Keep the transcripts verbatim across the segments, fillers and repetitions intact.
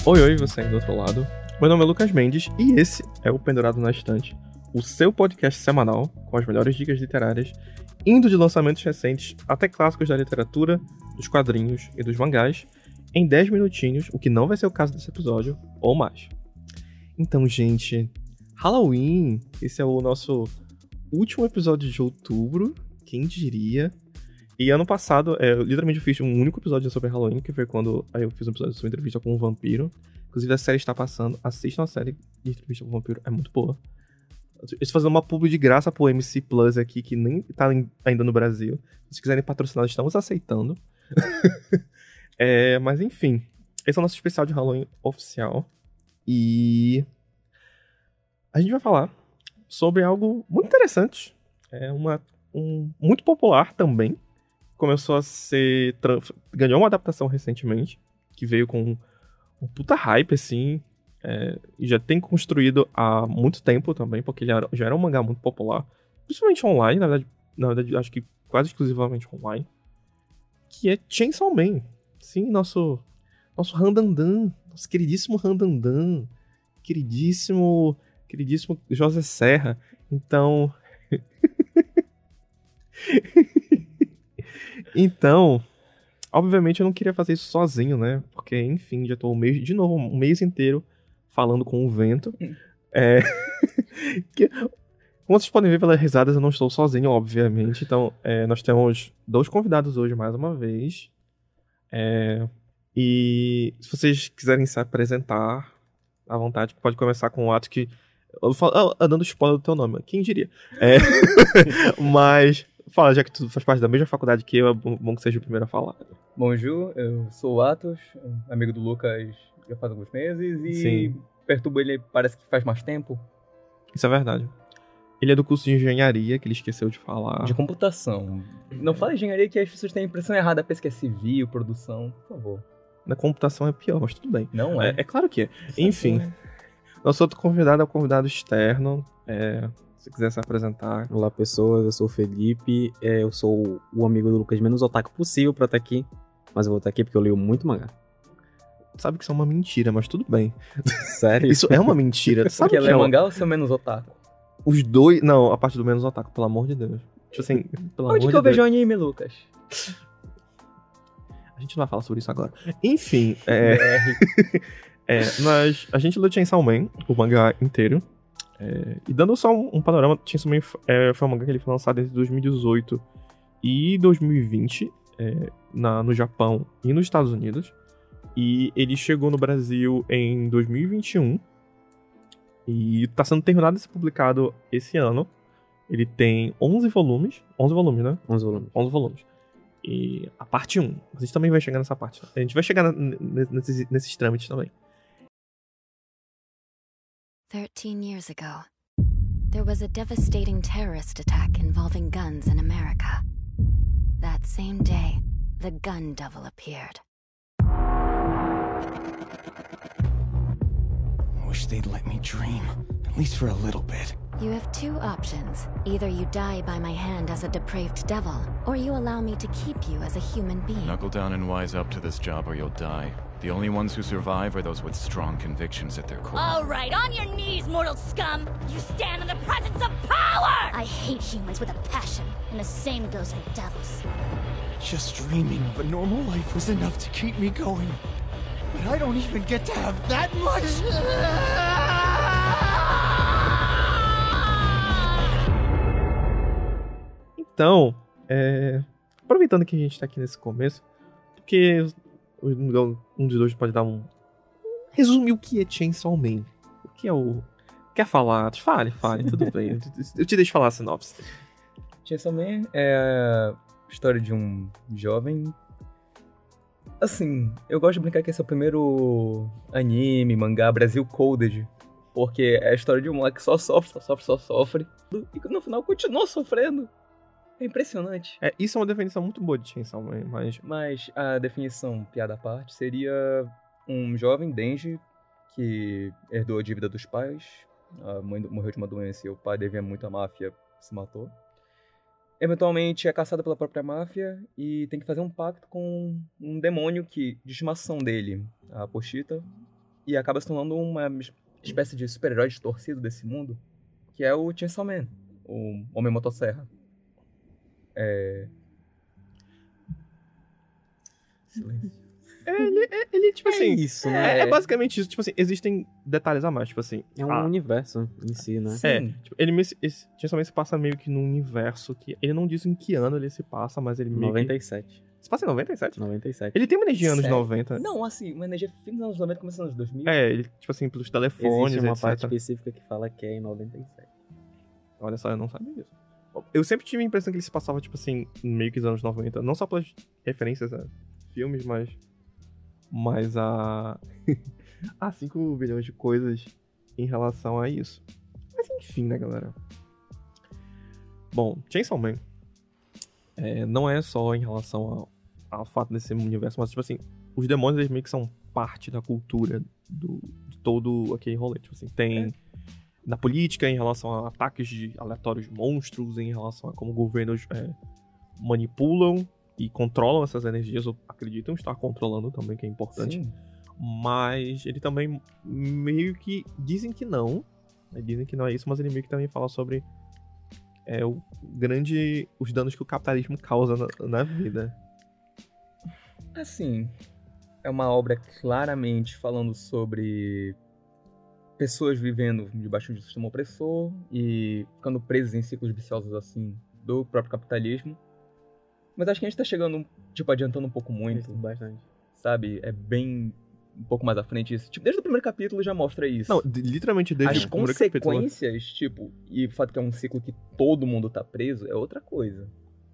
Oi, oi, você aí do outro lado. Meu nome é Lucas Mendes e esse é o Pendurado na Estante, o seu podcast semanal com as melhores dicas literárias, indo de lançamentos recentes até clássicos da literatura, dos quadrinhos e dos mangás, em dez minutinhos, o que não vai ser o caso desse episódio, ou mais. Então, gente, Halloween, esse é o nosso último episódio de outubro, quem diria? E ano passado, é, eu literalmente fiz um único episódio sobre Halloween, que foi quando aí eu fiz um episódio sobre entrevista com um vampiro. Inclusive, a série está passando. Assistam a série de entrevista com um vampiro, é muito boa. Eu estou fazendo uma publi de graça pro M C Plus aqui, que nem tá ainda no Brasil. Se quiserem patrocinar, estamos aceitando. é, mas enfim, esse é o nosso especial de Halloween oficial. E a gente vai falar sobre algo muito interessante. É uma, um, muito popular também. Começou a ser... ganhou uma adaptação recentemente, que veio com um puta hype, assim, é, e já tem construído há muito tempo também, porque ele já era um mangá muito popular, principalmente online, na verdade, na verdade acho que quase exclusivamente online, que é Chainsaw Man. Sim, nosso, nosso Randandan, nosso queridíssimo Randandan, queridíssimo, queridíssimo José Serra. Então... Então, obviamente eu não queria fazer isso sozinho, né? Porque, enfim, já tô um mês, de novo, um mês inteiro falando com o vento. É... que, como vocês podem ver pelas risadas, eu não estou sozinho, obviamente. Então, é, nós temos dois convidados hoje, mais uma vez. É... E se vocês quiserem se apresentar, à vontade, pode começar com um ato que... Eu falo, ah, dando spoiler do teu nome, quem diria? É... Mas... Fala, já que tu faz parte da mesma faculdade que eu, é bom que seja o primeiro a falar. Bonjour, eu sou o Atos, amigo do Lucas já faz alguns meses e Sim. Perturbo ele parece que faz mais tempo. Isso é verdade. Ele é do curso de engenharia, que ele esqueceu de falar. De computação. Não fala engenharia que as pessoas têm a impressão errada, pensa que é civil, produção, por favor. Na computação é pior, mas tudo bem. Não é? É, é claro que é. Isso Enfim, é... nosso outro convidado é o convidado externo, é... Se quiser se apresentar. Olá pessoas, eu sou o Felipe, eu sou o amigo do Lucas menos otaku possível pra estar aqui, mas eu vou estar aqui porque eu leio muito mangá. Sabe que isso é uma mentira, mas tudo bem. Sério? Isso é uma mentira. Sabe Porque que ela é é uma... mangá ou seu menos otaku? Os dois... Não, a parte do menos otaku, pelo amor de Deus. Tipo assim, pelo Onde amor que eu de vejo Deus. anime, Lucas? A gente não vai falar sobre isso agora. Enfim, é... é nós... a gente leu Chainsaw Man, o mangá inteiro. É, e dando só um, um panorama, Chainsaw Man é, foi um mangá que ele foi lançado entre dois mil e dezoito e dois mil e vinte é, na, no Japão e nos Estados Unidos. E ele chegou no Brasil em dois mil e vinte e um e tá sendo terminado de ser publicado esse ano. Ele tem onze volumes. onze volumes, né? onze volumes. onze volumes. E a parte um. A gente também vai chegar nessa parte. A gente vai chegar na, nesses, nesses trâmites também. Thirteen years ago, there was a devastating terrorist attack involving guns in America. That same day, the gun devil appeared. I wish they'd let me dream, at least for a little bit. You have two options. Either you die by my hand as a depraved devil, or you allow me to keep you as a human being. Knuckle down and wise up to this job or you'll die. The only ones who survive are those with strong convictions at their core. All right, on your knees, mortal scum! You stand in the presence of power! I hate humans with a passion, and the same goes for devils. Just dreaming of a normal life was enough to keep me going. But I don't even get to have that much! Então, é... aproveitando que a gente tá aqui nesse começo, porque um dos dois pode dar um... resumir o que é Chainsaw Man. O que é o... Quer falar? Fale, fale, tudo bem. Eu te deixo falar a sinopse. Chainsaw Man é a história de um jovem... Assim, eu gosto de brincar que esse é o primeiro anime, mangá Brasil Coded. Porque é a história de um moleque que só sofre, só sofre, só sofre. E no final continua sofrendo. É impressionante. É, isso é uma definição muito boa de Chainsaw Man, mas... Mas a definição, piada à parte, seria um jovem Denji que herdou a dívida dos pais. A mãe morreu de uma doença e o pai devia muito à máfia, se matou. Eventualmente é caçado pela própria máfia e tem que fazer um pacto com um demônio que, de estimação dele, a Pochita, e acaba se tornando uma espécie de super-herói distorcido desse mundo, que é o Chainsaw Man, o Homem Motosserra. É... Silêncio. Ele, ele, tipo assim... isso, É, né? é basicamente isso. Tipo assim, existem detalhes a mais. Tipo assim... É um a- universo em si, né? Sim. É, tipo, ele me- esse, Chainsaw Man se passa meio que num universo que... Ele não diz em que ano ele se passa, mas ele meio noventa que... e sete. Se passa em noventa e sete? noventa e sete. Ele tem uma energia anos Sério? noventa. Não, assim, uma energia fim dos anos noventa, começando nos anos dois mil. É, ele, tipo assim, pelos telefones, Existe uma parte etcétera. específica que fala que é em noventa e sete. Olha só, eu não sabia disso. Eu sempre tive a impressão que ele se passava, tipo assim, meio que nos anos noventa. Não só pelas referências a filmes, mas... Mas a... a cinco bilhões de coisas em relação a isso. Mas enfim, né, galera? Bom, Chainsaw Man é, não é só em relação ao, ao fato desse universo, mas, tipo assim, os demônios, eles meio que são parte da cultura do, de todo aquele rolê. Tipo assim, tem... É. Na política, em relação a ataques de aleatórios monstros, em relação a como governos é, manipulam e controlam essas energias, ou acreditam estar controlando também, que é importante. Sim. Mas ele também meio que... Dizem que não, né? Dizem que não é isso, mas ele meio que também fala sobre é, o grande... os danos que o capitalismo causa na, na vida. Assim, é uma obra claramente falando sobre pessoas vivendo debaixo de um sistema opressor e ficando presas em ciclos viciosos, assim, do próprio capitalismo. Mas acho que a gente tá chegando, tipo, adiantando um pouco muito, Bastante. sabe? É bem um pouco mais à frente isso. Tipo, desde o primeiro capítulo já mostra isso. Não, de- literalmente desde As o primeiro capítulo. consequências, tipo, e o fato que é um ciclo que todo mundo tá preso é outra coisa.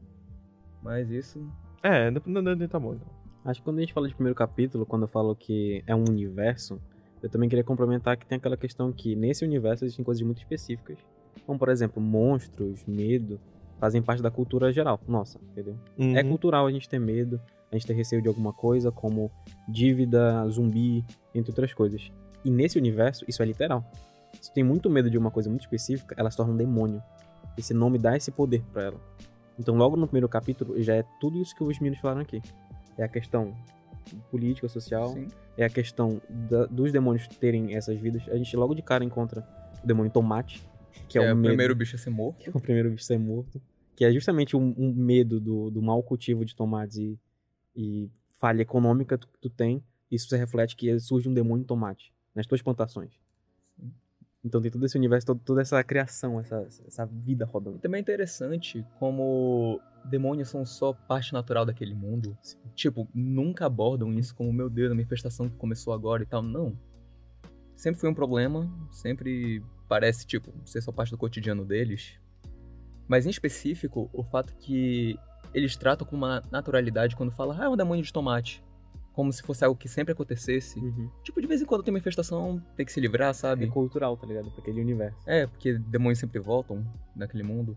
Mas isso... É, não, não, não, tá bom, então. Acho que quando a gente fala de primeiro capítulo, quando eu falo que é um universo, eu também queria complementar que tem aquela questão que nesse universo existem coisas muito específicas. Como, por exemplo, monstros, medo, fazem parte da cultura geral. Nossa, entendeu? Uhum. É cultural a gente ter medo, a gente ter receio de alguma coisa, como dívida, zumbi, entre outras coisas. E nesse universo, isso é literal. Se tu tem muito medo de uma coisa muito específica, ela se torna um demônio. Esse nome dá esse poder pra ela. Então, logo no primeiro capítulo, já é tudo isso que os meninos falaram aqui. É a questão política, social, Sim. é a questão da- dos demônios terem essas vidas. A gente logo de cara encontra o demônio Tomate, que é, é o o medo, primeiro bicho a ser morto. que é o primeiro bicho a ser morto, que é justamente um, um medo do, do mau cultivo de tomates e, e falha econômica que tu, tu tem. Isso se reflete que surge um demônio tomate nas tuas plantações. Sim. Então tem todo esse universo, todo- toda essa criação, essa, essa vida rodando. Também é interessante como demônios são só parte natural daquele mundo. Tipo, nunca abordam isso como, meu Deus, a manifestação que começou agora e tal. Não. Sempre foi um problema, sempre parece, tipo, ser só parte do cotidiano deles. Mas em específico, o fato que eles tratam com uma naturalidade quando falam, ah, é um demônio de tomate. Como se fosse algo que sempre acontecesse. Uhum. Tipo, de vez em quando tem manifestação, tem que se livrar, É sabe? cultural, tá ligado? Pra aquele universo. É, porque demônios sempre voltam naquele mundo.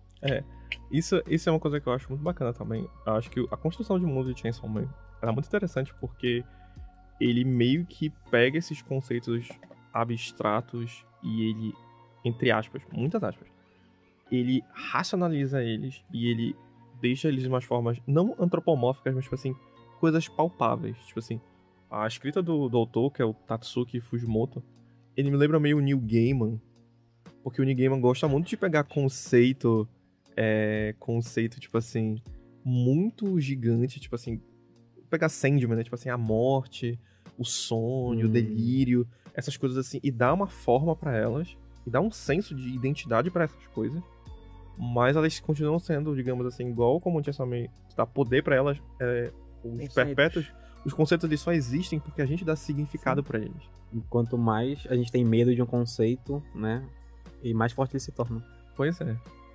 Isso, isso é uma coisa que eu acho muito bacana também. Eu acho que a construção de mundo de Chainsaw Man era muito interessante porque ele meio que pega esses conceitos abstratos e ele, entre aspas, muitas aspas, ele racionaliza eles e ele deixa eles de umas formas não antropomórficas, mas tipo assim, coisas palpáveis. Tipo assim, a escrita do, do autor, que é o Tatsuki Fujimoto, ele me lembra meio o Neil Gaiman, porque o Neil Gaiman gosta muito de pegar conceito, é, conceito, tipo assim, muito gigante, tipo assim, pegar Sandman, né? Tipo assim, a morte, o sonho, Hum. o delírio, essas coisas assim, e dar uma forma pra elas, e dar um senso de identidade pra essas coisas, mas elas continuam sendo, digamos assim, igual como o Chainsaw Man, dá poder pra elas, é, os Conceitos. perpétuos, os conceitos eles só existem porque a gente dá significado pra eles. E quanto mais a gente tem medo de um conceito, né? E mais forte ele se torna. Pois é.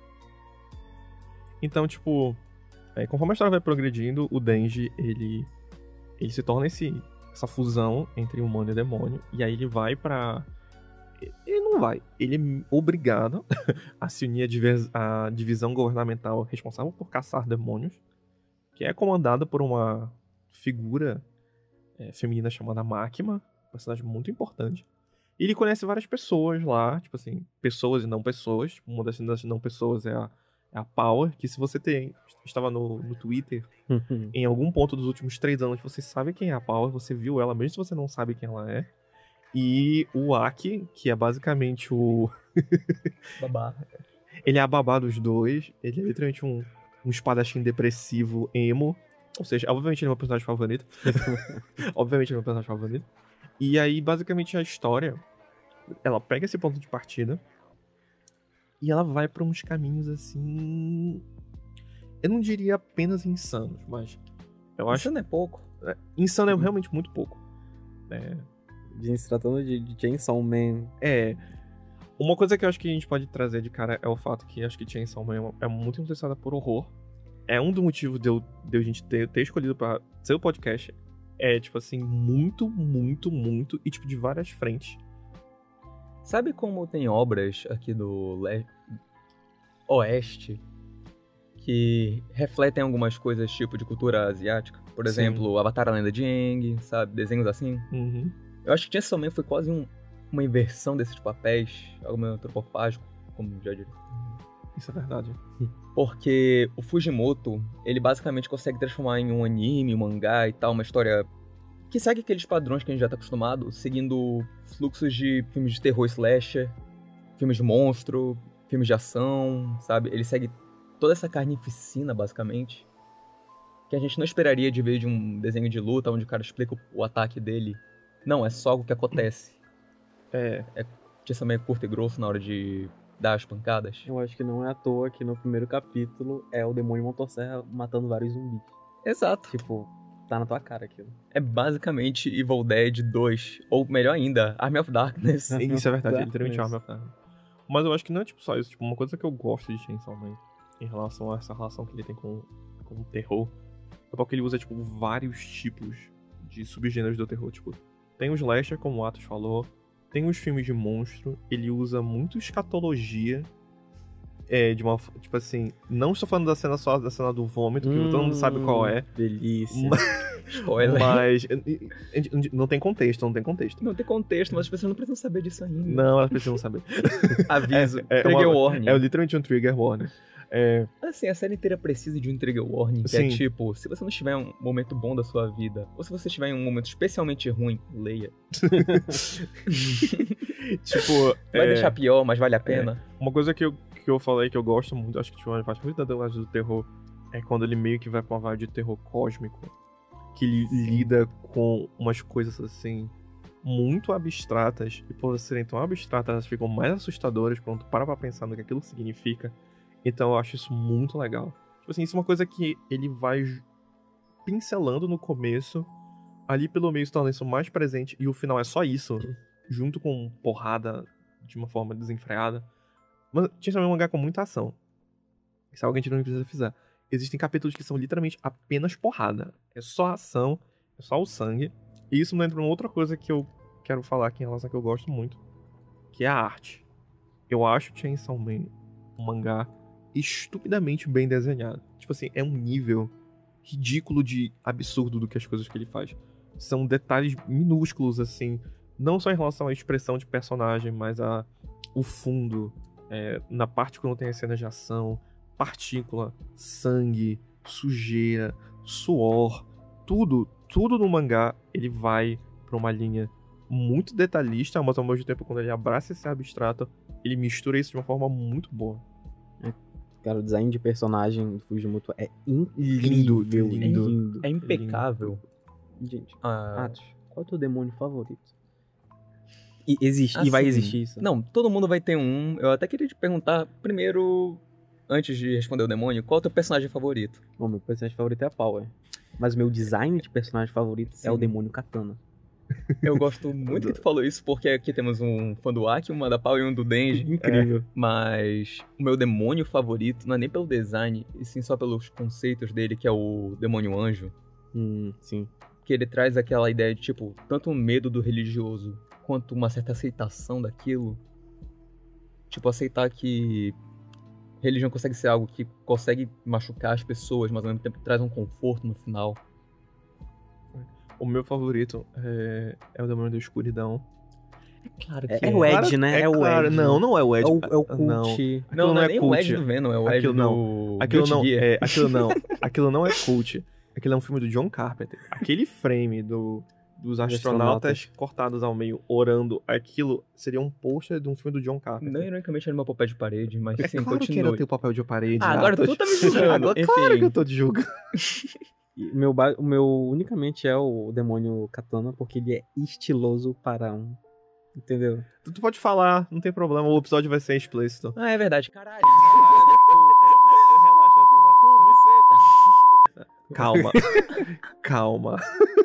Então, tipo, é, conforme a história vai progredindo, o Denji, ele, ele se torna esse, essa fusão entre humano e demônio, e aí ele vai pra... Ele não vai, ele é obrigado a se unir à divis- à divisão governamental responsável por caçar demônios, que é comandada por uma figura é, feminina chamada Máquina, um personagem muito importante. E ele conhece várias pessoas lá, tipo assim, pessoas e não pessoas. Uma das das não pessoas é a, é a Power, que se você tem, estava no, no Twitter, em algum ponto dos últimos três anos, você sabe quem é a Power, você viu ela, mesmo se você não sabe quem ela é. E o Aki, que é basicamente o... Babá. Ele é a babá dos dois. Ele é literalmente um, um espadachim depressivo emo. Ou seja, obviamente ele é meu personagem favorito. Obviamente ele é meu personagem favorito. E aí, basicamente, a história... Ela pega esse ponto de partida... E ela vai pra uns caminhos, assim... Eu não diria apenas insanos, mas... Eu acho... Insano é pouco. É, insano é realmente muito pouco. É... De se tratando de, de Chainsaw Man. É... Uma coisa que eu acho que a gente pode trazer de cara é o fato que acho que Chainsaw Man é muito influenciada por horror. É um dos motivos de, eu, de a gente ter, ter escolhido pra ser o podcast. É, tipo assim, muito, muito, muito... E, tipo, de várias frentes. Sabe como tem obras aqui do le... Oeste que refletem algumas coisas tipo de cultura asiática? Por exemplo, Sim. Avatar: A Lenda de Aang, sabe? Desenhos assim. Uhum. Eu acho que Chainsaw Man foi quase um, uma inversão desses papéis, algo meio antropofágico, como já diria. Isso é verdade. Porque o Fujimoto, ele basicamente consegue transformar em um anime, um mangá e tal, uma história que segue aqueles padrões que a gente já tá acostumado, seguindo fluxos de filmes de terror slasher, filmes de monstro, filmes de ação, sabe? Ele segue toda essa carnificina, basicamente, que a gente não esperaria de ver de um desenho de luta, onde o cara explica o, o ataque dele. Não, é só algo que acontece. É. É Chainsaw Man é curto e grosso na hora de dar as pancadas. Eu acho que não é à toa que no primeiro capítulo é o demônio Motosserra matando vários zumbis. Exato. Tipo, tá na tua cara aquilo. É basicamente Evil Dead dois, ou melhor ainda, Army of Darkness. Isso é verdade, é literalmente Army of Darkness. Mas eu acho que não é tipo só isso, tipo, uma coisa que eu gosto de Chainsaw Man em relação a essa relação que ele tem com, com o terror, é porque ele usa, tipo, vários tipos de subgêneros do terror, tipo, tem o slasher, como o Atos falou, tem os filmes de monstro, ele usa muito escatologia, é, de uma, tipo assim, não estou falando da cena só, da cena do vômito, que hum, todo mundo sabe qual é. Delícia. Spoiler. Mas não tem contexto, não tem contexto. Não tem contexto, mas as pessoas não precisam saber disso ainda. Não, elas precisam saber. Aviso, é, é trigger uma, warning. É literalmente um trigger warning. É... Assim, a série inteira precisa de um trigger warning, que Sim. é tipo, se você não estiver em um momento bom da sua vida, ou se você estiver em um momento especialmente ruim, leia. Tipo, vai é... deixar pior, mas vale a pena. É. Uma coisa que eu, que eu falei que eu gosto muito, acho que tipo, uma parte muito da dublagem do terror, é quando ele meio que vai pra uma vibe de terror cósmico, que ele lida com umas coisas assim muito abstratas, e por serem tão abstratas, elas ficam mais assustadoras quando tu para pra pensar no que aquilo significa. Então eu acho isso muito legal. Tipo assim, isso é uma coisa que ele vai pincelando no começo, ali pelo meio se torna isso mais presente, e o final é só isso, junto com porrada de uma forma desenfreada. Mas tinha também um mangá com muita ação. Isso é algo que a gente não precisa frisar. Existem capítulos que são literalmente apenas porrada. É só ação, é só o sangue. E isso me lembra uma outra coisa que eu quero falar aqui em relação a que eu gosto muito, que é a arte. Eu acho Chainsaw Man um mangá estupidamente bem desenhado. Tipo assim, é um nível ridículo de absurdo do que as coisas que ele faz. São detalhes minúsculos, assim, não só em relação à expressão de personagem, mas a o fundo, é, na parte quando tem as cenas de ação, partícula, sangue, sujeira, suor, tudo, tudo no mangá, ele vai pra uma linha muito detalhista, mas ao mesmo tempo, quando ele abraça esse abstrato, ele mistura isso de uma forma muito boa. É, cara, o design de personagem do Fujimoto é Lindo, incrível, lindo. lindo. É impecável. Gente, Ah, Atos, qual é o teu demônio favorito? E existe, assim, e vai existir isso. Não, todo mundo vai ter um. Eu até queria te perguntar, primeiro, antes de responder o demônio, qual é o teu personagem favorito? Bom, meu personagem favorito é a Power. Mas o meu design de personagem favorito Sim. é o demônio Katana. Eu gosto muito que tu falou isso, porque aqui temos um fã do Aki, uma da Pau e um do Denji. Incrível. É, mas o meu demônio favorito não é nem pelo design, e sim só pelos conceitos dele, que é o demônio anjo. Hum, sim. Que ele traz aquela ideia de, tipo, tanto o medo do religioso, quanto uma certa aceitação daquilo. Tipo, aceitar que religião consegue ser algo que consegue machucar as pessoas, mas ao mesmo tempo traz um conforto no final. O meu favorito é, é o Demônio da Escuridão. É claro que É, é o Ed, Claro, né? é, É o claro. Ed. Não, não é o Ed. É o, é o Não. cult. Aquilo Não, não é nem cult. o Ed do Venom, é o Ed Aquilo do não. Aquilo Guilty não, Gear. é, aquilo não. Aquilo não é cult. Aquilo é um filme do John Carpenter. Aquele frame do, dos astronautas, astronautas. cortados ao meio, orando, aquilo seria um pôster de um filme do John Carpenter. Não, ironicamente, era meu papel de parede, mas É sim, claro que continue. era teu papel de parede. Ah, agora Atos. tu tá me julgando. Agora, Enfim. claro que eu tô te julgando. E o meu, ba- o meu unicamente é o demônio Katana, porque ele é estiloso para um. Entendeu? Tu, tu pode falar, não tem problema, o episódio vai ser explícito. Ah, é verdade. Caralho. Relaxa, eu tenho uma Calma. Calma.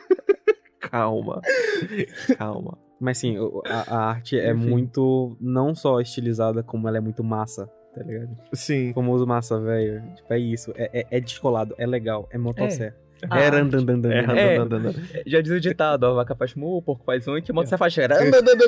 Calma. Calma. Mas sim, o- a, a arte é Enfim. muito não só estilizada, como ela é muito massa, tá ligado? Sim. O famoso massa, velho. Tipo, é isso. É, é, é descolado, é legal, é motosserra. A É, arte- randandandan. É, É. randandandan. Já diz o ditado, a vaca faz mu, o porco faz um e que moto você faz cheira.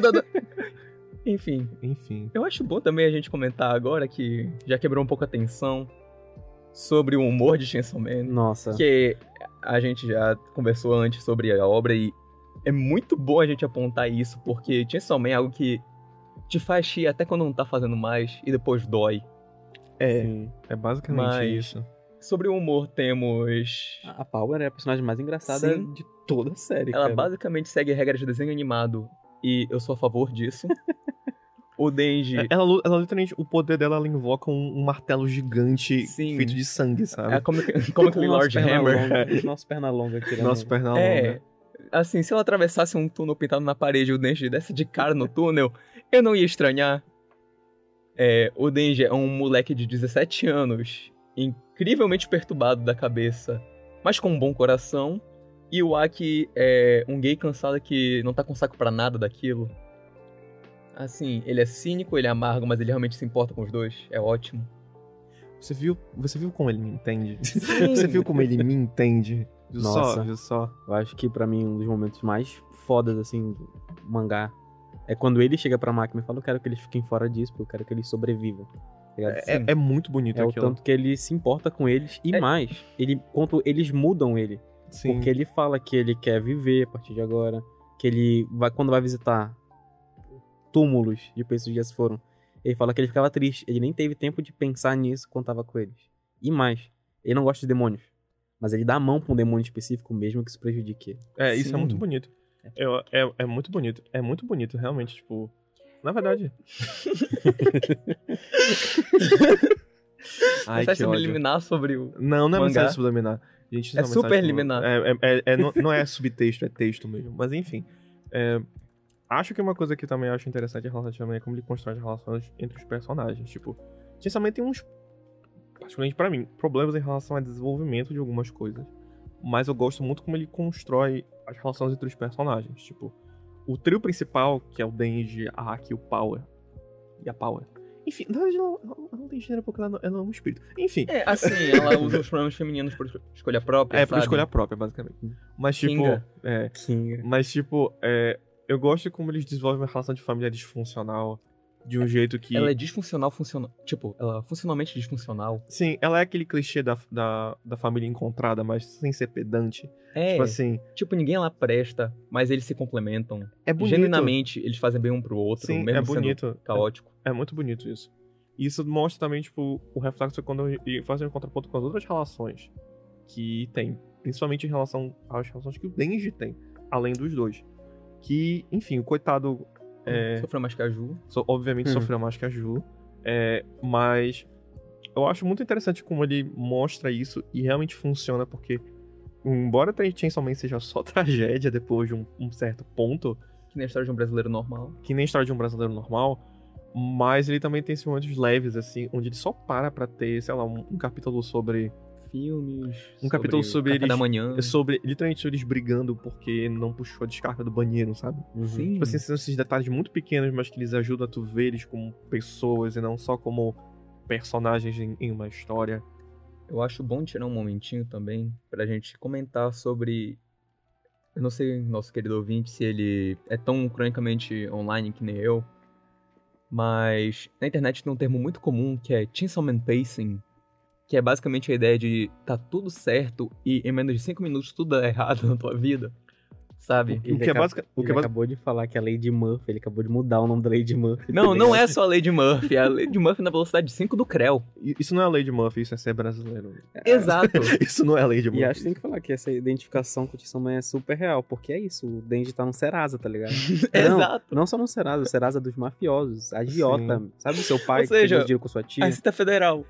Enfim, Enfim. eu acho bom também a gente comentar agora que já quebrou um pouco a tensão sobre o humor de Chainsaw Man. Nossa. Que a gente já conversou antes sobre a obra e é muito bom a gente apontar isso, porque Chainsaw Man é algo que te faz rir até quando não tá fazendo mais e depois dói. É, Sim. é basicamente Mas- isso. Sobre o humor temos... A Power é a personagem mais engraçada Sim. de toda a série, Ela cara. basicamente segue regras de desenho animado e eu sou a favor disso. O Denji... É, Ela, lu- ela literalmente, o poder dela, ela invoca um, um martelo gigante Sim. feito de sangue, sabe? É como, como aquele O nosso Lord perna Hammer. longa- Nosso perna longa tirando. Nosso perna longa. É, assim, se ela atravessasse um túnel pintado na parede e o Denji desse de cara no túnel, eu não ia estranhar. É, o Denji é um moleque de dezessete anos, incrivelmente perturbado da cabeça, mas com um bom coração. E o Aki é um gay cansado que não tá com saco pra nada daquilo. Assim, ele é cínico, ele é amargo, mas ele realmente se importa com os dois. É ótimo. Você viu, você viu como ele me entende? Você viu como ele me entende? Viu só, Nossa. viu só? Eu acho que pra mim um dos momentos mais fodas, assim, do mangá é quando ele chega pra máquina e fala: eu quero que eles fiquem fora disso, porque eu quero que eles sobrevivam. Tá ligado? É, é muito bonito É o aquilo. tanto que ele se importa com eles e É- mais, ele, quanto eles mudam ele. Sim. Porque ele fala que ele quer viver a partir de agora, que ele vai, quando vai visitar túmulos de pessoas que já se foram, ele fala que ele ficava triste, ele nem teve tempo de pensar nisso quando tava com eles. E mais, ele não gosta de demônios, mas ele dá a mão pra um demônio específico mesmo que isso prejudique ele. É, isso Sim. é muito bonito. Eu, é, é muito bonito. É muito bonito, realmente, tipo... Na verdade... Ai, Mensagem que ódio. subliminar sobre o... Não, não é Mangá. mensagem subliminar. Gente, isso É uma mensagem super subliminar. liminar. É, é, é, é, não, não é subtexto, é texto mesmo. Mas enfim. é, acho que uma coisa que também acho interessante em relação também é como ele constrói as relações entre os personagens. Tipo, sinceramente tem uns, particularmente pra mim, problemas em relação ao desenvolvimento de algumas coisas. Mas eu gosto muito como ele constrói as relações entre os personagens. Tipo, o trio principal, que é o Denji, a Aki e o Power. E a Power. Enfim, na verdade, ela, ela não tem gênero porque ela não, ela é um espírito. Enfim. É, assim, ela usa os pronomes femininos por escolha própria, É, por sabe? escolha própria, basicamente. Mas, tipo. Kinga. É, King. mas, tipo, é, eu gosto de como eles desenvolvem uma relação de família disfuncional. De um jeito que. Ela é disfuncional, funcional. Tipo, ela é funcionalmente disfuncional. Sim, ela é aquele clichê da, da, da família encontrada, mas sem ser pedante. É, Tipo assim, tipo, ninguém lá presta, mas eles se complementam. é bonito. Genuinamente, eles fazem bem um pro outro, Sim, mesmo é bonito. sendo caótico. É muito bonito isso. E isso mostra também, tipo, o reflexo quando e fazem um contraponto com as outras relações que tem. Principalmente em relação às relações que o Denji tem, além dos dois. Que, enfim, o coitado. É, Sofreu mais que a Ju. so- obviamente Uhum. sofreu mais que a Ju. É, mas eu acho muito interessante como ele mostra isso e realmente funciona, porque embora Chainsaw Man seja só tragédia depois de um, um certo ponto, Que nem a história de um brasileiro normal. que nem a história de um brasileiro normal, mas ele também tem esses momentos leves, assim, onde ele só para pra ter, sei lá, um, um capítulo sobre... Filmes. Um capítulo sobre café eles- da manhã. sobre, literalmente, eles brigando porque não puxou a descarga do banheiro, sabe? Sim. Tipo assim, são esses detalhes muito pequenos, mas que eles ajudam a tu ver eles como pessoas e não só como personagens em, em uma história. Eu acho bom tirar um momentinho também pra gente comentar sobre. Eu não sei, nosso querido ouvinte, se ele é tão cronicamente online que nem eu, mas na internet tem um termo muito comum que é Chainsaw Man Pacing, que é basicamente a ideia de tá tudo certo e em menos de cinco minutos tudo dá errado na tua vida. sabe? Ele, O que é acaba- basica- o ele que é basi- acabou de falar que a Lady Murphy, ele acabou de mudar o nome da Lady Murphy. Não, tá não ligado? é só a Lady Murphy, é a Lady Murphy na velocidade cinco do Creu. Isso não é a Lady Murphy, isso é ser brasileiro. Exato. Isso não é a Lady Murphy. E acho que tem que falar que essa identificação com o Tissaman é super real, porque é isso, o Denji tá no Serasa, tá ligado? Não, Exato. não só no Serasa, o Serasa dos mafiosos, agiota, Sim. sabe o seu pai Ou seja, que pegou dinheiro com sua tia? A Receita Federal.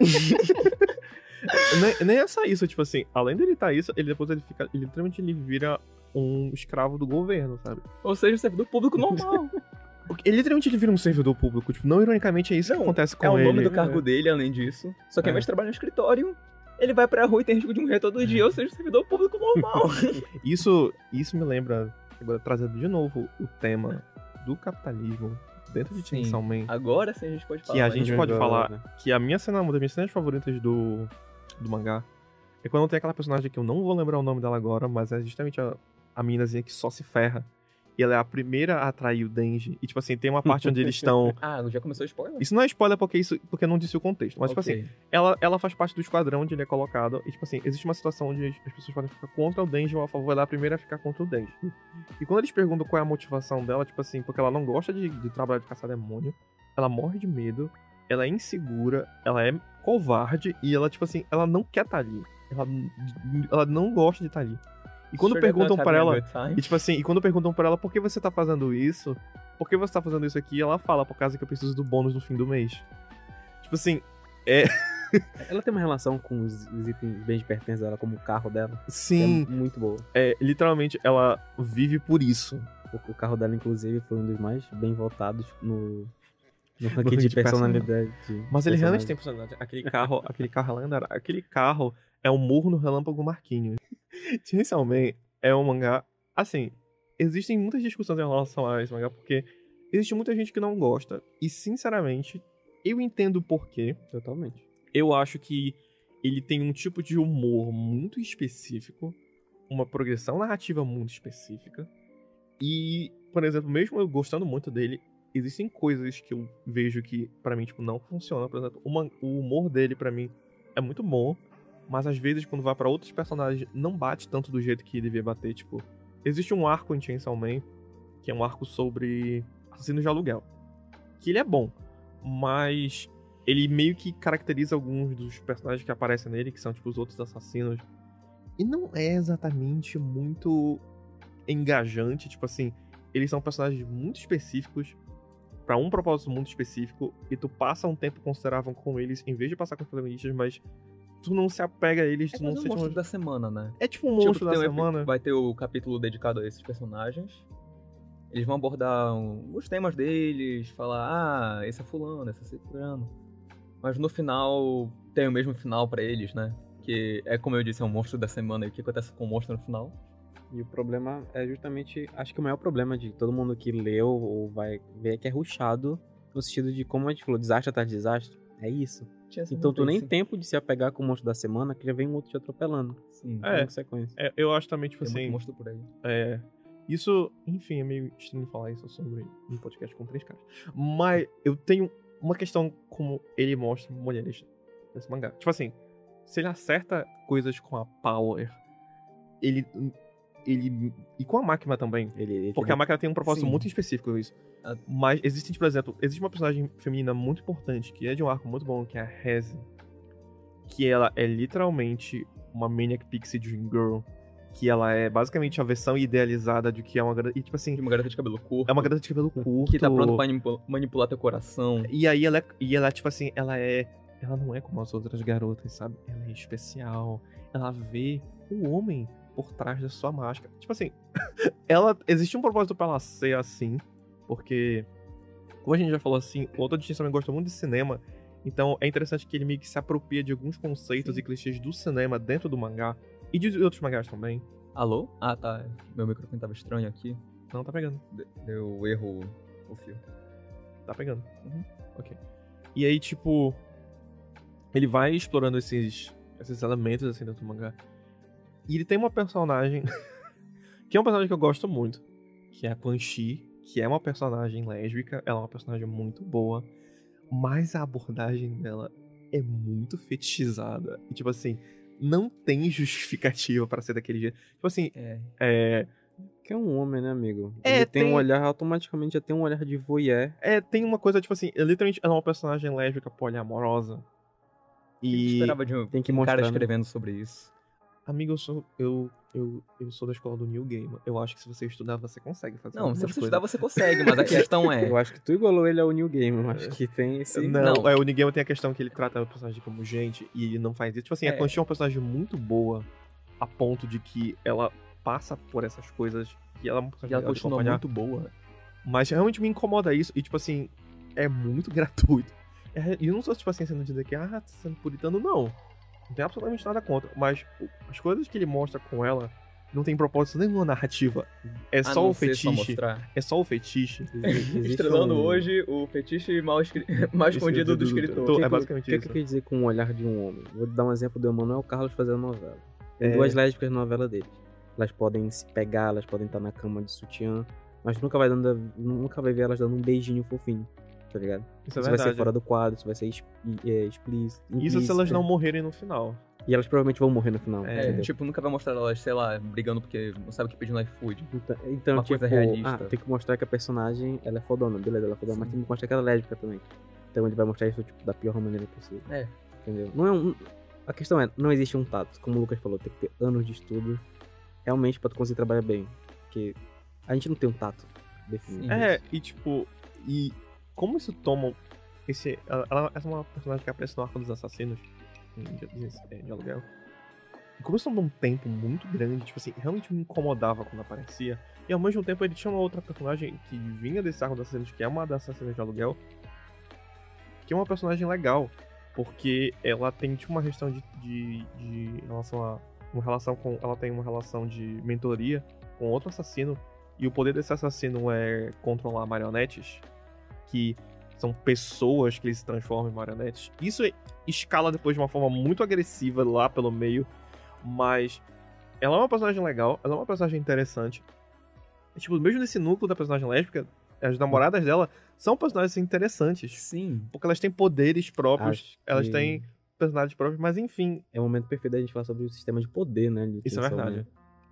nem, nem é só isso, tipo assim, além dele tá isso, ele depois ele fica, ele literalmente ele vira um escravo do governo, sabe? Ou seja, o servidor público normal. Ele literalmente ele vira um servidor público, tipo, não ironicamente é isso Não, que acontece com é o ele. nome do cargo dele, além disso. Só que ao É. invés de trabalhar no escritório, ele vai pra rua e tem risco de morrer todo dia, ou seja, servidor público normal. Isso, isso me lembra, agora trazendo de novo o tema do capitalismo dentro de Sim. Chainsaw Man, Agora sim a gente pode falar. que a né? gente pode falar que a minha cena, uma das minhas cenas favoritas do, do mangá é quando tem aquela personagem que eu não vou lembrar o nome dela agora, mas é justamente a, a minazinha que só se ferra. E ela é a primeira a atrair o Denji. E, tipo assim, tem uma parte onde eles estão... Ah, já começou o spoiler? Isso não é spoiler porque, isso, porque eu não disse o contexto. Mas, tipo Ok. assim, ela, ela faz parte do esquadrão onde ele é colocado. E, tipo assim, existe uma situação onde as pessoas podem ficar contra o Denji ou a favor da primeira a ficar contra o Denji. E quando eles perguntam qual é a motivação dela, tipo assim, porque ela não gosta de, de trabalhar de caçar demônio, ela morre de medo, ela é insegura, ela é covarde e ela, tipo assim, ela não quer estar ali. Ela, ela não gosta de estar ali. E quando Sure perguntam not pra having a ela... good time. E tipo assim, e quando perguntam pra ela por que você tá fazendo isso, por que você tá fazendo isso aqui, ela fala, por causa que eu preciso do bônus no fim do mês. Tipo assim, é... Ela tem uma relação com os, os itens bens de pertença dela, como o carro dela. Sim, É muito boa. é, literalmente, ela vive por isso. O, o carro dela, inclusive, foi um dos mais bem votados no, no ranking ranking de de personalidade. de Mas ele realmente tem personagem. personalidade. Aquele carro, aquele carro é lendário. Aquele carro é um murro no Relâmpago Marquinhos. Chainsaw Man é um mangá... Assim, existem muitas discussões em relação a esse mangá, porque existe muita gente que não gosta. E, sinceramente, eu entendo o porquê. Totalmente. Eu acho que ele tem um tipo de humor muito específico, uma progressão narrativa muito específica. E, por exemplo, mesmo eu gostando muito dele, existem coisas que eu vejo que, pra mim, tipo, não funcionam. Por exemplo, o, man- o humor dele, pra mim, é muito bom, mas às vezes, quando vai pra outros personagens, não bate tanto do jeito que devia bater. Tipo, existe um arco em Chainsaw Man, que é um arco sobre assassinos de aluguel. Que ele é bom, mas ele meio que caracteriza alguns dos personagens que aparecem nele, que são, tipo, os outros assassinos. E não é exatamente muito engajante, tipo assim, eles são personagens muito específicos pra um propósito muito específico e tu passa um tempo considerável com eles em vez de passar com os protagonistas, mas tu não se apega a eles, É tu não quase um sente monstro uma... da semana, né? É tipo um Tipo, monstro da tem um epi- semana. Vai ter o capítulo dedicado a esses personagens. Eles vão abordar um- os temas deles, falar, ah, esse é fulano, esse é ciclano. Mas no final, tem o mesmo final pra eles, né? Que é como eu disse, é um monstro da semana. E o que acontece com o monstro no final? E o problema é justamente, acho que o maior problema de todo mundo que leu ou vai ver é que é rushado no sentido de, como a gente falou, desastre atrás de desastre. É isso. Tinha essa Então tu nem referência. tempo de se apegar com o monstro da semana que já vem um outro te atropelando. Sim, É. Em sequência. É, eu acho também, tipo tem muito assim, monstro por aí. é... Isso, enfim, é meio estranho falar isso sobre um podcast com três caras. Mas eu tenho uma questão como ele mostra mulheres nesse mangá. Tipo assim, se ele acerta coisas com a Power, ele... ele e com a máquina também. Ele, ele Porque a máquina tem um propósito Sim. muito específico isso. Ah. Mas existe, por exemplo, existe uma personagem feminina muito importante, que é de um arco muito bom, que é a Reze. Que ela é literalmente uma Maniac Pixie Dream Girl. Que ela é basicamente a versão idealizada de que é uma garota. E tipo assim, De uma garota de cabelo curto. é uma garota de cabelo curto. Que tá pronto pra manipu- manipular teu coração. E aí ela é, e ela, tipo assim, ela é. Ela não é como as outras garotas, sabe? Ela é especial. Ela vê o homem por trás da sua máscara. Tipo assim, ela. Existe um propósito pra ela ser assim. Porque, como a gente já falou assim, o autor de Chainsaw Man gosta muito de cinema. Então é interessante que ele meio que se apropria de alguns conceitos Sim. e clichês do cinema dentro do mangá. E de outros mangás também. Alô? Ah, tá. Meu microfone tava estranho aqui. Não, tá pegando. De- Deu erro o fio. Tá pegando. Uhum. Ok. E aí, tipo. Ele vai explorando esses, esses elementos assim dentro do mangá. E ele tem uma personagem. que é um personagem que eu gosto muito. Que é a Quan Chi. Que é uma personagem lésbica. Ela é uma personagem muito boa. Mas a abordagem dela é muito fetichizada. E tipo assim. Não tem justificativa pra ser daquele jeito. Tipo assim. É. É, Que é um homem, né, amigo? É, Ele tem, tem- um olhar, automaticamente já tem um olhar de voyeur. É, tem uma coisa, tipo assim, literalmente ela é uma personagem lésbica poliamorosa. O que você E. esperava de um, tem que um mostrar, cara né? escrevendo sobre isso? Amigo, eu sou. Eu, eu, eu sou da escola do New Game. Eu acho que se você estudar, você consegue fazer Não, algumas se você coisas. estudar, você consegue, mas a questão é... Eu acho que tu igualou ele ao New Game, eu acho que tem esse... Não, Não. É, o New Game tem a questão que ele trata o personagem como gente e ele não faz isso. Tipo assim, É. a Quan Chi é uma personagem muito boa a ponto de que ela passa por essas coisas e ela é uma E personagem ela legal de continua acompanhar. muito boa. Mas realmente me incomoda isso. E, tipo assim, é muito gratuito. É- E eu não sou, tipo assim, sendo dizer que, ah, tá sendo puritano, não. Não tem absolutamente nada contra. Mas o- as coisas que ele mostra com ela não tem propósito nenhuma narrativa. É A só não o ser só fetiche. mostrar. É só o fetiche. Existe Estrelando um- hoje o fetiche mal, escri... mal escondido do escritor. Tô- O que é que- basicamente O que, que isso. eu quis dizer com o olhar de um homem? Vou dar um exemplo do Emanuel Carlos fazendo novela. Tem É. duas lésbicas na novela dele. Elas podem se pegar, elas podem estar na cama de sutiã, mas nunca vai, dando, nunca vai ver elas dando um beijinho fofinho, tá ligado? Isso é vai ser verdade. fora do quadro, isso vai ser exp- é, explícito. Isso se elas implícito. não morrerem no final. E elas provavelmente vão morrer no final, É, É, entendeu? tipo, nunca vai mostrar elas, sei lá, brigando porque não sabe o que pedir no iFood. Então, então uma tipo, coisa realista. ah, tem que mostrar que a personagem, ela é fodona, beleza, ela é fodona, mas tem que mostrar que ela é lésbica também. Então ele vai mostrar isso, tipo, da pior maneira possível. É. Entendeu? Não é um... A questão é, não existe um tato, como o Lucas falou, tem que ter anos de estudo, realmente, pra tu conseguir trabalhar bem. Porque a gente não tem um tato definido. Sim. É, e tipo, e como isso toma esse. Ela, ela é uma personagem que aparece no Arco dos Assassinos em de, de, de aluguel. E como isso toma um tempo muito grande, tipo assim, realmente me incomodava quando aparecia. E ao mesmo tempo ele tinha uma outra personagem que vinha desse Arco dos Assassinos, que é uma das assassinas de aluguel, que é uma personagem legal. Porque ela tem tipo uma questão de, de, de relação a. Uma relação com. Ela tem uma relação de mentoria com outro assassino. E o poder desse assassino é controlar marionetes. Que são pessoas que ele se transformam em marionetes. Isso é- escala depois de uma forma muito agressiva lá pelo meio. Mas ela é uma personagem legal, ela é uma personagem interessante. E, tipo, mesmo nesse núcleo da personagem lésbica, as namoradas dela são personagens interessantes. Sim. Porque elas têm poderes próprios, Acho elas que têm personagens próprios, mas enfim. É o momento perfeito da gente falar sobre o sistema de poder, né? de Isso é Chainsaw verdade. Man.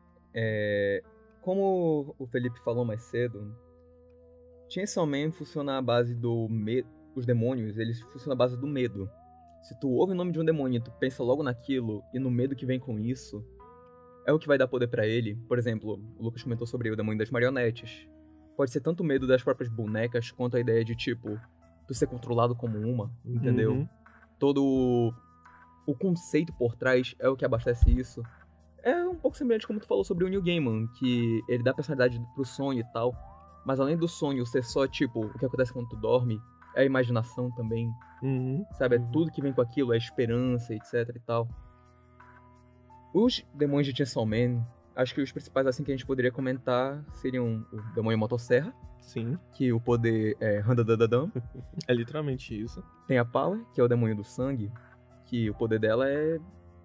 É, como o Felipe falou mais cedo, Chainsaw Man funciona à base do medo. Os demônios, eles funcionam à base do medo. Se tu ouve o nome de um demônio e tu pensa logo naquilo e no medo que vem com isso, é o que vai dar poder pra ele. Por exemplo, o Lucas comentou sobre o demônio das marionetes. Pode ser tanto o medo das próprias bonecas quanto a ideia de, tipo, tu ser controlado como uma, entendeu? Uhum. Todo o- o conceito por trás é o que abastece isso. É um pouco semelhante como tu falou sobre o Neil Gaiman, que ele dá personalidade pro sonho e tal, mas além do sonho ser só, tipo, o que acontece quando tu dorme, é a imaginação também, Uhum. sabe? É Uhum. tudo que vem com aquilo, é a esperança, etc e tal. Os demônios de Chainsaw Man, acho que os principais assim que a gente poderia comentar seriam o demônio motosserra, Sim, que o poder é Handadadadam. é literalmente isso. Tem a Power, que é o demônio do sangue, que o poder dela é.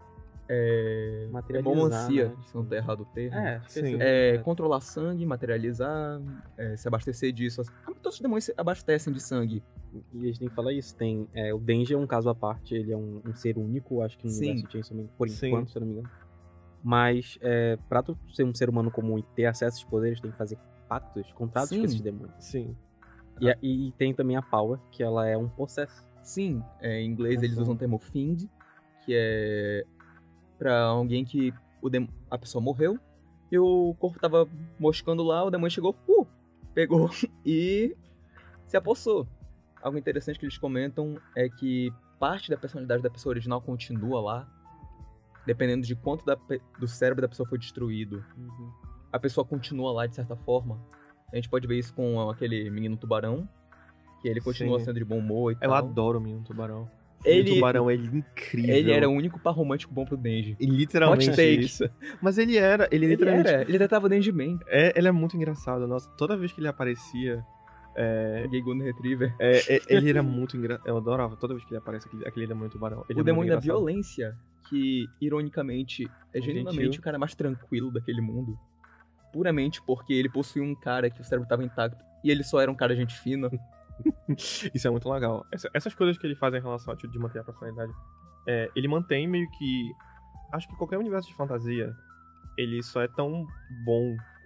É. Materializar, Hemomancia, né? se não tá errado o termo. É, acho que Sim. esse É, é o- controlar sangue, materializar, é, se abastecer disso. Ah, todos os demônios se abastecem de sangue. E a gente tem que falar isso. Tem, é, o Denji é um caso à parte, ele é um, um ser único, acho que no Sim. universo de Chainsaw Man, por Sim. enquanto, se eu não me engano. Mas, é, pra tu ser um ser humano comum e ter acesso a esses poderes, tem que fazer pactos, contratos Sim. com esses demônios. Sim. E, a- e tem também a Power, que ela é um possesso. Sim, é, em inglês eles Nossa. usam o termo fiend, que é pra alguém que o dem- a pessoa morreu e o corpo tava moscando lá, o demônio chegou, uh, pegou e se apossou. Algo interessante que eles comentam é que parte da personalidade da pessoa original continua lá, dependendo de quanto da pe- do cérebro da pessoa foi destruído. A pessoa continua lá de certa forma. A gente pode ver isso com aquele menino tubarão, que ele continua Sim. sendo de bom humor e Eu tal. adoro o Menino Tubarão. Ele- O Tubarão é incrível. Ele era o único par romântico bom pro Denji. E literalmente Hot take. isso. Mas ele era, ele Ele literalmente. era, ele tratava o Denji bem. É, ele é muito engraçado. Nossa, toda vez que ele aparecia. É, O Gay Golden Retriever. é, é, ele era muito engraçado. Eu adorava toda vez que ele aparece, aquele, aquele demônio tubarão. Ele O é demônio da muito engraçado. violência, que, ironicamente, é Gentil. genuinamente o cara mais tranquilo daquele mundo. Puramente porque ele possuía um cara que o cérebro estava intacto e ele só era um cara gente fina. Isso é muito legal. Essa- essas coisas que ele faz em relação ao tipo de manter a personalidade, é, ele mantém meio que. Acho que qualquer universo de fantasia, ele só é tão bom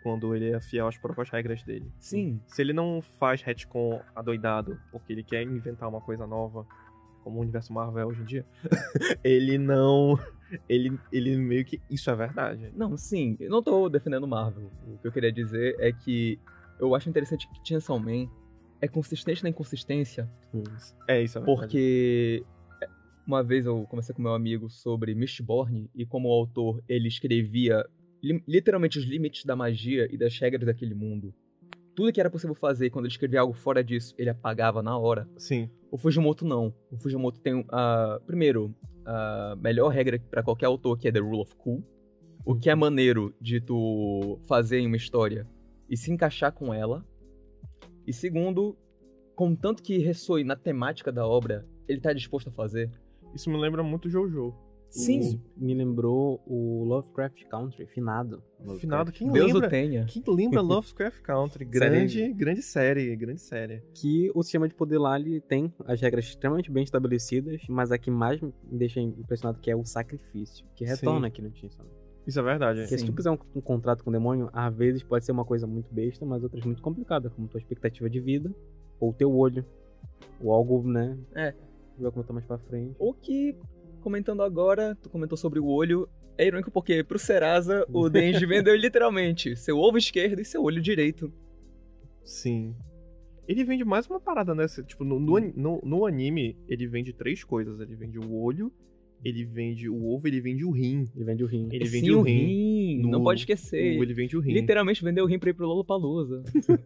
quando ele é fiel às próprias regras dele. Sim. Se ele não faz retcon adoidado porque ele quer inventar uma coisa nova, como o universo Marvel hoje em dia, ele não... Ele, ele meio que... Isso é verdade. Não, sim. Eu não tô defendendo Marvel. O que eu queria dizer é que eu acho interessante que Chainsaw Man é consistente na inconsistência. É, isso é verdade. Porque uma vez eu conversei com meu amigo sobre Mistborn e como o autor ele escrevia li- literalmente os limites da magia e das regras daquele mundo. Tudo que era possível fazer, quando ele escrevia algo fora disso, ele apagava na hora. Sim. O Fujimoto não. O Fujimoto tem, a primeiro, a melhor regra pra qualquer autor, que é The Rule of Cool. O que é maneiro de tu fazer em uma história e se encaixar com ela. E segundo, contanto que ressoe na temática da obra, ele tá disposto a fazer. Isso me lembra muito Jojo. Sim. Isso me lembrou o Lovecraft Country, finado. Lovecraft. Finado, quem Deus lembra? o tenha. Quem lembra Lovecraft Country? Grande, grande série, grande série. Que o sistema de poder lá, ele tem as regras extremamente bem estabelecidas, mas a que mais me deixa impressionado que é o sacrifício, que retorna Sim. aqui no Chainsaw Man. Isso é verdade. Porque se tu fizer um, um contrato com o demônio, às vezes pode ser uma coisa muito besta, mas outras muito complicada, como tua expectativa de vida, ou teu olho, ou algo, né? É. Vai comentar mais pra frente. O que, comentando agora, tu comentou sobre o olho, é irônico porque pro Serasa o Denji vendeu literalmente seu ovo esquerdo e seu olho direito. Sim. Ele vende mais uma parada, né? Tipo, no, no, no, no anime, ele vende três coisas. Ele vende o olho, ele vende o ovo, ele vende o rim. Ele vende o rim. Ele Sim, vende o rim. rim. No- Não pode esquecer. O- ele vende o rim. Literalmente vendeu o rim pra ir pro Lollapalooza.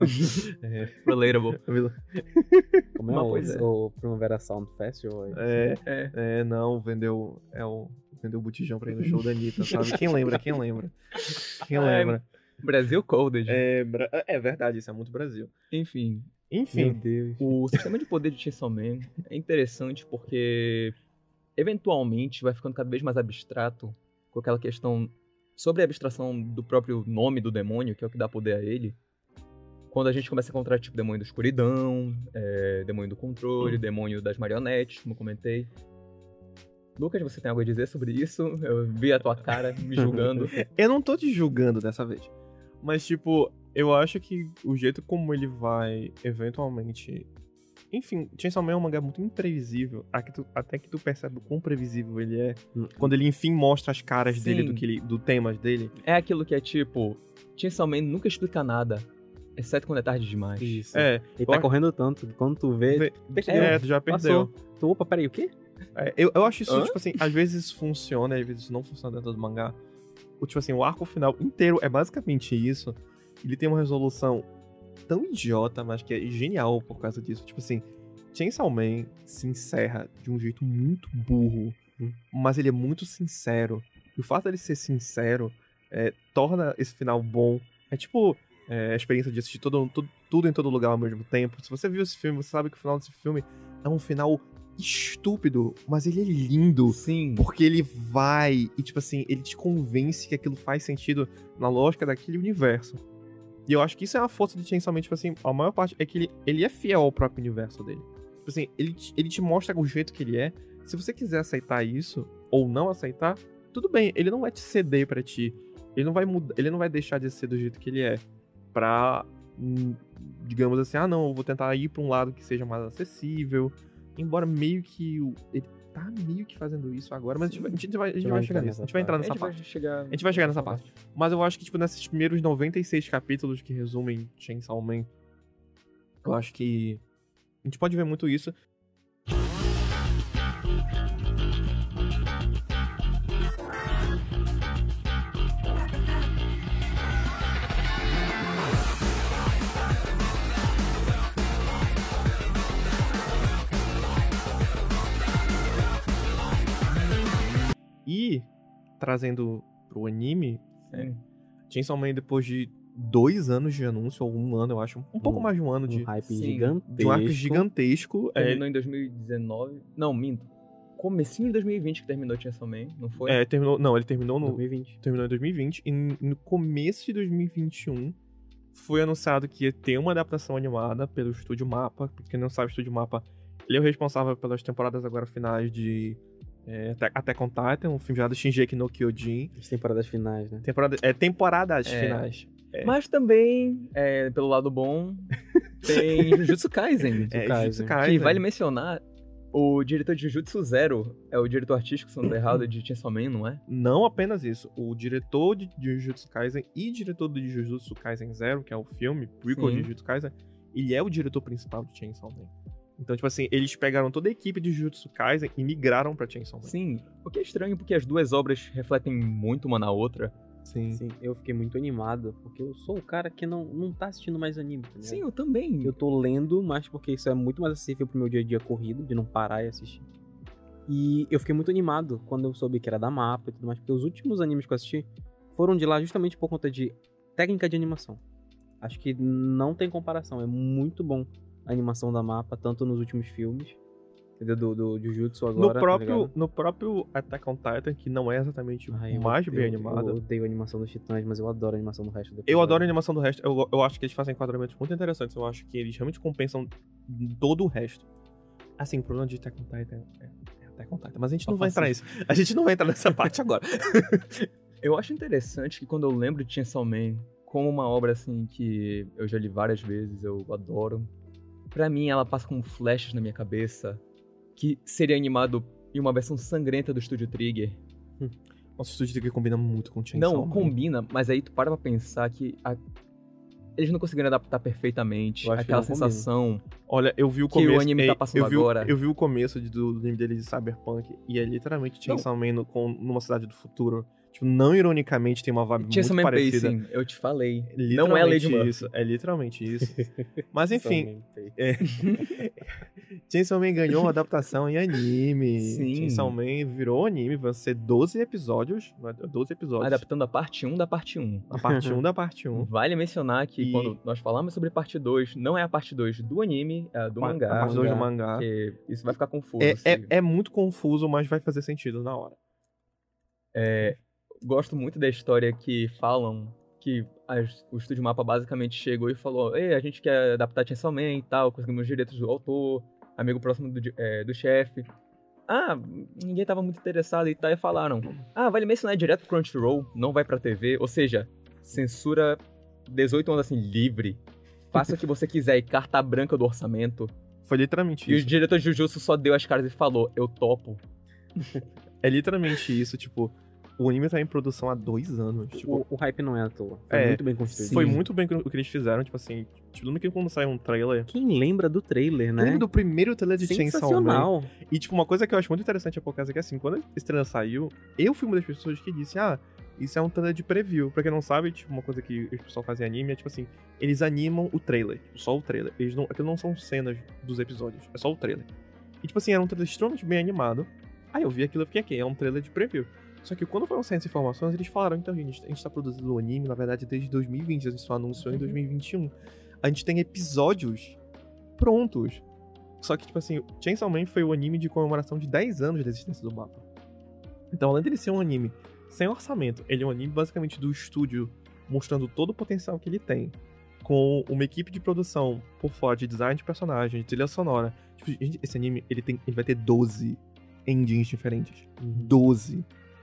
É. Relatable. Como é Mas, o, pois é. o Primavera Sound Festival? aí? É, É. é, não, vendeu. É o. Vendeu o botijão pra ir no show da Anitta, sabe? Quem lembra? Quem lembra? Quem Ai, lembra? Brasil Coded. É, Bra- é verdade, isso é muito Brasil. Enfim. Meu Enfim, Deus. O sistema de poder de Chainsaw Man é interessante porque eventualmente vai ficando cada vez mais abstrato com aquela questão sobre a abstração do próprio nome do demônio, que é o que dá poder a ele. Quando a gente começa a encontrar tipo demônio da escuridão, é, demônio do controle, demônio das marionetes, como eu comentei. Lucas, você tem algo a dizer sobre isso? Eu vi a tua cara me julgando. eu não tô te julgando dessa vez. Mas, tipo, eu acho que o jeito como ele vai eventualmente. Enfim, Chainsaw Man é um mangá muito imprevisível. Até que tu, até que tu percebe o quão previsível ele é. Hum. Quando ele, enfim, mostra as caras Sim. dele, do, que ele, do temas dele. É aquilo que é tipo, Chainsaw Man nunca explica nada, exceto quando é tarde demais. Isso. É, Ele tá eu- correndo tanto, quando tu vê, Vê- perdeu. é, tu já perdeu. Passou. Tu, opa, peraí, o quê? É, eu, eu acho isso, Hã? tipo assim, às vezes isso funciona, às vezes isso não funciona dentro do mangá. O, tipo assim, o arco final inteiro é basicamente isso. Ele tem uma resolução tão idiota, mas que é genial por causa disso. Tipo assim, Chainsaw Man se encerra de um jeito muito burro, Hum. mas ele é muito sincero. E o fato dele ser sincero é, torna esse final bom. É tipo é, a experiência de assistir todo, tudo, tudo em todo lugar ao mesmo tempo. Se você viu esse filme, você sabe que o final desse filme é um final estúpido, mas ele é lindo. Sim. Porque ele vai e, tipo assim, ele te convence que aquilo faz sentido na lógica daquele universo. E eu acho que isso é uma força de Chainsaw Man, tipo assim, a maior parte é que ele, ele é fiel ao próprio universo dele. Tipo assim, ele, te- ele te mostra o jeito que ele é. Se você quiser aceitar isso, ou não aceitar, tudo bem, ele não vai te ceder pra ti. Ele não vai mudar, ele não vai deixar de ser do jeito que ele é. Pra, hum, digamos assim, ah não, eu vou tentar ir pra um lado que seja mais acessível. Embora meio que o- ele tá meio que fazendo isso agora, mas a gente vai, a gente vai, a gente vai chegar nisso. A gente vai entrar A nessa gente parte. vai chegar... A gente vai chegar nessa parte. Mas eu acho que, tipo, nesses primeiros noventa e seis capítulos que resumem Chainsaw Man, eu acho que a gente pode ver muito isso. E, trazendo pro anime, Sim. Chainsaw Man, depois de dois anos de anúncio, ou um ano, eu acho, um pouco Um- mais de um ano de, Um hype Sim. gigantesco. de um arco gigantesco. É, Terminou em dois mil e dezenove. Não, minto. Comecinho de dois mil e vinte que terminou Chainsaw Man, não foi? é, terminou, não, ele terminou no, dois mil e vinte. terminou em dois mil e vinte, e no começo de dois mil e vinte e um foi anunciado que ia ter uma adaptação animada pelo Estúdio Mapa. Pra quem não sabe, o Estúdio Mapa, ele é o responsável pelas temporadas agora finais de é, Attack- Attack on Titan, um filme chamado Shingeki no Kyojin. As temporadas finais, né? Temporada, é, temporadas É. finais. É. Mas também, é, pelo lado bom, tem Jujutsu Kaisen. É, Kaisen. Jujutsu Kaisen. Que vale mencionar, o diretor de Jujutsu Zero é o diretor artístico, se não tô errado, de Chainsaw Man, não é? Não apenas isso, o diretor de Jujutsu Kaisen e diretor de Jujutsu Kaisen Zero, que é o filme, prequel Sim. de Jujutsu Kaisen, ele é o diretor principal de Chainsaw Man. Então, tipo assim, eles pegaram toda a equipe de Jujutsu Kaisen e migraram pra Chainsaw Man. Sim, o que é estranho porque as duas obras refletem muito uma na outra. Sim. Sim, eu fiquei muito animado, porque eu sou o cara que não, não tá assistindo mais anime, tá ligado? Sim, eu também. Eu tô lendo, mas porque isso é muito mais acessível pro meu dia a dia corrido, de não parar e assistir. E eu fiquei muito animado quando eu soube que era da Mapa e tudo mais, porque os últimos animes que eu assisti foram de lá justamente por conta de técnica de animação. Acho que não tem comparação, é muito bom a animação da Mapa, tanto nos últimos filmes, entendeu? Do, do Jujutsu agora, No tá próprio, ligado? no próprio Attack on Titan, que não é exatamente Ai, o eu mais odeio- bem animado. Eu odeio a animação dos Titãs, mas eu adoro a animação do resto do Eu episódio. adoro a animação do resto. Eu, eu acho que eles fazem enquadramentos muito interessantes. Eu acho que eles realmente compensam todo o resto. Assim, o problema de Attack on Titan é, é Attack on Titan. Mas a gente não vai entrar nisso. A gente não vai entrar nessa parte agora. Eu acho interessante que quando eu lembro de Chainsaw Man como uma obra assim que eu já li várias vezes, eu adoro. Pra mim, ela passa como flashes na minha cabeça que seria animado em uma versão sangrenta do Estúdio Trigger. Nossa, o Estúdio Trigger combina muito com Chainsaw Não, Man. combina, mas aí tu para pra pensar que a- eles não conseguiram adaptar perfeitamente Eu acho que aquela não combina. sensação. Olha, eu vi o Que começo... o anime é, tá passando eu vi, agora. Eu vi o começo de- do, do anime deles de Cyberpunk. E é literalmente Chainsaw Man no- com, numa cidade do futuro. Tipo, não ironicamente, tem uma vibe Chainsaw muito Man parecida. Pacing, eu te falei. Literalmente Não é a Lady Murphy. isso. É literalmente isso. Mas enfim, Somente. É. Chainsaw Man ganhou uma adaptação em anime. Sim. Chainsaw Man virou anime, vai ser doze episódios. vai ter doze episódios. Adaptando a parte um da parte um. A parte um da parte um. Vale mencionar que E- quando nós falamos sobre parte dois, não é a parte dois do anime, é a do A- mangá. A parte dois do mangá, mangá. Porque isso vai ficar confuso. É, se- é, é muito confuso, mas vai fazer sentido na hora. Gosto muito da história que falam que as- o Estúdio Mapa basicamente chegou e falou: Ei, a gente quer adaptar Chainsaw Man e tal, conseguimos os direitos do autor, amigo próximo do, di- é, do chefe. Ah, ninguém tava muito interessado e tal, e falaram: Ah, vale mencionar direto pro Crunchyroll, não vai pra T V, ou seja, censura dezoito anos assim, livre. Faça o que você quiser e carta branca do orçamento. Foi literalmente E o isso. diretor de Jujutsu só deu as caras e falou: Eu topo. É literalmente isso, tipo... O anime tá em produção há dois anos. Tipo, O, o hype não é à toa. Foi É, muito bem construído. foi muito bem o que eles fizeram. Tipo assim, tipo, lembra que quando saiu um trailer... Quem lembra do trailer, né? Lembra do primeiro trailer de Chainsaw Man? Sensacional. E, tipo, uma coisa que eu acho muito interessante é por causa que, assim, quando esse trailer saiu, eu fui uma das pessoas que disse, ah, isso é um trailer de preview. Pra quem não sabe, tipo, uma coisa que os pessoal fazem em anime é, tipo assim, eles animam o trailer, tipo, só o trailer. Eles não, aquilo não são cenas dos episódios, é só o trailer. E, tipo assim, era um trailer extremamente bem animado. Aí eu vi aquilo e fiquei aqui, é um trailer de preview. Só que quando foram saindo essas informações, eles falaram, então, gente, a gente tá produzindo o anime, na verdade, desde dois mil e vinte, a gente só anunciou em dois mil e vinte e um. A gente tem episódios prontos. Só que, tipo assim, Chainsaw Man foi o anime de comemoração de dez anos da existência do mapa. Então, além dele ser um anime sem orçamento, ele é um anime basicamente do estúdio mostrando todo o potencial que ele tem. Com uma equipe de produção por fora de design de personagem, de trilha sonora. Tipo, gente, esse anime, ele, tem, ele vai ter doze engines diferentes. doze.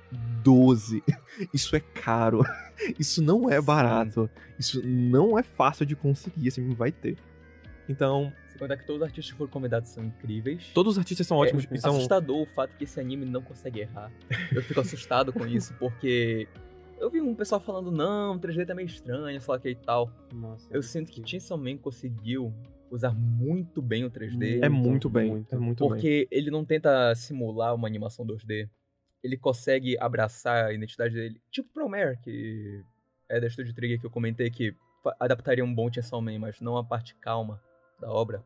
doze. Isso é caro. Isso não é barato. Isso não é fácil de conseguir. Esse anime vai ter. Então, Sem contar que todos os artistas que foram convidados são incríveis. todos os artistas são ótimos. É e são... assustador o fato que esse anime não consegue errar. Eu fico assustado com isso, porque eu vi um pessoal falando, não, três D tá meio estranho, sei lá que e tal. Nossa, Eu sinto que Chainsaw Man conseguiu usar muito bem o três D. É muito bem. muito. É muito bem. Porque ele não tenta simular uma animação dois D. Ele consegue abraçar a identidade dele. Tipo Promare, que é da Studio Trigger que eu comentei que fa- adaptaria um bom Chainsaw Man, mas não a parte calma da obra.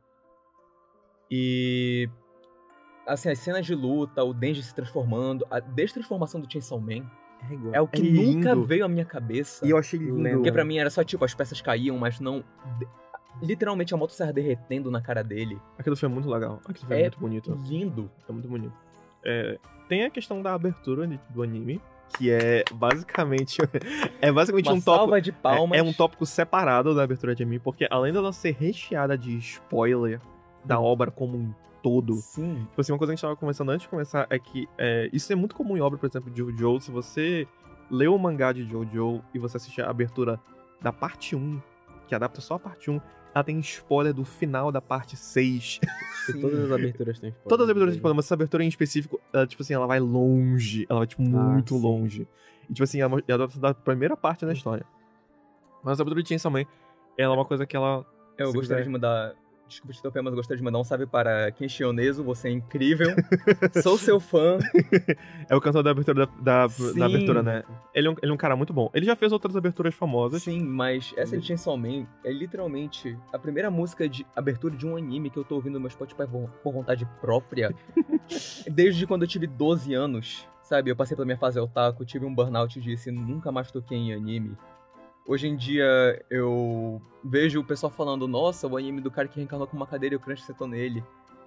E assim, as cenas de luta, o Denji se transformando, a destransformação do Chainsaw Man É igual. é o que É nunca lindo. veio à minha cabeça. E eu achei lindo. Porque pra mim era só tipo, as peças caíam, mas não. Literalmente a moto saia derretendo na cara dele. Aquilo foi muito legal. Aquilo foi É muito bonito. Lindo. É muito bonito. É, tem a questão da abertura de- do anime, que é basicamente. é basicamente Uma um tópico. salva de palmas. É, é um tópico separado da abertura de anime, porque além dela ser recheada de spoiler da obra como um todo. Sim. Tipo assim, uma coisa que a gente tava conversando antes de começar é que é, isso é muito comum em obra, por exemplo, de JoJo. Se você lê o mangá de JoJo e você assiste a abertura da parte um, que adapta só a parte um, ela tem spoiler do final da parte seis. Todas as aberturas têm spoiler. Todas as aberturas têm spoiler, mas essa abertura em específico, ela, tipo assim, ela vai longe. Ela vai, tipo, muito Ah, sim. longe. E, tipo assim, ela, ela adapta da primeira parte da história. Mas a abertura de Chainsaw Man, ela é uma coisa que ela... Eu se gostaria quiser- de mandar... Desculpa te interromper, mas eu gostaria de mandar um salve para Kenshi Yonezu, você é incrível. Sou seu fã. É o cantor da abertura da, da, Sim. da abertura, né? Ele é, um, ele é um cara muito bom. Ele já fez outras aberturas famosas. Sim, mas essa de Chainsaw Man é literalmente a primeira música de abertura de um anime que eu tô ouvindo no meu Spotify por por vontade própria. Desde quando eu tive doze anos, sabe? Eu passei pela minha fase otaku, tive um burnout e disse, nunca mais toquei em anime. Hoje em dia eu vejo o pessoal falando, nossa, o anime do cara que reencarnou com uma cadeira e o crunch sentou nele.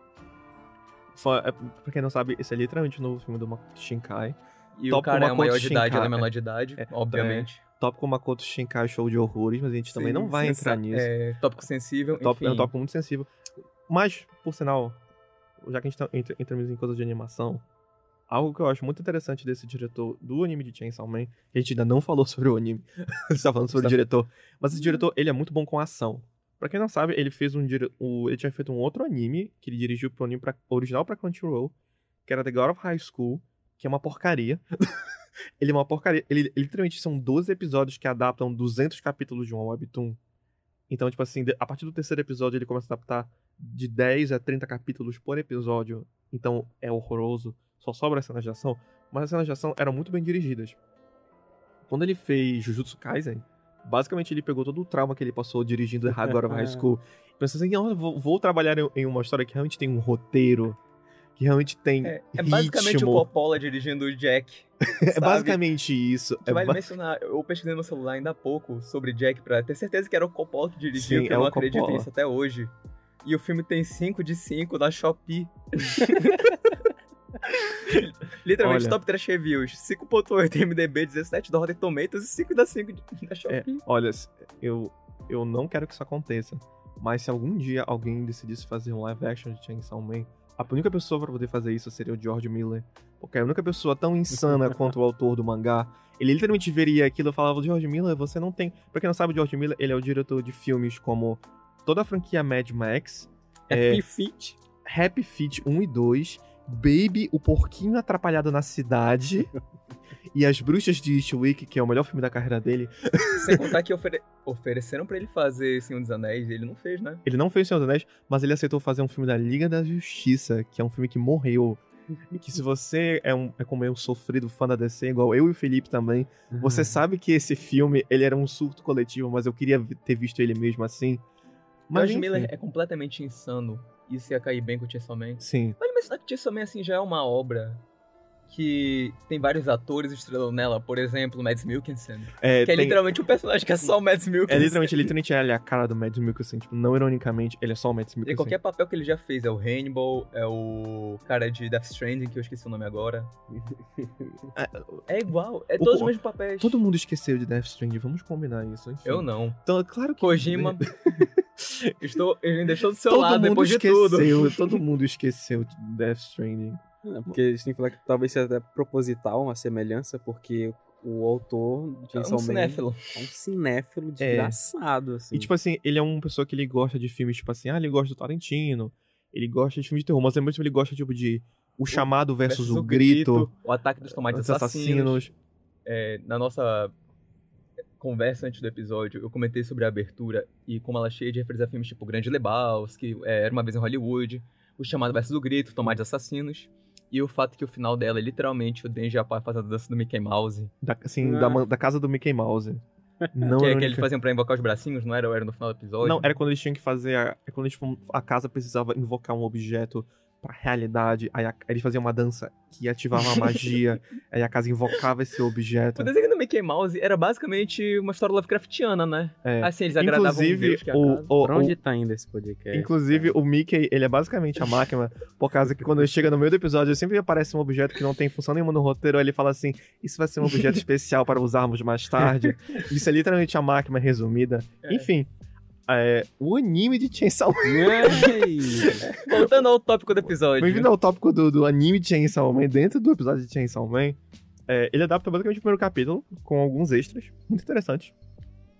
Só, é, pra quem não sabe, esse é literalmente o novo filme do Makoto Shinkai. E Top o cara é Makoto maior de idade, Shinkai. ela é menor de idade, É, obviamente. Tópico Makoto Shinkai Show de Horrores, mas a gente também Sim, não vai sensa- entrar nisso. É, tópico sensível, Top, enfim. é um tópico muito sensível. Mas, por sinal, já que a gente tá, entra- entramos em coisas de animação, algo que eu acho muito interessante desse diretor do anime de Chainsaw Man, que a gente ainda não falou sobre o anime, a gente tá falando sobre o diretor, mas esse diretor, ele é muito bom com ação. Pra quem não sabe, ele fez um dire... o... ele tinha feito um outro anime, que ele dirigiu pro anime pra... original pra Crunchyroll, que era The God of High School, que é uma porcaria. Ele é uma porcaria. Ele, ele literalmente são doze episódios que adaptam duzentos capítulos de uma webtoon. Então, tipo assim, de- a partir do terceiro episódio ele começa a adaptar de dez a trinta capítulos por episódio. Então é horroroso. Só sobra as cenas de ação. Mas as cenas de ação eram muito bem dirigidas. Quando ele fez Jujutsu Kaisen, basicamente ele pegou todo o trauma que ele passou dirigindo errado agora High School. E pensou assim, "Ah, vou, vou trabalhar em, em uma história que realmente tem um roteiro. Que realmente tem É, é basicamente ritmo." o Coppola dirigindo o Jack. É sabe? basicamente isso. Que É vale ba- mencionar, eu pesquisei no celular ainda há pouco sobre Jack pra ter certeza que era o Coppola que dirigiu, Sim, que é eu não o acredito Coppola. nisso até hoje. E o filme tem cinco de cinco na Shopee. Literalmente Olha. top três reviews. cinco ponto oito M D B, dezessete da Rotten Tomatoes e cinco da cinco da É, Shopee. olha, eu, eu não quero que isso aconteça. Mas se algum dia alguém decidisse fazer um live action de Chainsaw Man, a única pessoa pra poder fazer isso seria o George Miller. Porque a única pessoa tão insana quanto o autor do mangá. Ele literalmente veria aquilo e falava, George Miller, você não tem... Pra quem não sabe, o George Miller, ele é o diretor de filmes como toda a franquia Mad Max, Happy Feet. Happy Feet um e dois, Baby, o Porquinho Atrapalhado na Cidade e As Bruxas de Eastwick, que é o melhor filme da carreira dele. Sem contar que ofere- ofereceram pra ele fazer Senhor dos Anéis e ele não fez, né? Ele não fez Senhor dos Anéis, mas ele aceitou fazer um filme da Liga da Justiça, que é um filme que morreu. E que se você é, um, é como eu, sofrido fã da D C, igual eu e o Felipe também, você sabe que esse filme, ele era um surto coletivo, mas eu queria vi- ter visto ele mesmo assim. Mas George enfim, Miller é completamente insano. Isso ia cair bem com o Chainsaw Man. sim. Vale mencionar que Chainsaw Man, assim, já é uma obra que tem vários atores estrelando nela. Por exemplo, Mads Mikkelsen. É, Que é tem- literalmente um personagem que é só o Mads Mikkelsen. é literalmente, literalmente ele é a cara do Mads Mikkelsen, tipo, não ironicamente, ele é só o Mads E Mikkelsen. qualquer papel que ele já fez, é o Hannibal, é o cara de Death Stranding, que eu esqueci o nome agora. É igual, é O- todos os o- mesmos papéis. Todo mundo esqueceu de Death Stranding, vamos combinar isso, enfim. Eu não. Então, é claro que... Kojima, estou, ele me deixou do seu todo lado mundo depois de tudo. esqueceu, todo mundo esqueceu de Death Stranding. Não, porque a gente tem que falar que talvez seja até proposital uma semelhança, porque o autor de É Chainsaw um Man cinéfilo. é um cinéfilo desgraçado, assim. E, tipo assim, ele é uma pessoa que ele gosta de filmes, tipo assim, ah, ele gosta do Tarantino, ele gosta de filmes de terror, mas ao mesmo tempo ele gosta, tipo, de O Chamado versus, o, Grito, O Ataque dos Tomates Os Assassinos. Assassinos. É, na nossa conversa antes do episódio, eu comentei sobre a abertura e como ela é cheia de referências a filmes tipo Grande Lebowski, é, Era Uma Vez em Hollywood, O Chamado versus o Grito, Tomates Assassinos, e o fato que o final dela é literalmente o Denji Apai fazendo a dança do Mickey Mouse, Da, assim, Ah. da, man- da casa do Mickey Mouse. Não que é era que única- eles faziam pra invocar os bracinhos, não era? Ou era no final do episódio? Não, era quando eles tinham que fazer. A, é quando tipo, a casa precisava invocar um objeto pra realidade. Aí a- eles faziam uma dança que ativava a magia. Aí a casa invocava esse objeto. O desenho do Mickey Mouse era basicamente uma história Lovecraftiana, né? É. Assim, eles agradavam Inclusive, Deus, que é a o, casa. o, Pra o- onde tá indo esse podcast? inclusive o Mickey, ele é basicamente a máquina, por causa que quando ele chega no meio do episódio, sempre aparece um objeto que não tem função nenhuma no roteiro, aí ele fala assim, isso vai ser um objeto especial para usarmos mais tarde. Isso é literalmente a máquina resumida. É. Enfim, é, o anime de Chainsaw Man. Ei! Voltando ao tópico do episódio. Bem-vindo ao tópico do, do anime de Chainsaw Man. Dentro do episódio de Chainsaw Man, é, ele adapta basicamente o primeiro capítulo, com alguns extras, muito interessantes.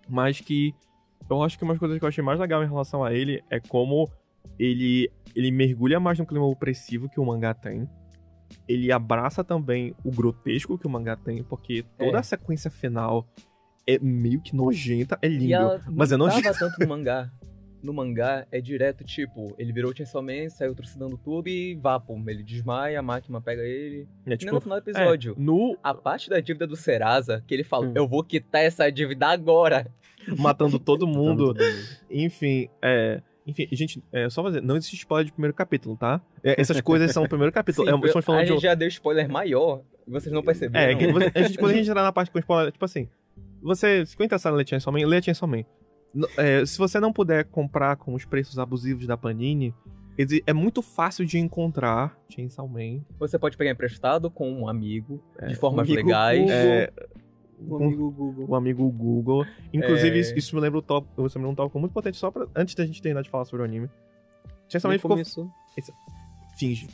mas que eu acho que uma das coisas que eu achei mais legal em relação a ele é como ele, ele mergulha mais no clima opressivo que o mangá tem. Ele abraça também o grotesco que o mangá tem, porque toda É. a sequência final é meio que nojenta, é lindo, E ela mas é não nojento. tava tanto no mangá. No mangá é direto, tipo, ele virou Chainsaw Man, saiu trucidando tudo e vapum. Ele desmaia, a máquina pega ele. É, E tipo, no final do episódio. é, no A parte da dívida do Serasa, que ele fala, Hum. eu vou quitar essa dívida agora. matando todo mundo. Todo mundo. Enfim, é. Enfim, gente, é só fazer. Não existe spoiler de primeiro capítulo, tá? É, essas coisas são o primeiro capítulo. Sim, é, estamos falando a de um- gente já deu spoiler maior, e vocês não perceberam. É, que você- a gente, quando a gente entrar na parte com spoiler, tipo assim, você, se for interessado em ler Chainsaw Man, lê Chainsaw Man. No- é, se você não puder comprar com os preços abusivos da Panini, exi- é muito fácil de encontrar Chainsaw Man. Você pode pegar emprestado com um amigo, É, de formas amigo legais. Google. É, O amigo Google. o amigo Google. Inclusive, É. isso, isso me lembra um tópico, isso me lembra um tópico muito potente, só pra, antes da gente terminar de falar sobre o anime. Chainsaw Man Nem ficou... começou. Finge.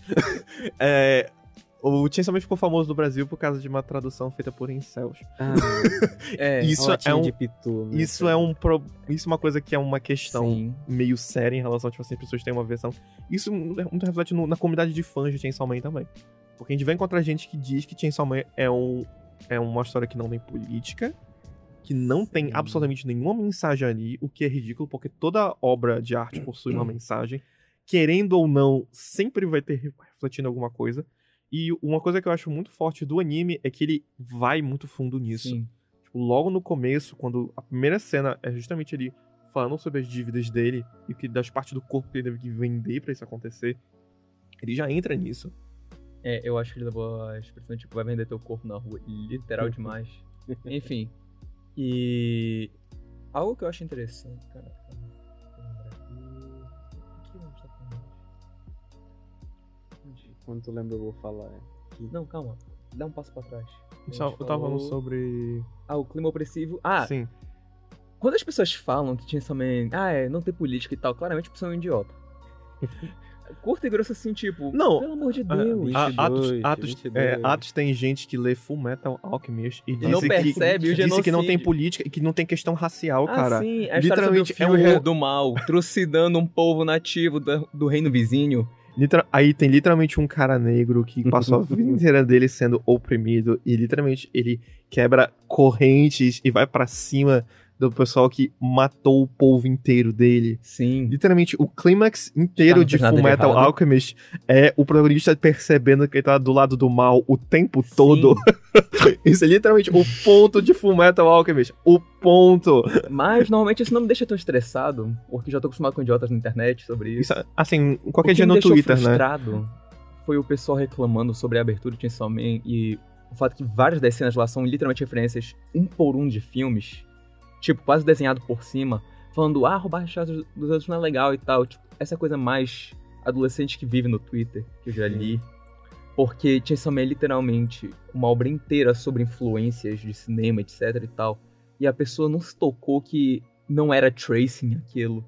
é, o Chainsaw Man ficou famoso no Brasil por causa de uma tradução feita por incels. Ah, É, Isso latinha é um... de pitu, né, Isso cara? é um pro... Isso é uma coisa que é uma questão sim. meio séria em relação, tipo assim, as pessoas têm uma versão. Isso muito reflete no- na comunidade de fãs de Chainsaw Man também. Porque a gente vai encontrar gente que diz que Chainsaw Man é, um, é uma história que não tem política, que não tem Sim. absolutamente nenhuma mensagem ali, o que é ridículo, porque toda obra de arte possui uma mensagem. Querendo ou não, sempre vai ter refletindo alguma coisa. E uma coisa que eu acho muito forte do anime é que ele vai muito fundo nisso. Sim. Tipo, logo no começo, quando a primeira cena é justamente ele falando sobre as dívidas dele e que das partes do corpo que ele teve que vender pra isso acontecer, ele já entra nisso. É, eu acho que ele levou a expressão, tipo, vai vender teu corpo na rua. Literal demais. Enfim. E... Algo que eu acho interessante, cara... O que a gente tá falando? Onde? Quando tu lembra, eu vou falar. Não, calma. Dá um passo pra trás. A Só- gente eu tava falando falou- sobre... Ah, o clima opressivo. Ah, Sim. quando as pessoas falam que Chainsaw Man, ah, é, não tem política e tal, claramente a pessoa é um idiota. Curto e grosso assim, tipo, Não, pelo amor de Ah, Deus. a- vinte e Atos, dois, Atos, vinte e é, dois. Atos tem gente que lê Full Metal Alchemist e, não disse percebe que, o disse que não tem genocídio. política e que não tem questão racial, Ah, cara. sim, a Literalmente, história sobre o é um- Führer do mal, trucidando um povo nativo do, do reino vizinho. Literal- aí tem literalmente um cara negro que passou a vida inteira dele sendo oprimido e literalmente ele quebra correntes e vai pra cima do pessoal que matou o povo inteiro dele. Sim. Literalmente, o clímax inteiro não de fez nada Full de Metal errado. Alchemist é o protagonista percebendo que ele tá do lado do mal o tempo todo. Isso é literalmente o ponto de Full Metal Alchemist. O ponto. Mas normalmente isso não me deixa tão estressado, porque já tô acostumado com idiotas na internet sobre isso. Isso, assim, qualquer O que dia me no deixou Twitter, né? frustrado foi o pessoal reclamando sobre a abertura de Chainsaw Man e o fato que várias das cenas lá são literalmente referências um por um de filmes, tipo, quase desenhado por cima, falando, ah, roubar as chaves dos outros não é legal e tal. Tipo, essa coisa mais adolescente que vive no Twitter, que eu já li. Porque Chainsaw Man é literalmente uma obra inteira sobre influências de cinema, etc e tal. E a pessoa não se tocou que não era tracing aquilo.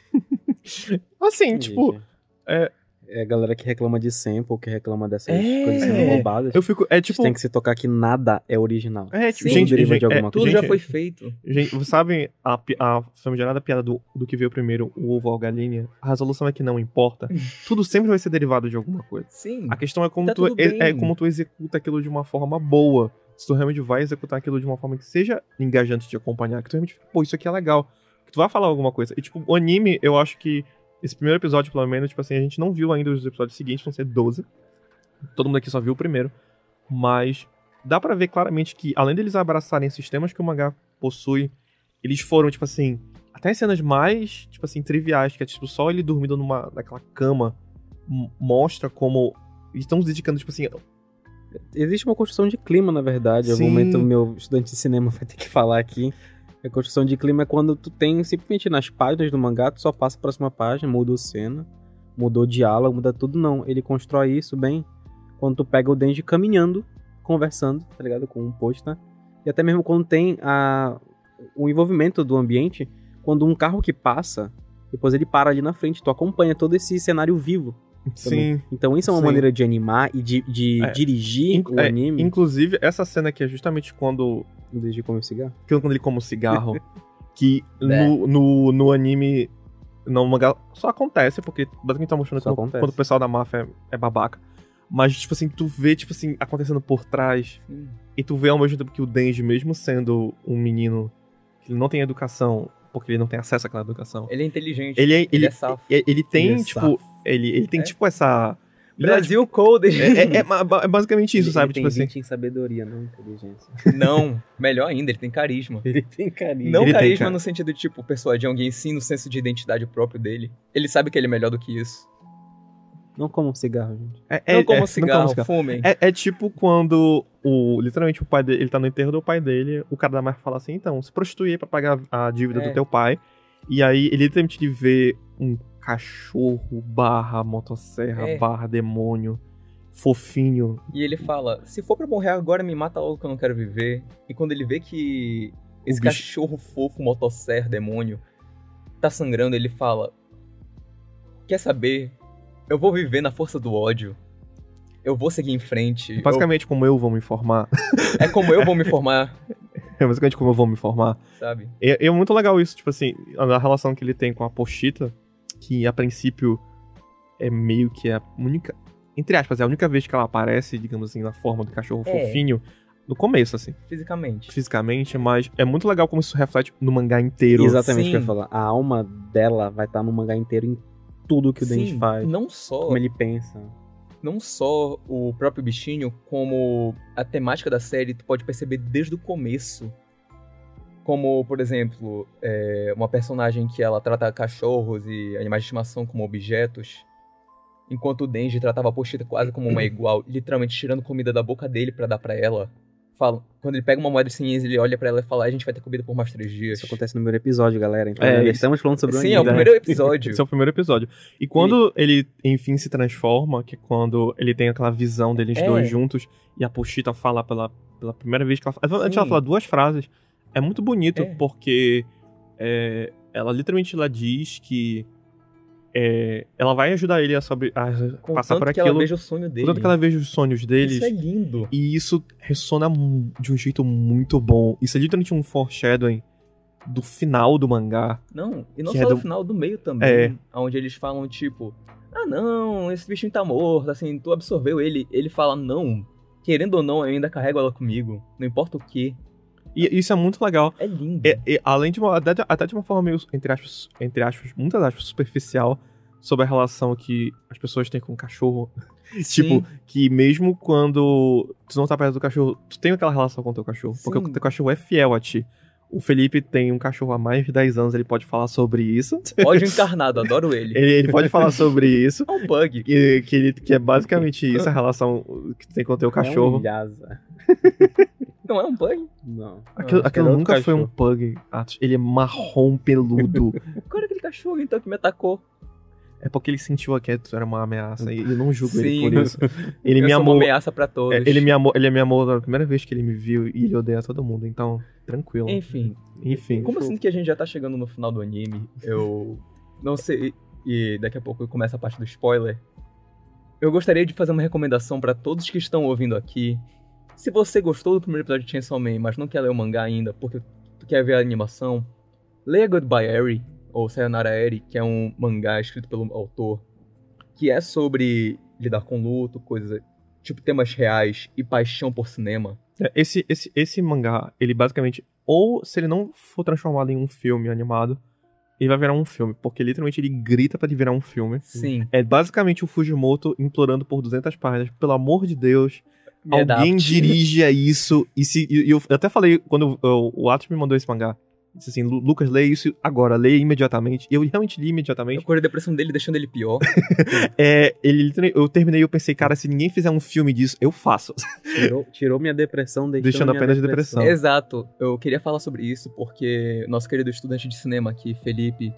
Assim, Entendi. tipo, é- É a galera que reclama de sample, que reclama dessas É. coisas sendo roubadas. eu fico. É tipo. Tem que se tocar que nada é original. É, tipo, Sim, gente, deriva gente, de alguma é, Tudo gente, já foi feito. Gente, vocês sabem a, pi- a famigerada piada do, do que veio primeiro, o ovo ou a galinha? A resolução é que não importa. Tudo sempre vai ser derivado de alguma coisa. Sim. A questão é como, Tá tu, tudo é, bem. é como tu executa aquilo de uma forma boa. Se tu realmente vai executar aquilo de uma forma que seja engajante de acompanhar, que tu realmente, pô, isso aqui é legal. Que tu vai falar alguma coisa. E, tipo, o anime, eu acho que esse primeiro episódio, pelo menos, tipo assim, a gente não viu ainda os episódios seguintes, vão ser doze. Todo mundo aqui só viu o primeiro. Mas dá pra ver claramente que, além deles abraçarem sistemas que o mangá possui, eles foram, tipo assim, até as cenas mais, tipo assim, triviais, que é tipo só ele dormindo numa, naquela cama, m- mostra como eles estão se dedicando, tipo assim, Existe uma construção de clima, na verdade. Em algum Sim. momento, o meu estudante de cinema vai ter que falar aqui. A construção de clima é quando tu tem, simplesmente nas páginas do mangá, tu só passa a próxima página, mudou cena, mudou diálogo, muda tudo. Não, ele constrói isso bem quando tu pega o Denji caminhando, conversando, tá ligado? Com um pôster. E até mesmo quando tem a, o envolvimento do ambiente, quando um carro que passa, depois ele para ali na frente, tu acompanha todo esse cenário vivo. sim. Então isso é uma Sim. maneira de animar e de, de É. dirigir Inc- o é, anime. Inclusive, essa cena aqui é justamente quando Desde comer cigarro. quando ele come o cigarro. Que no, no, no anime, no mangá, só acontece, porque basicamente tá mostrando quando, quando o pessoal da máfia é, é babaca. Mas, tipo assim, tu vê, tipo assim, acontecendo por trás. Sim. E tu vê ao mesmo tempo que o Denji, mesmo sendo um menino que não tem educação, porque ele não tem acesso àquela educação. Ele é inteligente. Ele, é, ele, ele é safo. Ele, ele tem, ele é tipo, ele, ele tem, é? tipo, essa... Brasil Code. É, é, é basicamente isso, ele, sabe? Ele tipo tem assim. em sabedoria, não inteligência. Não, melhor ainda, ele tem carisma. Ele tem carisma. Não ele carisma tem, no sentido de, tipo, persuadir alguém sim no senso de identidade próprio dele. Ele sabe que ele é melhor do que isso. Não como cigarro, gente. É, é, não, como é, cigarro, não como cigarro, fumem. É, é tipo quando o, literalmente o pai dele, ele tá no enterro do pai dele, o cara da máfia fala assim, então, se prostitui aí pra pagar a dívida é. do teu pai. E aí ele literalmente vê um cachorro barra motosserra é. barra demônio fofinho. E ele fala, se for pra morrer agora, me mata logo que eu não quero viver. E quando ele vê que esse bicho... cachorro fofo, motosserra, demônio, tá sangrando, ele fala, quer saber? Eu vou viver na força do ódio. Eu vou seguir em frente. É basicamente eu... como eu vou me formar. É como eu vou me formar. É basicamente como eu vou me formar. Sabe? E é muito legal isso, tipo assim, a relação que ele tem com a Pochita, que a princípio é meio que a única... Entre aspas, é a única vez que ela aparece, digamos assim, na forma do cachorro é. fofinho, no começo, assim. Fisicamente. Fisicamente, mas é muito legal como isso reflete no mangá inteiro. Exatamente o que eu ia falar. A alma dela vai estar no mangá inteiro em tudo que o Sim, Denji faz. Não só... Como ele pensa. Não só o próprio bichinho, como a temática da série, tu pode perceber desde o começo. Como, por exemplo, é, uma personagem que ela trata cachorros e animais de estimação como objetos, enquanto o Denji tratava a Pochita quase como uma igual, literalmente tirando comida da boca dele pra dar pra ela. Fala, quando ele pega uma moeda de cem ienes, ele olha pra ela e fala, a gente vai ter comida por mais três dias. Isso acontece no primeiro episódio, galera. Então, é, né, estamos falando sobre o Sim, é o primeiro episódio. Esse é o primeiro episódio. E quando e... ele, enfim, se transforma, que é quando ele tem aquela visão deles é. dois juntos, e a Pochita fala pela, pela primeira vez que ela fala... Antes ela fala duas frases. É muito bonito, é. porque é, ela literalmente ela diz que é, ela vai ajudar ele a, sobre, a passar por aquilo. Que ela veja o sonho dele. Tanto que ela veja os sonhos deles. Isso é lindo. E isso ressona de um jeito muito bom. Isso é literalmente um foreshadowing do final do mangá. Não, e não só é do... do final, do meio também. É. Onde eles falam, tipo, ah não, esse bichinho tá morto, assim, tu absorveu ele. Ele fala, não, querendo ou não, eu ainda carrego ela comigo. Não importa o quê. E isso é muito legal. É lindo. É, é, além de uma, até, até de uma forma meio, entre aspas, entre aspas, muitas aspas, superficial, sobre a relação que as pessoas têm com o cachorro. Sim. Tipo, que mesmo quando tu não tá perto do cachorro, tu tem aquela relação com o teu cachorro. Sim. Porque o teu cachorro é fiel a ti. O Felipe tem um cachorro há mais de dez anos, ele pode falar sobre isso. Ódio encarnado, adoro ele. ele. Ele pode falar sobre isso. É um bug. Que, que, ele, que é basicamente isso, a relação que tu tem com o teu cachorro. É um Não é um pug? Não. Aquilo, não, aquilo nunca foi um pug, Atos. Ele é marrom peludo. Qual era aquele cachorro, então, que me atacou? É porque ele sentiu que era uma ameaça e eu não julgo Sim. ele por isso. Ele eu me sou amou. uma ameaça pra todos. É, ele, me amou, ele me amou na primeira vez que ele me viu e ele odeia todo mundo, então, tranquilo. Enfim. Enfim. Como assim que a gente já tá chegando no final do anime? Eu não sei. E daqui a pouco começa a parte do spoiler. Eu gostaria de fazer uma recomendação pra todos que estão ouvindo aqui. Se você gostou do primeiro episódio de Chainsaw Man, mas não quer ler o mangá ainda porque tu quer ver a animação, leia Goodbye Eri, ou Sayonara Eri, que é um mangá escrito pelo autor, que é sobre lidar com luto, coisas, tipo temas reais e paixão por cinema. Esse, esse, esse mangá, ele basicamente, ou se ele não for transformado em um filme animado, ele vai virar um filme, porque literalmente ele grita pra ele virar um filme. Sim. É basicamente o Fujimoto implorando por duzentas páginas, pelo amor de Deus... Me Alguém adapte. dirige a isso. E, se, e eu, eu até falei, quando eu, o Atos me mandou esse mangá, disse assim, Lucas, leia isso agora, leia imediatamente. E eu realmente li imediatamente. Eu corri a depressão dele, deixando ele pior. é, ele, eu terminei e eu pensei, cara, se ninguém fizer um filme disso, eu faço. Tirou, tirou minha depressão, deixando, deixando minha apenas depressão. depressão. Exato. Eu queria falar sobre isso porque nosso querido estudante de cinema aqui, Felipe,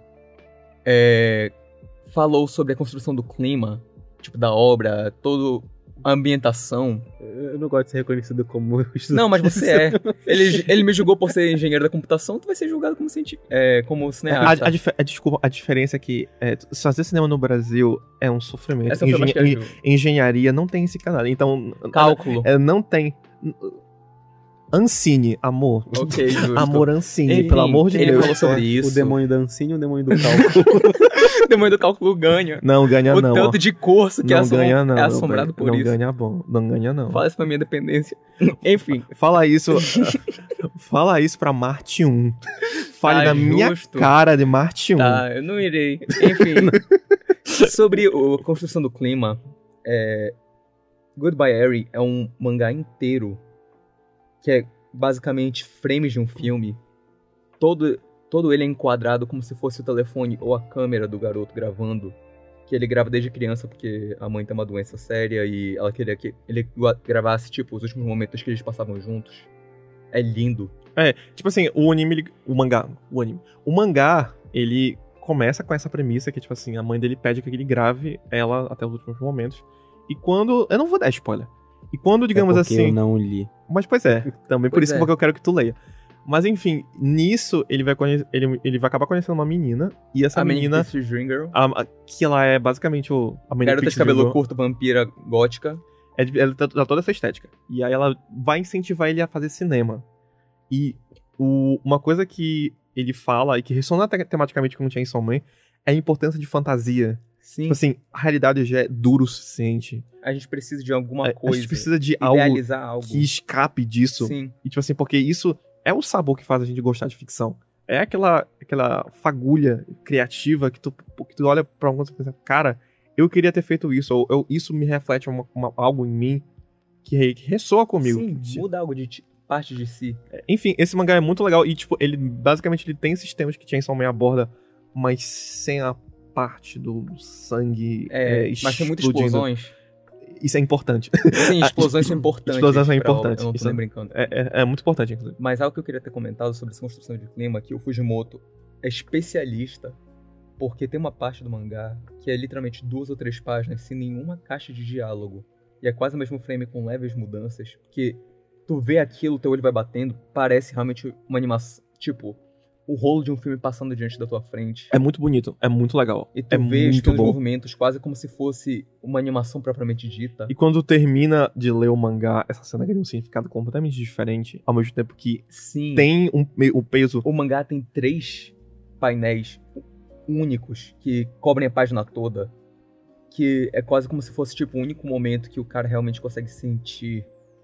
é, falou sobre a construção do clima, tipo, da obra, todo... a ambientação. Eu não gosto de ser reconhecido como estudante. Não, mas você é. Ele, ele me julgou por ser engenheiro da computação, tu vai ser julgado como, cienti- é, como cineasta. A, a, dif- a, desculpa, a diferença é que é, fazer cinema no Brasil é um sofrimento. Essa Engen- en- engenharia não tem esse canal. Então. Cálculo. É, não tem. Ancine, amor. Ok, justo. Amor Ancine, Enfim, pelo amor de ele Deus. falou sobre isso. O demônio da Ancine e o demônio do cálculo. O demônio do cálculo ganha. Não ganha o não. tanto ó. de curso que não é, assom ganha não. é assombrado não, por não isso. ganha bom. Não ganha não. Fala isso pra minha dependência. Enfim. Fala isso. Fala isso pra Marte um. Fale Tá na minha justo. cara de Marte um. Tá, eu não irei. Enfim. Sobre o- a construção do clima, é... Goodbye Eri é um mangá inteiro que é basicamente frames de um filme. Todo, todo ele é enquadrado como se fosse o telefone ou a câmera do garoto gravando. Que ele grava desde criança porque a mãe tem uma doença séria e ela queria que ele gravasse, tipo, os últimos momentos que eles passavam juntos. É lindo. É, tipo assim, o anime, ele- o mangá, o anime. O mangá, ele começa com essa premissa que, tipo assim, a mãe dele pede que ele grave ela até os últimos momentos. E quando... Eu não vou dar spoiler. E quando, digamos é porque assim... eu não li. Mas, pois é, também por Pois isso é. que eu quero que tu leia. Mas, enfim, nisso, ele vai, conhe- ele, ele vai acabar conhecendo uma menina. E essa a menina... Manifest Dream Girl. a- a- que ela é basicamente o... A menina Garota de cabelo curto, vampira gótica. É, de- ela tá tá toda essa estética. E aí ela vai incentivar ele a fazer cinema. E o- uma coisa que ele fala e que ressona te- tematicamente com o Chainsaw Man é a importância de fantasia. Sim. Tipo assim, a realidade já é dura o suficiente. A gente precisa de alguma A- coisa. A gente precisa de algo idealizar algo. que escape disso. Sim. E tipo assim, porque isso é o sabor que faz a gente gostar de ficção. É aquela, aquela fagulha criativa que tu, que tu olha pra alguma coisa e pensa, cara, eu queria ter feito isso. Ou eu- isso me reflete uma- uma- algo em mim que, re- que ressoa comigo. Sim, Que- muda algo de ti- parte de si. Enfim, esse mangá é muito legal e, tipo, ele basicamente ele tem esses temas que Chainsaw Man aborda, mas sem a parte do sangue É, é, mas tem muitas explodindo. explosões. Isso é importante. Sim, explosões são importantes. Explosões são pra obra, importantes, Eu não tô isso nem é- brincando. É, é- é muito importante, inclusive. Mas algo que eu queria ter comentado sobre essa construção de clima, que o Fujimoto é especialista, porque tem uma parte do mangá que é literalmente duas ou três páginas sem nenhuma caixa de diálogo. E é quase o mesmo frame com leves mudanças, porque tu vê aquilo, teu olho vai batendo, parece realmente uma animação, tipo, o rolo de um filme passando diante da tua frente. É muito bonito, é muito legal. E tu é vê os muito pequenos bom. movimentos quase como se fosse uma animação propriamente dita. E quando termina de ler o mangá, essa cena ganha um significado completamente diferente, ao mesmo tempo que Sim. tem um, me- um peso. O mangá tem três painéis únicos que cobrem a página toda. Que é quase como se fosse tipo o único momento que o cara realmente consegue sentir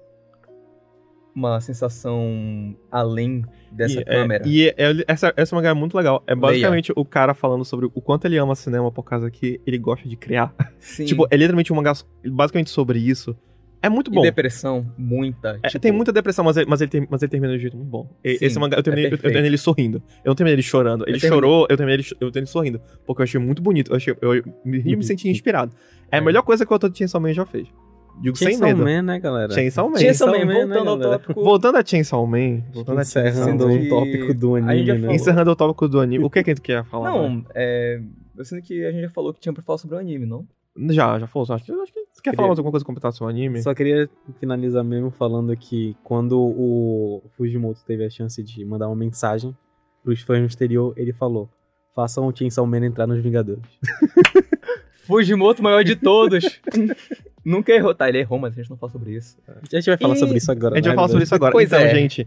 uma sensação além dessa e, é- câmera. E é- é- essa, essa mangá é muito legal. É basicamente o cara falando sobre o quanto ele ama cinema por causa que ele gosta de criar. Sim. Tipo, é literalmente um mangá basicamente sobre isso. É muito E bom. depressão, muita. É, tipo, tem muita depressão, mas ele, mas ele, tem- mas ele termina de um jeito muito bom. E- Sim, Esse mangá, eu terminei, é eu, eu perfeito. terminei ele sorrindo. Eu não terminei ele chorando. Ele Eu terminei- chorou, eu terminei ele, cho- eu terminei ele sorrindo. Porque eu achei muito bonito. Eu, achei, eu, me, me senti inspirado. É a É. melhor coisa que o autor de Chainsaw Man já fez. Digo sem Chainsaw medo. Man, né, galera? Chainsaw Man. Chainsaw Chainsaw Man, Man, né, voltando ao galera? tópico. Voltando a Chainsaw Man. Voltando a Chainsaw Encerrando Man. o tópico do A gente anime, já né? falou. Encerrando o tópico do anime. O que é que tu quer falar? Não, é. Eu sinto que a gente já falou que tinha pra falar sobre o anime, não? Já, já falou. Acho que, acho que você quer Queria- falar mais alguma coisa completar sobre o anime? Só queria finalizar mesmo falando que quando o Fujimoto teve a chance de mandar uma mensagem pros fãs no exterior, ele falou: façam o Chainsaw Man entrar nos Vingadores. Fujimoto, maior de todos. Nunca errou. Tá, ele errou, mas a gente não fala sobre isso. A gente vai falar E- sobre isso agora. A gente né, vai falar sobre isso agora. Pois então, é. gente.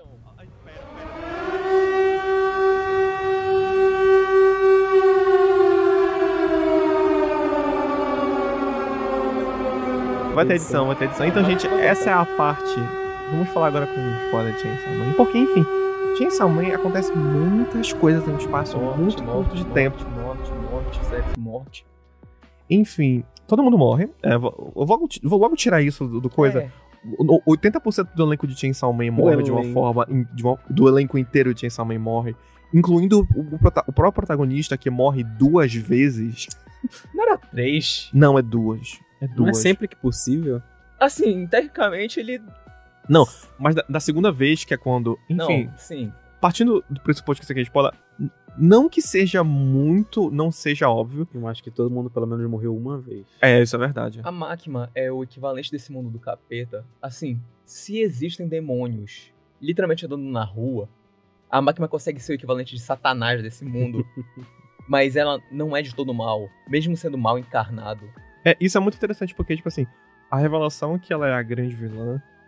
Vai ter edição, vai ter edição. Então, gente, essa é a parte. Vamos falar agora com spoiler de Chainsaw Man. Porque, enfim, Chainsaw Man acontece muitas coisas em um espaço muito curto de tempo. Morte, morte, sexo, morte. Enfim, todo mundo morre. É, vou, eu vou, vou logo tirar isso do, do coisa. É. O- o- oitenta por cento do elenco de Chainsaw Man morre de uma elenco. forma. em- De uma- do elenco inteiro de Chainsaw Man morre. Incluindo o, o prota- o próprio protagonista que morre duas vezes. Não era três. Não, é duas. É duas. Não é sempre que possível. Assim, tecnicamente ele. Mas da, da segunda vez, que é quando. Enfim, Não, sim. partindo do pressuposto que isso aqui é spoiler. n- Não que seja muito. Não seja óbvio. Eu acho que todo mundo pelo menos morreu uma vez. É, isso é verdade. A máquina é o equivalente desse mundo do capeta. Assim, se existem demônios literalmente andando na rua, a máquina consegue ser o equivalente de Satanás desse mundo. Mas ela não é de todo mal, mesmo sendo mal encarnado. É, isso é muito interessante porque, tipo assim, a revelação que ela é a grande vilã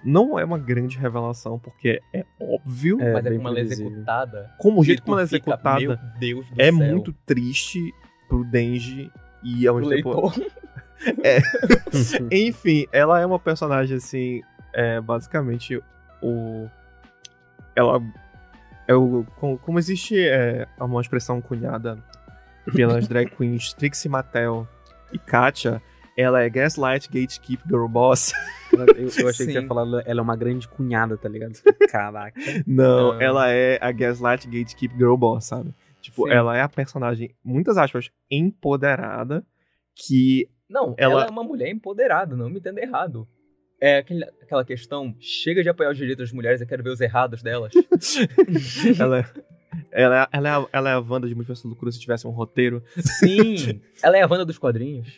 não é uma grande revelação, porque é óbvio. É, Mas é bem como ela é previsível. executada. Como o que jeito tu como ela é fica, executada Meu Deus do é céu. muito triste pro Denji e ao O mesmo tempo. leitor. É. Enfim, ela é uma personagem assim. É basicamente o. Ela. É o. Como, como existe é, uma expressão cunhada pelas drag queens Trixie Mattel e Katia, ela é Gaslight Gatekeep Girl Boss. Eu, eu achei Sim. que você ia falar, ela é uma grande cunhada, tá ligado? Caraca. Não, Não. ela é a Gaslight Gatekeep Girl Boss, sabe? Tipo, Sim. ela é a personagem, muitas aspas, empoderada, que Não, Ela- ela... é uma mulher empoderada, não me entenda errado. É aquele, aquela questão, chega de apoiar os direitos das mulheres, eu quero ver os errados delas. ela, é, ela, é, ela, é a, ela é a Wanda de Multiverso Loucura se tivesse um roteiro. Sim, ela é a Wanda dos quadrinhos.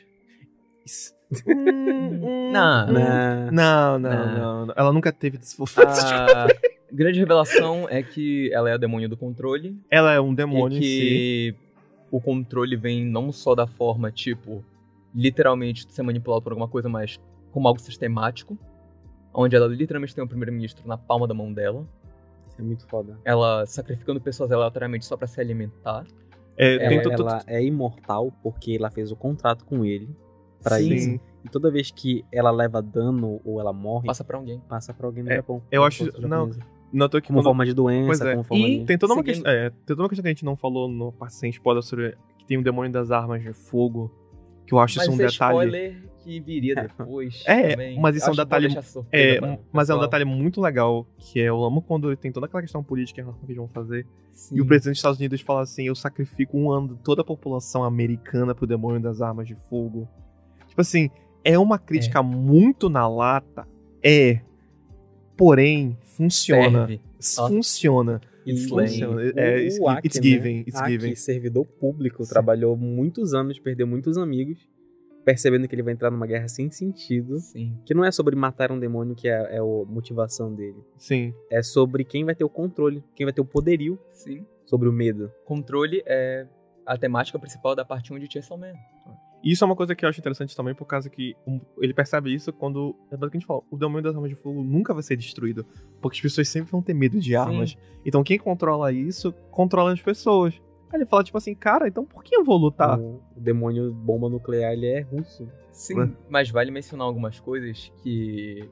Hum, hum, Não. hum. Né? Não, não, Não. não, não. Ela nunca teve desenvolvimento. A grande revelação é que ela é a demônio do controle. Ela é um demônio e em si. que o controle vem não só da forma, tipo, literalmente ser manipulado por alguma coisa, mas como algo sistemático. Onde ela literalmente tem o primeiro-ministro na palma da mão dela. Isso é muito foda. Ela sacrificando pessoas aleatoriamente só pra se alimentar. É, Ela, tem tu- tu- ela é imortal porque ela fez o contrato com ele pra Sim. isso. E toda vez que ela leva dano ou ela morre, Passa pra alguém. passa pra alguém no É, Japão. eu na acho- força não, japonesa. não tô aqui Como quando- forma de doença, Pois é. como forma E- de... Tem toda, uma Seguindo- questão, é, tem toda uma questão que a gente não falou no Sem Spoiler sobre que tem o demônio das armas de fogo. Que eu acho Mas isso um isso é detalhe. spoiler que viria depois. É, também. mas isso é um Acho que vou detalhe- deixar surpresa É, pra um- mas é um pessoal. detalhe muito legal, que é, eu amo quando ele tem toda aquela questão política em relação ao que eles vão fazer. Sim. E o presidente dos Estados Unidos fala assim, eu sacrifico um ano de toda a população americana pro demônio das armas de fogo. Tipo assim, é uma crítica muito na lata, é, porém, funciona. Serve. Ó. Funciona. It's Funciona. lame. É, O it's, Aki, it's né? given, it's Aki, given. servidor público, Sim. trabalhou muitos anos, perdeu muitos amigos, percebendo que ele vai entrar numa guerra sem sentido, Sim. que não é sobre matar um demônio que é, é a motivação dele. Sim. É sobre quem vai ter o controle, quem vai ter o poderio Sim. sobre o medo. Controle é a temática principal da parte um de Chainsaw Man. E isso é uma coisa que eu acho interessante também, por causa que um, ele percebe isso quando, é basicamente a gente fala, o demônio das armas de fogo nunca vai ser destruído, porque as pessoas sempre vão ter medo de armas. Então quem controla isso, controla as pessoas. Aí ele fala tipo assim, cara, então por que eu vou lutar? O, o demônio bomba nuclear, ele é russo. Sim, Ué. mas vale mencionar algumas coisas que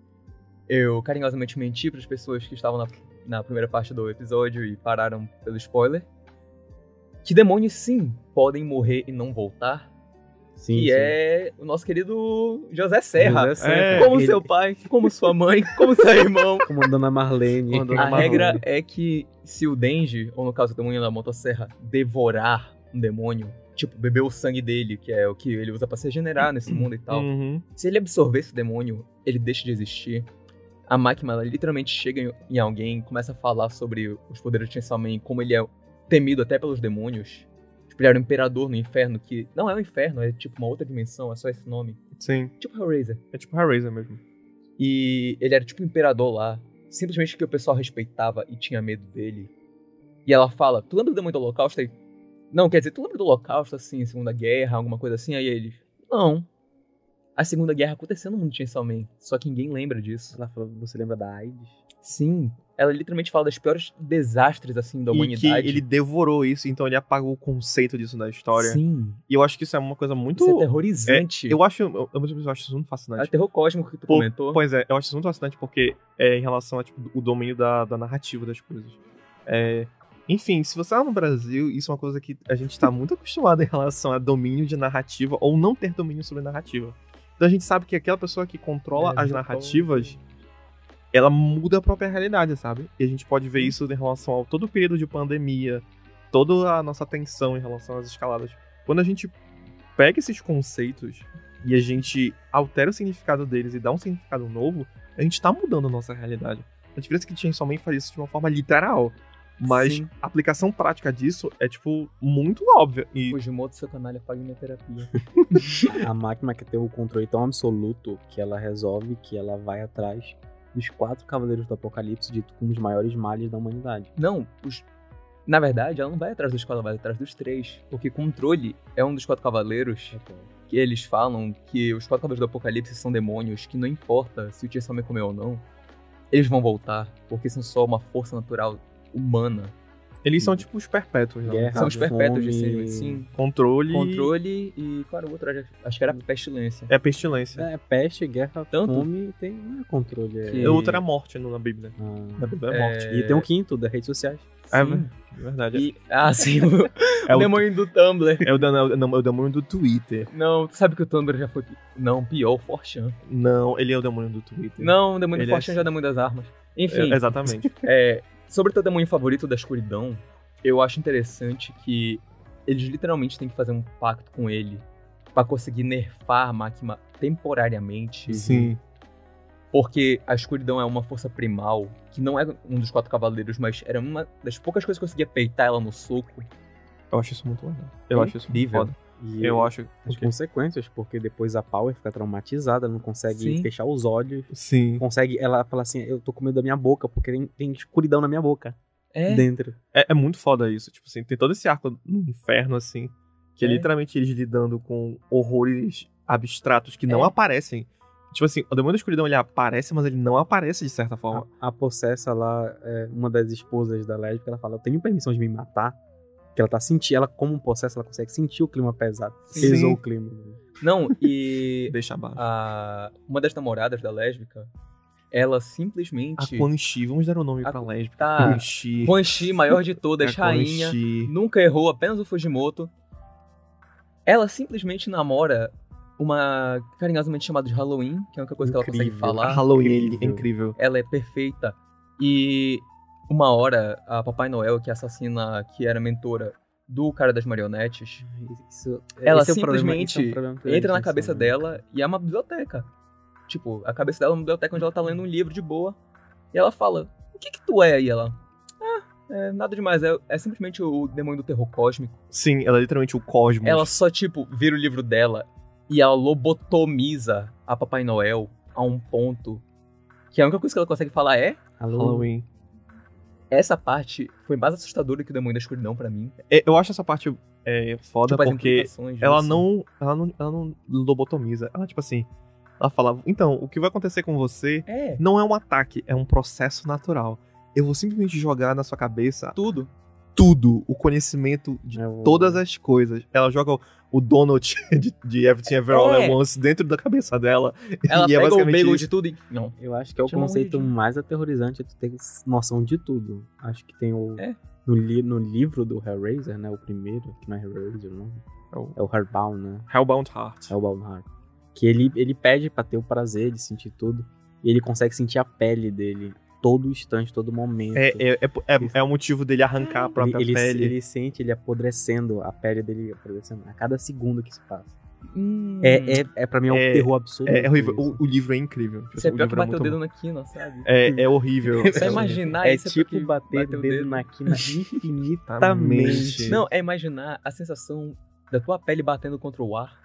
eu carinhosamente menti para as pessoas que estavam na, na primeira parte do episódio e pararam pelo spoiler. Que demônios sim podem morrer e não voltar. Sim, que sim. é o nosso querido José Serra. José Serra. É, Como ele- seu pai, como sua mãe, como seu irmão. Comandando a Marlene. Comandando A Marlene. regra é que se o Denji, ou no caso o demônio da motosserra, devorar um demônio, tipo, beber o sangue dele, que é o que ele usa pra se regenerar nesse mundo e tal, Uhum. se ele absorver esse demônio, ele deixa de existir. A máquina, ela literalmente chega em- em alguém, começa a falar sobre os poderes de Chainsaw Man, como ele é temido até pelos demônios. Tipo, ele era o imperador no inferno, que não é o inferno, é tipo uma outra dimensão, é só esse nome. Sim. Tipo Hellraiser. É tipo Hellraiser mesmo. E ele era tipo um imperador lá, simplesmente que o pessoal respeitava e tinha medo dele. E ela fala, tu lembra do demônio do Holocausto? Aí, não, quer dizer, tu lembra do Holocausto, assim, Segunda Guerra, alguma coisa assim? Aí ele, não. A Segunda Guerra aconteceu no mundo de Chainsaw Man, só que ninguém lembra disso. Ela falou, você lembra da AIDS? Sim, ela literalmente fala dos piores desastres, assim, da E humanidade. que ele devorou isso, então ele apagou o conceito disso da história. Sim, E eu acho que isso é uma coisa muito... isso é aterrorizante. É, eu acho, eu, eu, eu acho isso muito fascinante. É terror cósmico que tu Pô, comentou. Pois é, eu acho isso muito fascinante porque é em relação ao tipo, o domínio da, da narrativa das coisas. É, enfim, se você tá no Brasil, isso é uma coisa que a gente tá muito acostumado em relação a domínio de narrativa ou não ter domínio sobre narrativa. Então a gente sabe que aquela pessoa que controla É, as narrativas, ela muda a própria realidade, sabe? E a gente pode ver isso em relação ao todo o período de pandemia, toda a nossa atenção em relação às escaladas. Quando a gente pega esses conceitos e a gente altera o significado deles e dá um significado novo, a gente tá mudando a nossa realidade. A diferença é que Chainsaw Man faz isso de uma forma literal, mas Sim. a aplicação prática disso é, tipo, muito óbvia. E Fujimoto, seu canalha, pague minha terapia. A máquina quer ter o controle tão absoluto que ela resolve que ela vai atrás dos quatro cavaleiros do Apocalipse, dito como os maiores males da humanidade. Não, os... na verdade, ela não vai atrás dos quatro, ela vai atrás dos três. Porque controle é um dos quatro cavaleiros que eles falam que os quatro cavaleiros do Apocalipse são demônios, que não importa se o Chainsaw Man comeu ou não, eles vão voltar, porque são só uma força natural humana. Eles são tipo os perpétuos, né? Guerra, São os perpétuos de fome, Sandman, sim. Controle. Controle e, claro, o outro, acho que era pestilência. É pestilência. É, peste, guerra, Tanto fome, tem não é controle. É... que- O outro era morte no- na Bíblia. Ah. Na Bíblia é É, morte. E tem um quinto das redes sociais. É, Sim. é verdade. E, ah, sim, o, É o o- demônio do Tumblr. É o, dan- é o- não, é o demônio do Twitter. Não, tu sabe que o Tumblr já foi... Não, pior, o four chan. Não, ele é o demônio do Twitter. Não, o demônio Ele do four é chan assim. já é o demônio das armas. Enfim, É, exatamente. é, sobre o teu demônio favorito da escuridão, eu acho interessante que eles literalmente têm que fazer um pacto com ele pra conseguir nerfar a máquina temporariamente. Sim. Porque a escuridão é uma força primal, que não é um dos quatro cavaleiros, mas era uma das poucas coisas que eu conseguia peitar ela no soco. Eu acho isso muito legal. Eu acho isso muito Incrível. foda. E Eu acho as que... consequências, porque depois a Power fica traumatizada, ela não consegue Sim. fechar os olhos. Sim. Consegue, ela fala assim, eu tô com medo da minha boca, porque tem, tem escuridão na minha boca. É, Dentro. É, é muito foda isso. Tipo assim, tem todo esse arco no inferno, assim, que é, É. literalmente eles lidando com horrores abstratos que não É. aparecem. Tipo assim, o demônio da escuridão ele aparece, mas ele não aparece de certa forma. A, a possessa lá, é, uma das esposas da lésbica, ela fala, eu tenho permissão de me matar. Que ela tá sentindo, ela como possessa, ela consegue sentir o clima pesado. Sim. Pesou o clima. não, e Deixa abaixo. a, uma das namoradas da lésbica, ela A simplesmente... Quan Chi, vamos dar um nome A- pra lésbica. tá. Quan Chi. Quan Chi, maior de A todas, Quan rainha, Chi. nunca errou, apenas o Fujimoto. Ela simplesmente namora uma carinhosamente chamada de Halloween, que é a única coisa que ela consegue Incrível. A falar. Halloween é incrível. incrível. Ela é perfeita. E uma hora, a Papai Noel, que assassina, que era mentora do cara das marionetes, Isso, ela esse é o problema- simplesmente esse é um problema que eu entra na tenho, cabeça sabe? dela e é uma biblioteca. Tipo, a cabeça dela é uma biblioteca onde ela tá lendo um livro de boa. E ela fala, o que que tu é? E ela, ah, é nada demais, é, é simplesmente o demônio do terror cósmico. Sim, ela é literalmente o cosmos. Ela só, tipo, vira o livro dela e ela lobotomiza a Papai Noel a um ponto que a única coisa que ela consegue falar é Halloween. essa parte foi mais assustadora que o demônio da escuridão pra mim. É, eu acho essa parte é, foda Tipo, as porque implicações ela disso. não, ela não. Ela não lobotomiza. Ela, tipo assim. Ela fala, então, o que vai acontecer com você É, não é um ataque, é um processo natural. Eu vou simplesmente jogar na sua cabeça tudo. tudo, o conhecimento de É o- todas as coisas. Ela joga o, o Donut de, de Everything Ever All É. at Once dentro da cabeça dela. Ela e é pega o basicamente bagel isso. de tudo e... Não. Eu acho que é o Chama conceito de- mais aterrorizante, é tu ter noção de tudo. Acho que tem o... É. No, li, no livro do Hellraiser, né, o primeiro, que não é Hellraiser, não. É o É o Hellbound, né? Hellbound Heart. Hellbound Heart. Que ele, ele pede pra ter o prazer de sentir tudo. E ele consegue sentir a pele dele todo instante, todo momento. É, é, é, é, é o motivo dele arrancar a própria ele, ele, pele. ele sente ele apodrecendo, a pele dele apodrecendo a cada segundo que se passa. Hum. É, é, é pra mim é um É- terror absurdo. É, é horrível. isso. O, o livro é incrível. Tipo, Isso é o pior que livro bater o muito dedo bom. na quina, sabe? É, é horrível. Só imaginar É isso tipo pior que bater o dedo na quina infinitamente. Não, é imaginar a sensação da tua pele batendo contra o ar.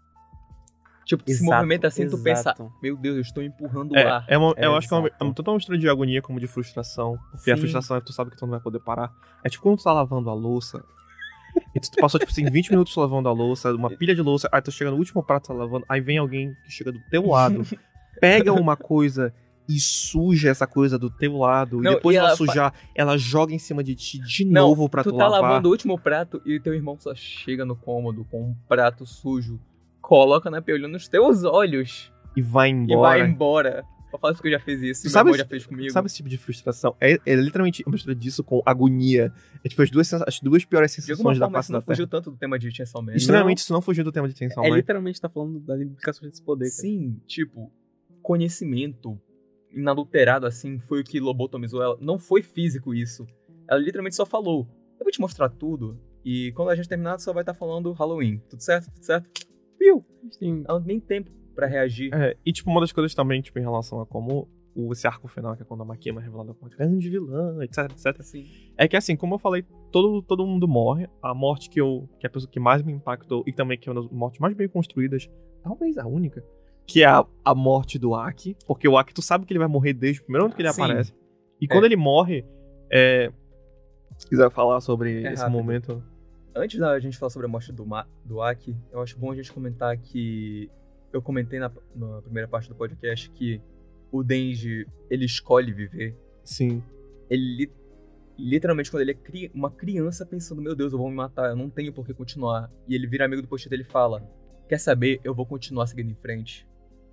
Tipo, tu se Exato, movimenta assim, tu pensa, exato. meu Deus, eu estou empurrando o É, ar. é uma, eu É, acho que é, uma, exato. é tanto uma mistura de agonia como de frustração. Porque a Sim. frustração é que tu sabe que tu não vai poder parar. É tipo quando tu tá lavando a louça. E tu passou, tipo assim, vinte minutos lavando a louça, uma pilha de louça, aí tu chega no último prato, tá lavando, aí vem alguém que chega do teu lado, pega uma coisa e suja essa coisa do teu lado, Não, e depois e ela ela sujar, ela joga em cima de ti de Não, novo pra tu, tu tá lavar. lavando o último prato e o teu irmão só chega no cômodo com um prato sujo, coloca na pia olhando nos teus olhos E vai e embora. vai embora. Eu faço que eu já fiz isso, Tu meu sabe irmão esse- já fez comigo. Sabe esse tipo de frustração? É, é literalmente uma mistura disso com agonia. É tipo as duas, sensa- as duas piores De alguma sensações da forma, face isso da não Terra. fugiu tanto do tema de Chainsaw Man. Extremamente, isso não fugiu do tema de Chainsaw É Man. literalmente tá falando das implicações desse poder. cara. Sim, tipo, conhecimento inadulterado assim foi o que lobotomizou ela. Não foi físico isso. Ela literalmente só falou, eu vou te mostrar tudo e quando a gente terminar só vai estar falando Halloween. Tudo certo? Tudo certo? Viu? Sim. Ela não tem tempo pra reagir. É, e tipo, uma das coisas também, tipo, em relação a como o, esse arco final, que é quando a Makima é revelada como uma grande vilã, etc, etc. Assim. É que assim, como eu falei, todo, todo mundo morre. A morte que eu. Que é a pessoa que mais me impactou, e também que é uma das mortes mais bem construídas, talvez a única, que é a, a morte do Aki. Porque o Aki, tu sabe que ele vai morrer desde o primeiro momento que ele Sim. aparece. E quando É. ele morre, é. Se quiser falar sobre É esse rápido. momento. antes da gente falar sobre a morte do, Ma- do Aki, eu acho bom a gente comentar que eu comentei na, na primeira parte do podcast que o Denji, ele escolhe viver. Sim. Ele li- literalmente, quando ele é cri- uma criança pensando, meu Deus, eu vou me matar, eu não tenho por que continuar. E ele vira amigo do Pochita e ele fala, quer saber, eu vou continuar seguindo em frente.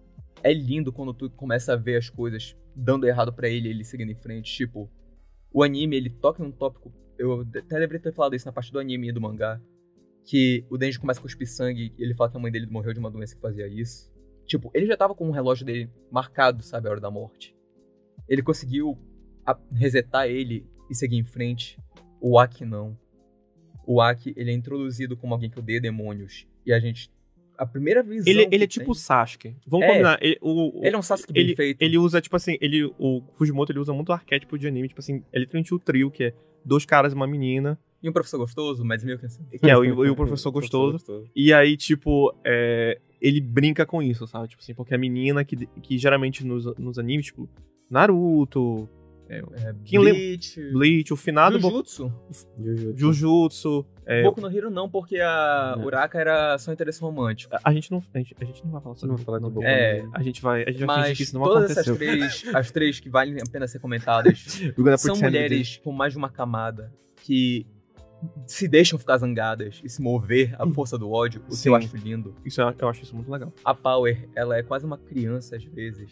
É lindo quando tu começa a ver as coisas dando errado pra ele, ele seguindo em frente. Tipo, o anime, ele toca em um tópico, eu até deveria ter falado isso na parte do anime e do mangá, que o Denji começa a cuspir sangue e ele fala que a mãe dele morreu de uma doença que fazia isso. Tipo, ele já tava com o relógio dele marcado, sabe, a hora da morte. Ele conseguiu a- resetar ele e seguir em frente. O Aki não. O Aki, ele é introduzido como alguém que odeia demônios. E a gente... A primeira visão Ele, que ele é tem- tipo o Sasuke. Vamos É. combinar. Ele, o, o- Ele é um Sasuke bem ele, feito. ele usa, tipo assim, ele, o Fujimoto ele usa muito o arquétipo de anime. Tipo assim, ele tem o trio, que é dois caras e uma menina. E um professor gostoso, mas meio que assim. Que é o, e o professor gostoso. E aí, tipo, é, ele brinca com isso, sabe? Tipo assim, porque a menina que, que geralmente nos, nos animes, tipo, Naruto, é, É, Quem lembra- Bleach, Bleach, o finado Bo- Jujutsu. Jujutsu. Jujutsu. É, Boku no Hero não, porque a Não. Uraka era só interesse romântico. a, a gente não, a, gente, a gente não vai falar sobre Não vai falar de Boku Boku no no É. Hero. A gente vai, a gente vai fingir Mas que isso não todas aconteceu. essas três, as três que valem a pena ser comentadas, We're gonna são pretend we mulheres com mais de uma camada que se deixam ficar zangadas e se mover à força do ódio, o que Sim. eu acho lindo. Isso eu, eu acho isso muito legal. A Power, ela é quase uma criança às vezes.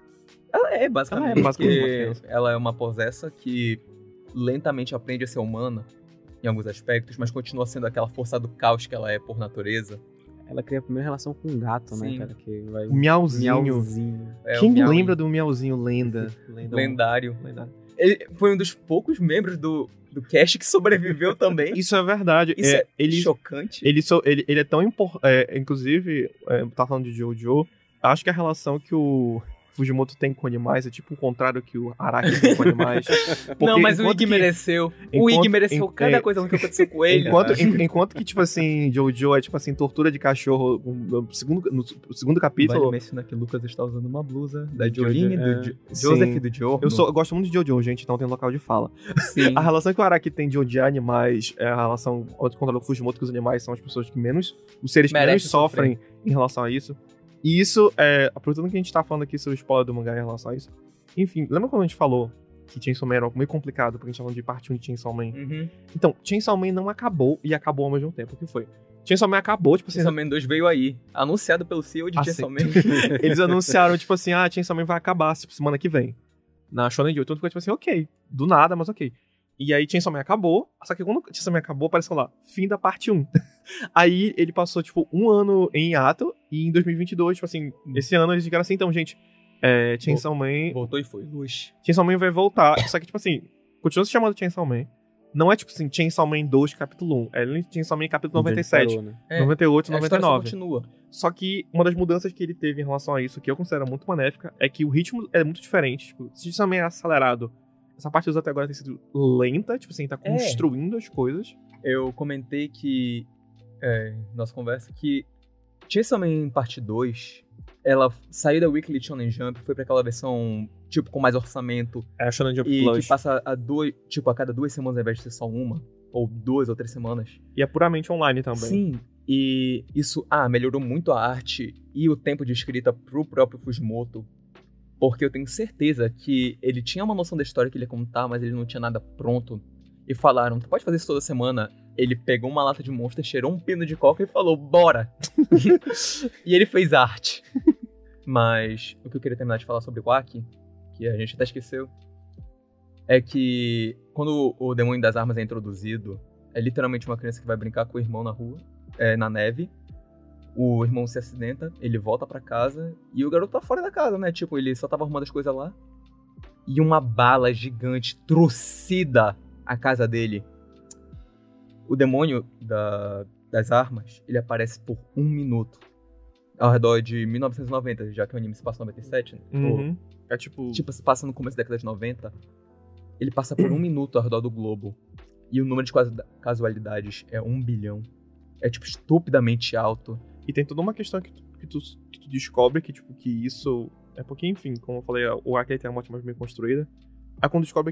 Ela é basicamente, Ela é basicamente uma porque criança. ela é uma possessa que lentamente aprende a ser humana em alguns aspectos, mas continua sendo aquela força do caos que ela é por natureza. Ela cria a primeira relação com um gato, Sim. né, cara? Que vai... O Miauzinho. Miauzinho. É Quem o Miau- lembra do Miauzinho lenda? lenda lendário. lendário. Ele foi um dos poucos membros do, do cast que sobreviveu também. Isso é verdade. Isso é, é, ele, chocante. ele, so- ele, ele é tão importante. inclusive, é, tá falando de Jojo. Acho que a relação que o Fujimoto tem com animais é tipo o contrário que o Araki tem com animais. Porque Não, mas o enquanto Ig que- mereceu. o enquanto- Ig mereceu em- cada é- coisa ruim que aconteceu com ele. Enquanto, en- enquanto que, tipo assim, Jojo é tipo assim, tortura de cachorro no segundo, no segundo capítulo. Vale mencionar que o Lucas está usando uma blusa da Do Jolene, Jojo, do é. Jo- Joseph Sim. e do Joe. Eu, sou, eu gosto muito de Jojo, gente, então tem local de fala. Sim. A relação que o Araki tem de odiar animais é a relação contra o Fujimoto, que os animais são as pessoas que menos. Os seres que Merece menos sofrem em relação a isso. E isso, é, aproveitando que a gente tá falando aqui sobre o spoiler do mangá em relação a isso. Enfim, lembra quando a gente falou que Chainsaw Man era algo meio complicado, porque a gente tá falando de parte um de Chainsaw Man? Uhum. Então, Chainsaw Man não acabou e acabou ao mesmo tempo. O que foi? Chainsaw Man acabou, tipo assim. Chainsaw Man dois veio aí, anunciado pelo C E O de Ah, Chainsaw sim. Man. Eles anunciaram, tipo assim, ah, Chainsaw Man vai acabar tipo, semana que vem. Na Shonen Joe. Então ficou tipo assim, ok. Do nada, mas ok. E aí Chainsaw Man acabou, só que quando Chainsaw Man acabou, apareceu lá, fim da parte um. Aí ele passou, tipo, um ano em hiato, e em dois mil e vinte e dois, tipo assim, esse ano eles ficaram assim, então, gente, é, Chainsaw Man... Voltou e foi. Luz. Chainsaw Man vai voltar, só que, tipo assim, continua se chamando Chainsaw Man. Não é, tipo assim, Chainsaw Man dois, capítulo um. É Chainsaw Man capítulo noventa e sete. Parou, né? É, noventa e oito, a noventa e história só nove. continua. Só que uma das mudanças que ele teve em relação a isso, que eu considero muito benéfica, é que o ritmo é muito diferente. Tipo, se isso também é acelerado, essa parte dos até agora tem sido lenta, tipo assim, tá É. construindo as coisas. Eu comentei que, é, nossa conversa, que Chainsaw Man parte dois, ela saiu da Weekly Shonen Jump, foi pra aquela versão, tipo, com mais orçamento, É a Shonen Jump e Plus. que passa a, dois, tipo, a cada duas semanas ao invés de ser só uma, ou duas ou três semanas. E é puramente online também. Sim, e isso, ah, melhorou muito a arte e o tempo de escrita pro próprio Fujimoto, porque eu tenho certeza que ele tinha uma noção da história que ele ia contar, mas ele não tinha nada pronto. E falaram, tu pode fazer isso toda semana? Ele pegou uma lata de Monster, cheirou um pino de coca e falou, bora! E ele fez arte. Mas o que eu queria terminar de falar sobre o Aki, que a gente até esqueceu, é que quando o Demônio das Armas é introduzido, é literalmente uma criança que vai brincar com o irmão na rua, é, na neve. O irmão se acidenta, ele volta pra casa e o garoto tá fora da casa, né? Tipo, ele só tava arrumando as coisas lá. E uma bala gigante trucida a casa dele. O demônio da, das armas, ele aparece por um minuto. Ao redor de mil novecentos e noventa, já que o anime se passa em noventa e sete, né? Uhum. É tipo... Ou, tipo, se passa no começo da década de noventa. Ele passa por um minuto ao redor do globo. E o número de casualidades é um bilhão. É, tipo, estupidamente alto. E tem toda uma questão que tu, que tu, que tu descobre que, tipo, que isso... É porque, enfim, como eu falei, o Arcade tem uma morte mais bem construída. Aí quando descobre que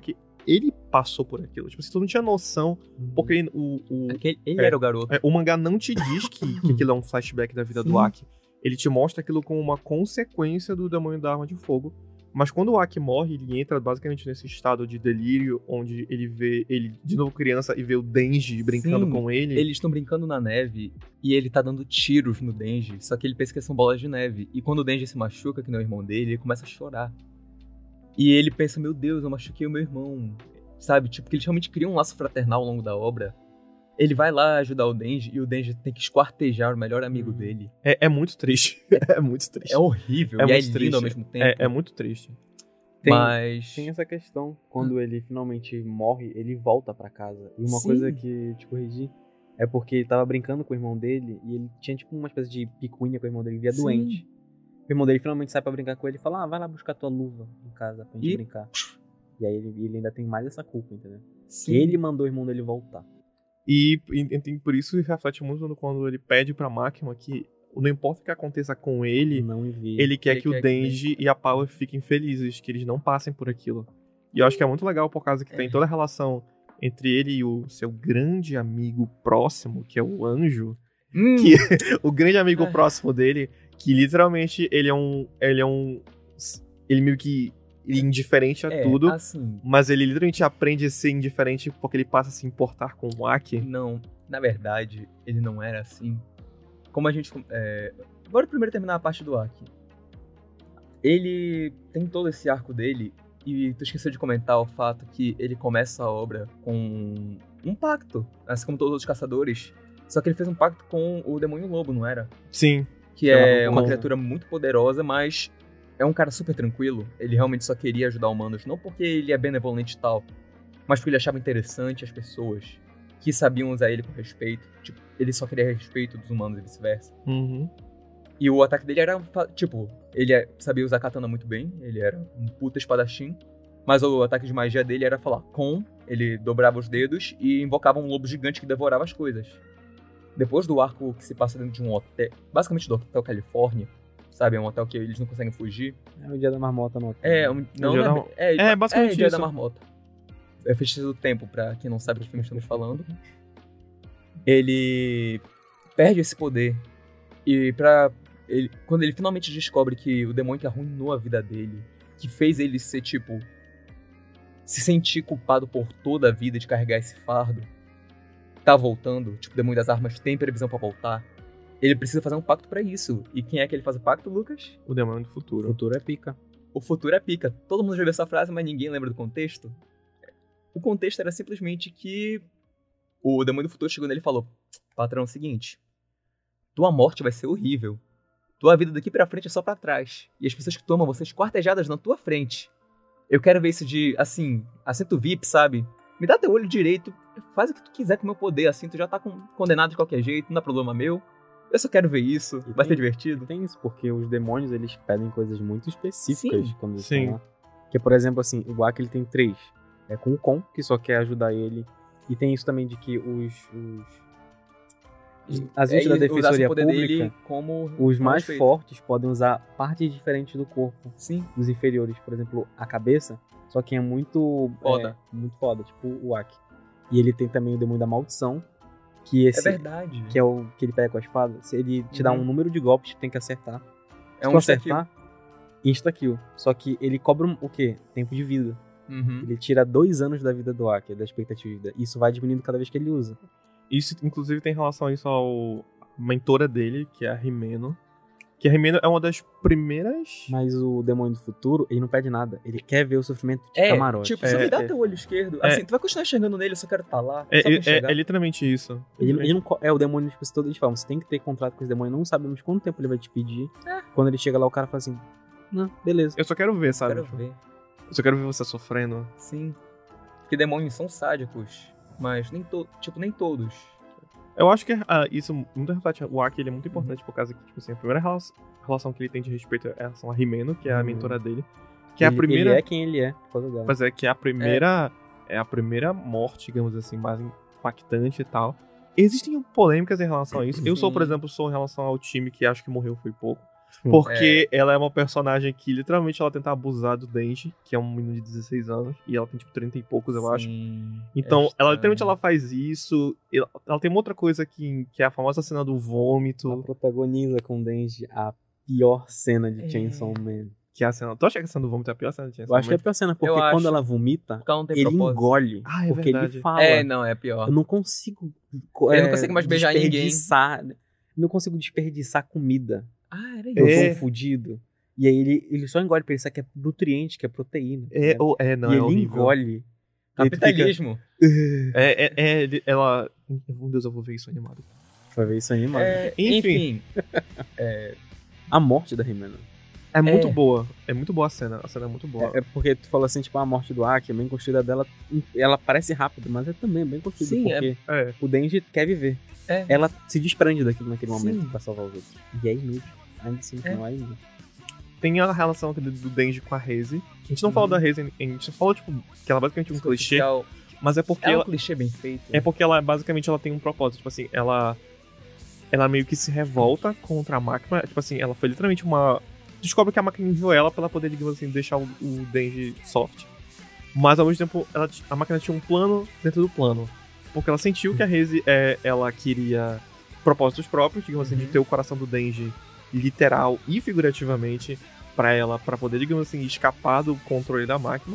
ele passou por aquilo. Tipo, assim, tu não tinha noção, porque ele, o, o, Aquele, ele é, era o garoto. é, o mangá não te diz que, que aquilo é um flashback da vida Sim. do Aki. Ele te mostra aquilo como uma consequência do demônio da arma de fogo. Mas quando o Aki morre, ele entra basicamente nesse estado de delírio, onde ele vê ele de novo criança e vê o Denji brincando Sim, com ele. Eles estão brincando na neve e ele tá dando tiros no Denji, só que ele pensa que são bolas de neve. E quando o Denji se machuca, que não é o irmão dele, ele começa a chorar. E ele pensa, meu Deus, eu machuquei o meu irmão. Sabe, tipo, que eles realmente criam um laço fraternal ao longo da obra. Ele vai lá ajudar o Denji e o Denji tem que esquartejar o melhor amigo dele. É, é muito triste. é muito triste. É horrível É e é muito lindo triste. ao mesmo tempo. É, é muito triste. Tem, Mas... tem essa questão, quando ele finalmente morre, ele volta pra casa. E uma Sim. coisa que te corrigi é porque ele tava brincando com o irmão dele e ele tinha tipo uma espécie de picuinha com o irmão dele, via Sim. doente. O irmão dele finalmente sai pra brincar com ele e fala, ah, vai lá buscar tua luva em casa pra gente E- brincar. E aí ele, ele ainda tem mais essa culpa, entendeu? Sim. Que ele mandou o irmão dele voltar. E, e, e por isso reflete muito quando ele pede pra máquina que não importa o que aconteça com ele, Não envia. ele quer Ele que quer o que Denji e a Power fiquem felizes, que eles não passem por aquilo. E eu acho que é muito legal por causa que É. tem toda a relação entre ele e o seu grande amigo próximo, que é o Anjo. Hum, Que o grande amigo É. próximo dele, que literalmente ele é um. Ele é um. Ele meio que. Ele é indiferente a é, tudo. assim, Mas ele literalmente aprende a ser indiferente porque ele passa a se importar com o Aki. não, na verdade, ele não era assim. Como a gente... É... Bora primeiro terminar a parte do Aki. Ele tem todo esse arco dele, e tu esqueceu de comentar o fato que ele começa a obra com um pacto, assim como todos os outros caçadores, só que ele fez um pacto com o Demônio Lobo, não era? Sim. Que é Com- uma criatura muito poderosa, mas é um cara super tranquilo. Ele realmente só queria ajudar humanos, não porque ele é benevolente e tal, mas porque ele achava interessante as pessoas que sabiam usar ele com respeito. Tipo, ele só queria respeito dos humanos e vice-versa. Uhum. E o ataque dele era, tipo, ele é- sabia usar katana muito bem, ele era um puta espadachim, mas o ataque de magia dele era falar com, ele dobrava os dedos e invocava um lobo gigante que devorava as coisas. Depois do arco que se passa dentro de um hotel, basicamente do Hotel Califórnia, sabe, é um hotel que eles não conseguem fugir. É o dia da marmota no hotel. É, um, não, dia não da- é, é, basicamente é dia isso. da marmota. É Feitiço do Tempo, pra quem não sabe do que filme estamos falando. Ele perde esse poder. E pra ele, quando ele finalmente descobre que o demônio que arruinou a vida dele, que fez ele ser, tipo, se sentir culpado por toda a vida de carregar esse fardo, tá voltando, tipo, o demônio das armas tem previsão pra voltar, ele precisa fazer um pacto pra isso. E quem é que ele faz o pacto, Lucas? O demônio do O futuro. futuro é pica. O futuro é pica. Todo mundo já viu essa frase, mas ninguém lembra do contexto. O contexto era simplesmente que o demônio do futuro chegou nele e falou: patrão, é o seguinte, tua morte vai ser horrível. Tua vida daqui pra frente é só pra trás. E as pessoas que tu ama vão ser esquartejadas na tua frente. Eu quero ver isso de, assim, assento V I P, sabe? Me dá teu olho direito, faz o que tu quiser com o meu poder, assim, tu já tá com- condenado de qualquer jeito, não é problema meu. Eu só quero ver isso, E vai tem- ser divertido. Tem isso, porque os demônios, eles pedem coisas muito específicas Sim. quando eles Sim. estão lá. Que, por exemplo, assim, o Aki, ele tem três. É com o Kon, que só quer ajudar ele. E tem isso também de que os... os... As É, agentes da ele usasse Defensoria o poder Pública, dele como os como mais efeito. fortes podem usar partes diferentes do corpo Sim, dos inferiores. Por exemplo, a cabeça, só que é muito... Foda. é, muito foda, tipo o Aki. E ele tem também o demônio da maldição, que esse... é verdade. que é o que ele pega com a espada. Se ele te dá Uhum. um número de golpes que tem que acertar. É Se um tu insta-kill. acertar, insta-kill. Só que ele cobra um- o quê? Tempo de vida. Uhum. Ele tira dois anos da vida do Aki, da expectativa de vida. Isso vai diminuindo cada vez que ele usa. Isso, inclusive, tem relação a isso ao mentora dele, que é a Rimeno. Que a Rimeno é uma das primeiras... Mas o demônio do futuro, ele não pede nada. Ele quer ver o sofrimento de É, camarote. tipo, só É, me dá é. teu olho esquerdo. É. Assim, tu vai continuar enxergando nele, eu só quero estar lá. É, só pra é- enxergar. é literalmente isso. Ele, ele não, co- é o demônio, tipo, se todo eles falam, você tem que ter contrato com esse demônio, não sabemos quanto tempo ele vai te pedir. É. Quando ele chega lá, o cara fala assim, não, beleza. Eu só quero ver, sabe? Quero Tipo, ver. Eu só quero ver você sofrendo. Sim. Porque demônios são sádicos. Mas nem to... tipo, nem todos. Eu acho que ah, isso muito reflete. O Aki ele é muito importante por causa que, tipo assim, a primeira rela- relação que ele tem de respeito é a relação a Rimeno, que é a Uhum. mentora dele. Que é ele, a primeira. ele é quem ele é, por causa dela. Mas é que é a primeira. É. a primeira morte, digamos assim, mais impactante e tal. Existem polêmicas em relação a isso. Eu sou, por Sim. exemplo, sou em relação ao time que acho que morreu foi pouco. Porque é. ela é uma personagem que literalmente ela tenta abusar do Denji, que é um menino de dezesseis anos, e ela tem tipo trinta e poucos, eu Sim, acho. Então, é ela literalmente ela faz isso. Ela, ela tem uma outra coisa que, que é a famosa cena do vômito. Ela protagoniza com o Denji a pior cena de É. Chainsaw Man. Que é a cena. Tu acha que a cena do vômito é a pior cena de Chainsaw Eu acho que é a pior cena, porque Eu quando acho. ela vomita, Porque ela não tem ele propósito. engole. Ah, é porque verdade. ele fala. É, não, é pior. Eu não consigo. Ele não consegue mais beijar ninguém. desperdiçar. Não consigo desperdiçar comida. Ah, era Eu isso. sou um fudido. E aí ele, ele só engole pra ele, sabe que é nutriente, que é proteína. É, né? ou, é não, e é ele horrível. engole. Capitalismo. É, é, é, ele- ela. Meu Deus, eu vou ver isso animado. Vai ver isso aí, mano. É, Enfim. enfim. É, A morte da Rimena. É muito É. boa. É muito boa a cena. A cena é muito boa. É, é porque tu falou assim, tipo, a morte do Aki, a bem construída dela, ela parece rápida, mas é também bem construída, Sim, porque É. o Denji quer viver. é. Ela se desprende daquilo naquele momento Sim. pra salvar os outros. E é inútil. Ainda assim, É. não é inútil. Tem a relação do do Denji com a Reze. A gente não Uhum. falou da Reze, a gente só falou, tipo, que ela é basicamente um clichê. Superficial. Mas é porque É um ela. clichê bem feito. É porque ela, basicamente, ela tem um propósito. Tipo assim, ela. Ela meio que se revolta contra a máquina. Tipo assim, ela foi literalmente uma. Descobre que a máquina enviou ela pra ela poder, digamos assim, deixar o, o Denji soft. Mas ao mesmo tempo, ela, a máquina tinha um plano dentro do plano. Porque ela sentiu que a Reze, é, ela queria propósitos próprios, digamos assim, de ter o coração do Denji literal e figurativamente pra ela, pra poder, digamos assim, escapar do controle da máquina.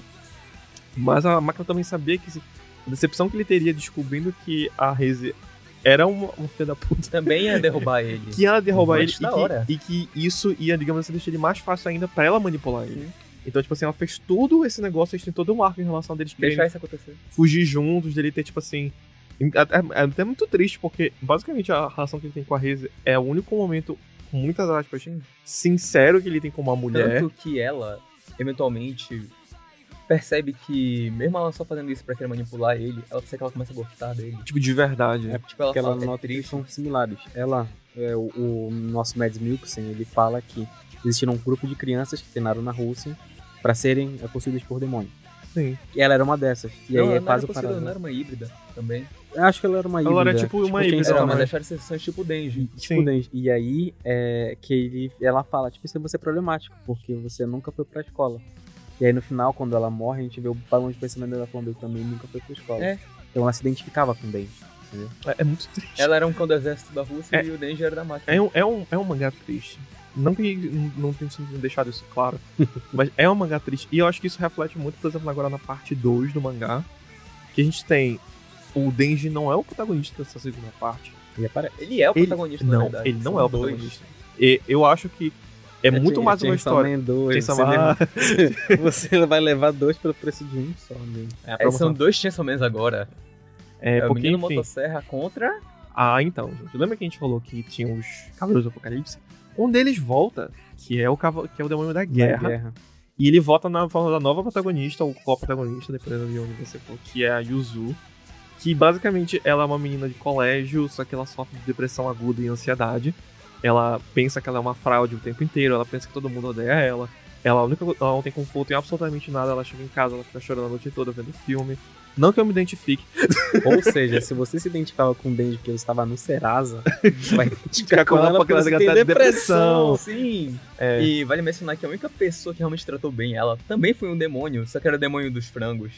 Mas a máquina também sabia que se- a decepção que ele teria descobrindo que a Reze era uma, uma filha da puta, Também ia derrubar ele. que ela derrubar ele Antes e da hora. que, e que isso ia, digamos assim, deixar ele mais fácil ainda pra ela manipular ele. Então, tipo assim, ela fez todo esse negócio, eles têm todo um arco em relação deles Deixar querendo isso acontecer. fugir juntos, dele ter, tipo assim. É, é até muito triste, porque basicamente a relação que ele tem com a Reze é o único momento, com muitas aspas, sincero que ele tem com uma mulher. Tanto que ela, eventualmente, percebe que, mesmo ela só fazendo isso pra querer manipular ele, ela percebe que ela começa a gostar dele. Tipo, de verdade. É Tipo, ela porque ela fala, é nota que triste. são similares. Ela, é, o, o nosso Mads Mikkelsen, ele fala que existiram um grupo de crianças que treinaram na Rússia pra serem é, possuídas por demônio. Sim. E ela era uma dessas. E não, aí ela não faz era o possível, não paralelo. era uma híbrida também. Eu acho que ela era uma híbrida. Ela era tipo uma híbrida Chainsaw Era, também. mas deixaram exceções tipo Denji. Tipo Sim. Denji. E aí, é, que ele, ela fala, tipo, isso vai ser problemático, porque você nunca foi pra escola. E aí, no final, quando ela morre, a gente vê o balão de pensamento dela falando, eu também nunca fui pra escola. É. Então ela se identificava com o Denji, entendeu? É, é muito triste. Ela era um cão do exército da Rússia É. e o Denji era da máquina. É um, é, um, é um mangá triste. Não que não, não tenha sido deixado isso claro, mas é um mangá triste. E eu acho que isso reflete muito, por exemplo, agora na parte dois do mangá, que a gente tem o Denji não é o protagonista dessa segunda parte. E aparece. Ele é o Ele- protagonista, na Não, verdade. ele não São é o dois. protagonista. E eu acho que é, muito mais uma Chainsaw história. Man dois, Chainsaw você, Man- leva- você vai levar dois pelo preço de um só, mesmo. É, a É, promoção. são dois Chainsaw Mans agora. É, É, o porque, menino enfim. motosserra contra... Ah, então, gente. Lembra que a gente falou que tinha os Cavaleiros do Apocalipse? Um deles volta, que é o, cava- que é o demônio da guerra. Da guerra. E ele volta na forma da nova protagonista, ou co-protagonista, dependendo de onde você for, que é a Yuzu. Que basicamente ela é uma menina de colégio, só que ela sofre de depressão aguda e ansiedade. Ela pensa que ela é uma fraude o tempo inteiro, ela pensa que todo mundo odeia ela. Ela, a única, ela não tem conforto em absolutamente nada, ela chega em casa, ela fica chorando a noite toda vendo filme. Não que eu me identifique. Ou seja, se você se identificava com o Denji porque ele estava no Serasa, vai Ficar com ela porque ela você tem tem depressão. Sim. É. E vale mencionar que a única pessoa que realmente tratou bem ela também foi um demônio, só que era o demônio dos frangos.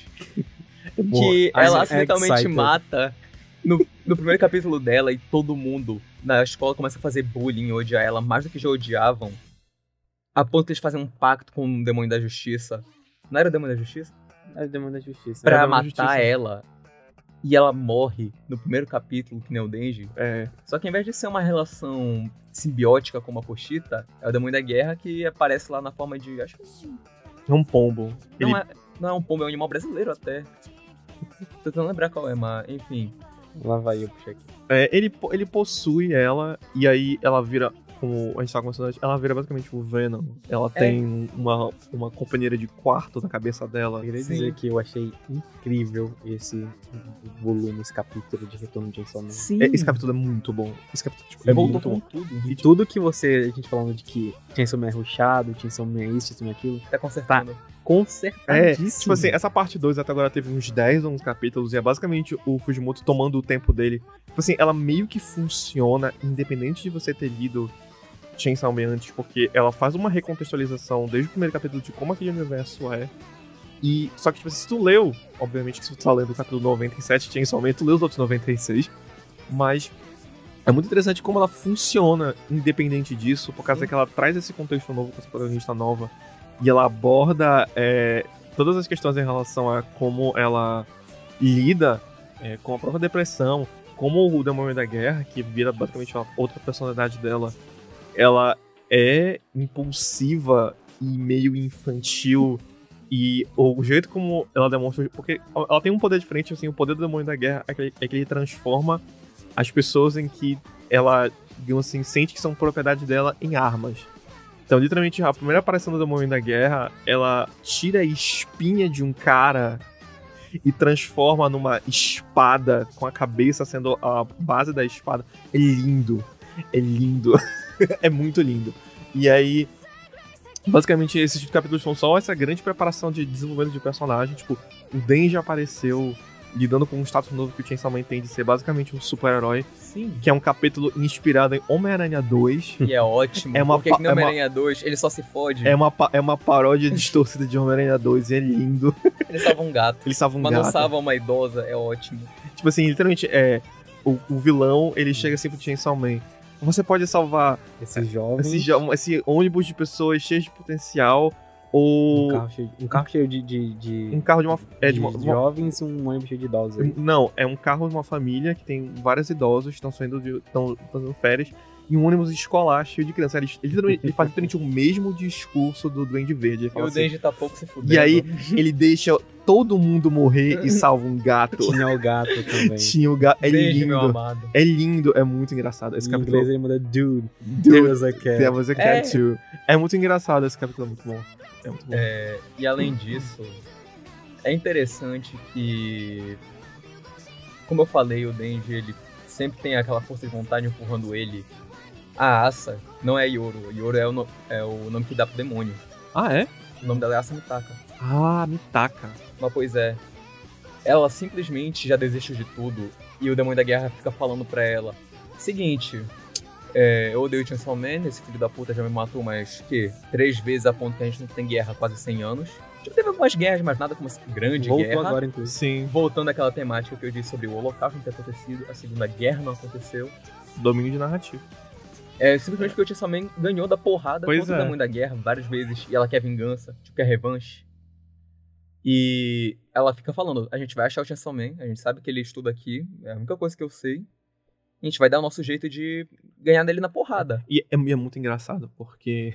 Que I'm ela acidentalmente excited. mata no, no primeiro capítulo dela e todo mundo na escola começa a fazer bullying e odiar ela mais do que já odiavam. A ponto de eles fazem um pacto com o demônio da justiça. Não era o demônio da justiça? É o demônio da justiça. Pra É o demônio matar da justiça. ela. E ela morre no primeiro capítulo, que nem o Denji. É. Só que ao invés de ser uma relação simbiótica como a Pochita, é o demônio da guerra que aparece lá na forma de... Acho que É um pombo. não, Ele- é, não é um pombo, é um animal brasileiro até. Tô tentando lembrar qual é, mas enfim. Lá vai eu puxar aqui. É, ele, po- ele possui ela, e aí ela vira, como a gente tava conversando antes, ela vira basicamente o Venom. Ela É. tem uma, uma companheira de quarto na cabeça dela. Eu queria Sim. dizer que eu achei incrível esse volume, esse capítulo de Retorno de Chainsaw Man. Sim. É, esse capítulo é muito bom. Esse capítulo tipo, é voltou muito bom. com tudo. E tudo que você, a gente falando de que Chainsaw Man é rushado, Chainsaw Man é isso, Chainsaw Man é aquilo, Tá consertando. É, consertadíssimo. tipo assim, essa parte dois até agora teve uns dez ou uns capítulos, e é basicamente o Fujimoto tomando o tempo dele. Tipo assim, ela meio que funciona, independente de você ter lido Chainsaw Man antes, porque ela faz uma recontextualização desde o primeiro capítulo de como aquele universo é. E, só que, tipo, se tu leu, obviamente que se tu tá lendo o capítulo noventa e sete de Chainsaw Man, tu leu os outros noventa e seis, mas é muito interessante como ela funciona independente disso, por causa Sim. que ela traz esse contexto novo com essa protagonista nova, e ela aborda é, todas as questões em relação a como ela lida é, com a própria depressão, como o Demônio da Guerra, que vira basicamente a outra personalidade dela, ela é impulsiva e meio infantil, e o jeito como ela demonstra... Porque ela tem um poder diferente, assim, o poder do Demônio da Guerra é que ele, é que ele transforma as pessoas em que ela, digamos assim, sente que são propriedade dela em armas. Então, literalmente, a primeira aparição do Demônio da Guerra, ela tira a espinha de um cara e transforma numa espada, com a cabeça sendo a base da espada. É lindo. É lindo. É muito lindo. E aí, basicamente, esses capítulos são só essa grande preparação de desenvolvimento de personagem. Tipo, o Denji apareceu lidando com um status novo que o Chainsaw Man tem de ser basicamente um super-herói. Sim. Que é um capítulo inspirado em Homem-Aranha dois. E é ótimo, é uma porque que no Homem-Aranha uma... dois ele só se fode. É uma, é uma paródia distorcida de Homem-Aranha dois e é lindo. Ele salva um gato. Ele salva um Mas gato. Mas não salva uma idosa, é ótimo. Tipo assim, literalmente, é, o, o vilão, ele chega assim pro Chainsaw Man. Você pode salvar esses jovens, esse, jo esse ônibus de pessoas cheios de potencial, ou... Um carro cheio, um carro cheio de, de, de... Um carro de uma... É, de, de uma, uma jovens e um ônibus cheio de idosos. Aí. Não, é um carro de uma família que tem vários idosos que estão saindo de... estão fazendo férias, e um ônibus escolar cheio de crianças. Ele, ele, ele faz literalmente o mesmo discurso do Duende Verde. Ele fala e assim, o Denji tá pouco se fudendo. E aí, ele deixa todo mundo morrer e salva um gato. Tinha o gato também. Tinha o gato. É Denji, lindo. meu amado. É lindo, é muito engraçado. Esse em capítulo... inglês ele muda Dude. Dude. There was a cat. There was a cat É. too. É muito engraçado, esse capítulo é muito bom. É muito bom. É, e além disso, é interessante que, como eu falei, o Denji, ele sempre tem aquela força de vontade empurrando ele. A Asa não é Yoro. Yoro é o, no, é o nome que dá pro demônio. Ah, é? O nome dela é Asa Mitaka. Ah, Mitaka. Mas pois é, ela simplesmente já desiste de tudo e o Demônio da Guerra fica falando pra ela: seguinte, é, eu odeio o Chainsaw Man, esse filho da puta já me matou mais que três vezes a ponto que a gente não tem guerra há quase cem anos. Tipo, teve algumas guerras, mas nada como uma grande Voltou guerra. agora, inclusive. Sim. Voltando àquela temática que eu disse sobre o Holocausto não ter acontecido, a Segunda Guerra não aconteceu. Domínio de narrativa. É simplesmente porque o Chainsaw Man ganhou da porrada Pois contra é. o Demônio da Guerra várias vezes e ela quer vingança, tipo, quer revanche. E ela fica falando: a gente vai achar o Chainsaw Man, a gente sabe que ele estuda aqui, é a única coisa que eu sei. A gente vai dar o nosso jeito de ganhar nele na porrada. E é, é muito engraçado, porque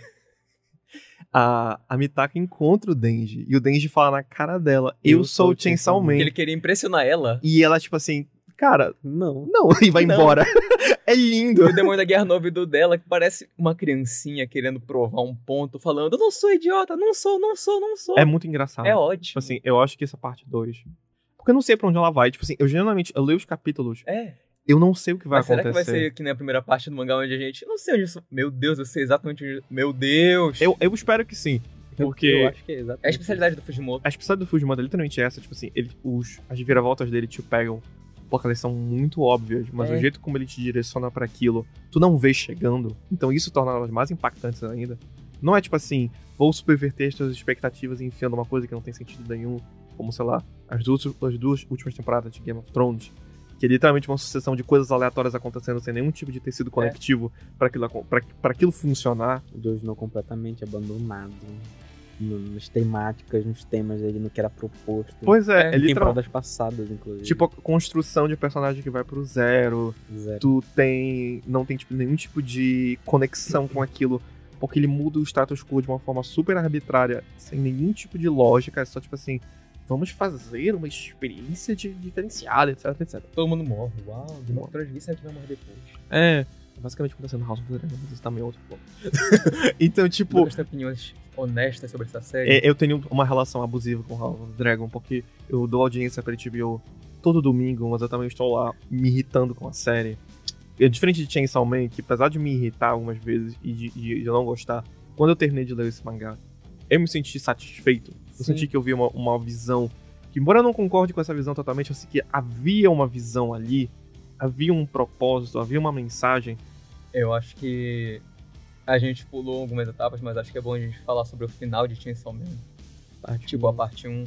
a, a Mitaka encontra o Denji, e o Denji fala na cara dela: eu, eu sou o Chainsaw Man. Porque ele queria impressionar ela. E ela, tipo assim, cara, não, não, e vai Não. embora. É E lindo. o Demônio da Guerra no ouvido dela, que parece uma criancinha querendo provar um ponto, falando: eu não sou idiota, não sou, não sou, não sou. É muito engraçado. É ótimo. Tipo assim, eu acho que essa parte dois... Porque eu não sei pra onde ela vai. Tipo assim, eu geralmente, eu leio os capítulos, É. eu não sei o que vai Mas será acontecer. que vai ser que nem a primeira parte do mangá onde a gente... Eu não sei onde isso... Meu Deus, eu sei exatamente onde... Meu Deus! Eu, eu espero que sim. Porque Eu acho que é exatamente. É a especialidade do Fujimoto. a especialidade do Fujimoto é literalmente essa. Tipo assim, ele, os, as viravoltas dele te pegam porque elas são muito óbvias, mas É. o jeito como ele te direciona pra aquilo, tu não vê chegando. Então isso torna elas mais impactantes ainda. Não é tipo assim, vou subverter as tuas expectativas e enfiando uma coisa que não tem sentido nenhum, como, sei lá, as duas, as duas últimas temporadas de Game of Thrones, que é literalmente uma sucessão de coisas aleatórias acontecendo sem nenhum tipo de tecido conectivo pra, aquilo, pra, pra aquilo funcionar. O Deus não completamente abandonado no- nas temáticas, nos temas ali, no que era proposto. Pois é, É, é literal. Temporadas passadas, inclusive. Tipo, a construção de personagem que vai pro zero, Zero. tu tem. Não tem tipo, nenhum tipo de conexão com aquilo, porque ele muda o status quo de uma forma super arbitrária, sem nenhum tipo de lógica, é só tipo assim, vamos fazer uma experiência de diferenciada, etc, etcétera. Todo mundo morre. Uau, Game of Thrones, isso aqui vai morrer depois. É, basicamente acontecendo House of the Dragon, mas isso também é outro ponto. Então, tipo, Lucas tem opiniões honestas sobre essa série? é, eu tenho uma relação abusiva com House of the Dragon, porque eu dou audiência pra H B O todo domingo, mas eu também estou lá me irritando com a série. É diferente de Chainsaw Man, que apesar de me irritar algumas vezes e de, de eu não gostar, quando eu terminei de ler esse mangá, eu me senti satisfeito. Eu Sim. senti que eu vi uma, uma visão que, embora eu não concorde com essa visão totalmente, eu senti que havia uma visão ali, havia um propósito, havia uma mensagem. Eu acho que a gente pulou algumas etapas, mas acho que é bom a gente falar sobre o final de Chainsaw Man. Parte Tipo, a parte um.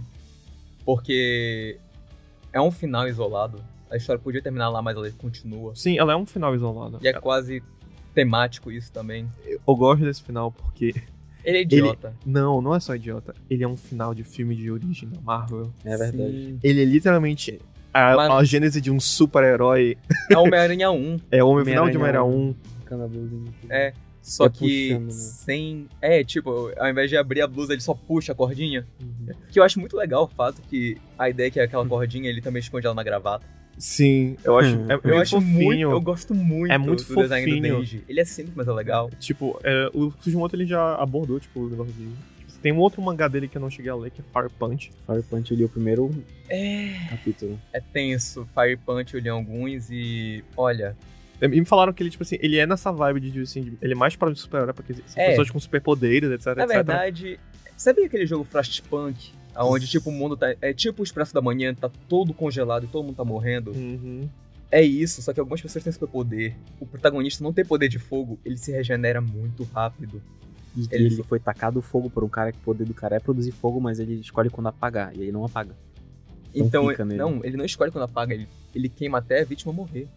Porque é um final isolado. A história podia terminar lá, mas ela continua. Sim, ela é um final isolado. E é quase temático isso também. Eu gosto desse final porque... Ele é idiota. Ele... Não, não é só idiota. Ele é um final de filme de origem da Marvel. É verdade. Sim. Ele é literalmente a, Mas- a gênese de um super-herói. É Homem-Aranha um. É o final de Homem-Aranha Homem-Aranha um. Ficando a blusinha. É. Só É que puxando, né? sem... É, tipo, ao invés de abrir a blusa, ele só puxa a cordinha. Uhum. Que eu acho muito legal o fato que a ideia é que aquela cordinha, ele também esconde ela na gravata. Sim, eu acho. Hum. É, Eu meio acho fofinho. muito... Eu gosto muito, É muito do design do fofinho. Denji. Ele é simples, mas é legal. Tipo, é, o Fujimoto ele já abordou, tipo, o negócio de. Tipo, tem um outro mangá dele que eu não cheguei a ler, que é Fire Punch. Fire Punch eu li o primeiro É... capítulo. É tenso. Fire Punch eu li alguns e... Olha... E me falaram que ele, tipo assim, ele é nessa vibe de, assim, de- ele é mais para de super-herói, porque são É. pessoas com superpoderes, etc, Na etc. verdade... Sabia aquele jogo Frostpunk? Onde, tipo, o mundo tá... É tipo o Expresso da Manhã, tá todo congelado e todo mundo tá morrendo. Uhum. É isso, só que algumas pessoas têm superpoder. O protagonista não tem poder de fogo, ele se regenera muito rápido. E que Ele- ele foi tacado fogo por um cara que o poder do cara é produzir fogo, mas ele escolhe quando apagar, e ele não apaga. Então Então, fica nele. não, ele não escolhe quando apaga, ele, ele queima até a vítima morrer.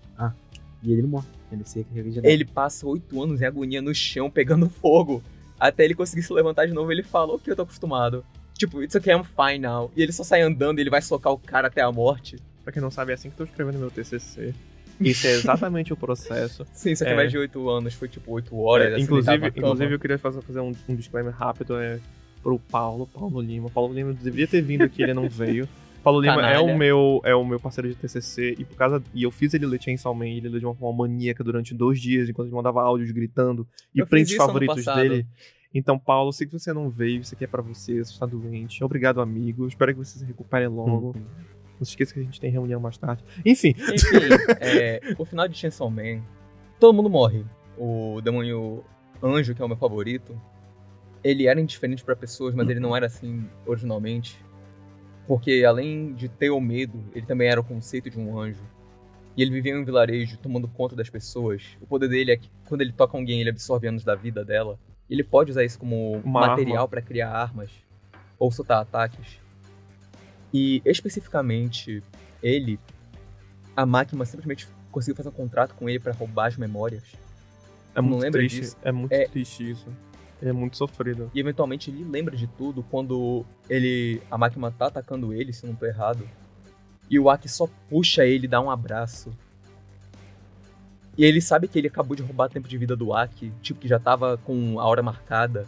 E ele não morre, ele se regenera. Ele passa oito anos em agonia no chão, pegando fogo, até ele conseguir se levantar de novo. Ele fala, ok, eu tô acostumado. Tipo, it's okay, I'm fine now. E ele só sai andando e ele vai socar o cara até a morte. Pra quem não sabe, é assim que eu tô escrevendo meu T C C. Isso é exatamente o processo. Sim, só que É. mais de oito anos, foi tipo oito horas. É, assim, inclusive, deitado na cama. inclusive, eu queria fazer, fazer um, um disclaimer rápido é, pro Paulo, Paulo Lima. Paulo Lima deveria ter vindo aqui, ele não veio. Paulo Lima é Canalha. o, meu, é o meu parceiro de T C C, e por causa e eu fiz ele ler Chainsaw Man, ele leu de uma forma maníaca durante dois dias, enquanto ele mandava áudios gritando, e Eu fiz prints isso ano favoritos passado. dele. Então, Paulo, sei que você não veio, isso aqui é pra você, você está doente. Obrigado, amigo. Espero que você se recupere logo. Não se esqueça que a gente tem reunião mais tarde. Enfim, Enfim, é, o final de Chainsaw Man, todo mundo morre. O demônio anjo, que é o meu favorito, ele era indiferente pra pessoas, mas ele não era assim originalmente. Porque além de ter o medo, ele também era o conceito de um anjo. E ele vivia em um vilarejo, tomando conta das pessoas. O poder dele é que quando ele toca alguém, ele absorve anos da vida dela. Ele pode usar isso como Uma material arma. pra criar armas ou soltar ataques. E especificamente, ele, a máquina simplesmente conseguiu fazer um contrato com ele pra roubar as memórias. é Não muito lembra triste. disso? É muito É. triste isso. Ele é muito sofrido. E eventualmente ele lembra de tudo quando ele a máquina tá atacando ele, se eu não tô errado. E o Aki só puxa ele e dá um abraço. E ele sabe que ele acabou de roubar tempo de vida do Aki, tipo, que já tava com a hora marcada.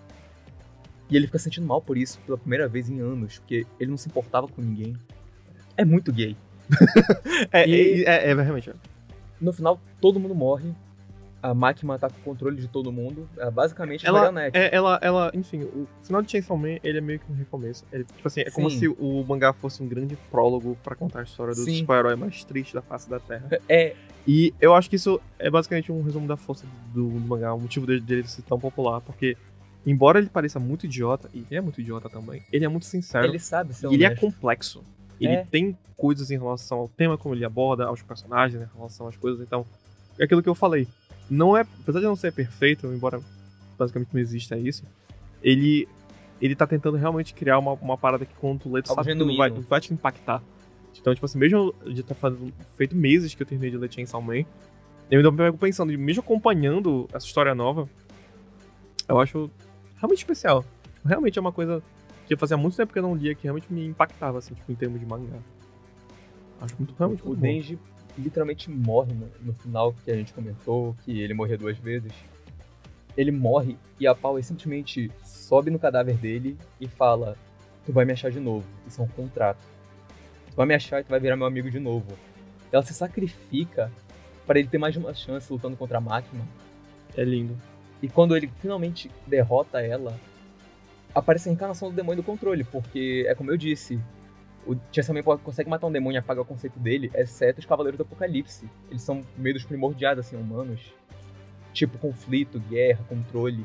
E ele fica sentindo mal por isso pela primeira vez em anos, porque ele não se importava com ninguém. É muito gay. É, E- é, é, é, realmente. No final, todo mundo morre. A máquina tá com o controle de todo mundo. É basicamente Ela, marionete. é, ela, ela, enfim, o final de Chainsaw Man, ele é meio que um recomeço. Ele, tipo assim, é como Sim. se o mangá fosse um grande prólogo pra contar a história do Sim. super-herói mais triste da face da Terra. É, E eu acho que isso é basicamente um resumo da força do, do mangá, o motivo dele, dele ser tão popular, porque embora ele pareça muito idiota, e ele é muito idiota também, ele é muito sincero, ele sabe ser e ele é honesto. complexo. Ele É. tem coisas em relação ao tema, como ele aborda, aos personagens, em relação às coisas, então, é aquilo que eu falei. Não é, apesar de não ser perfeito, embora basicamente não exista isso, ele ele tá tentando realmente criar uma, uma parada que quando tu lê, tu Algo sabe que não genuíno. vai, não vai te impactar. Então, tipo assim, mesmo de ter fazendo, feito meses que eu terminei de ler Chainsaw Man, eu ainda me pego pensando, e mesmo acompanhando essa história nova, eu acho realmente especial. Tipo, realmente é uma coisa que fazia muito tempo que eu não lia, que realmente me impactava, assim, tipo, em termos de mangá. Acho muito, realmente O muito bom. Denji literalmente morre no, no final que a gente comentou, que ele morreu duas vezes. Ele morre e a Power simplesmente sobe no cadáver dele e fala: tu vai me achar de novo, isso é um contrato. Tu vai me achar e tu vai virar meu amigo de novo. Ela se sacrifica para ele ter mais de uma chance lutando contra a máquina. É lindo. E quando ele finalmente derrota ela, aparece a reencarnação do demônio do controle, porque é como eu disse, o Chainsaw Man pode- consegue matar um demônio e apaga o conceito dele, exceto os Cavaleiros do Apocalipse. Eles são meio dos primordiais, assim, humanos. Tipo, conflito, guerra, controle.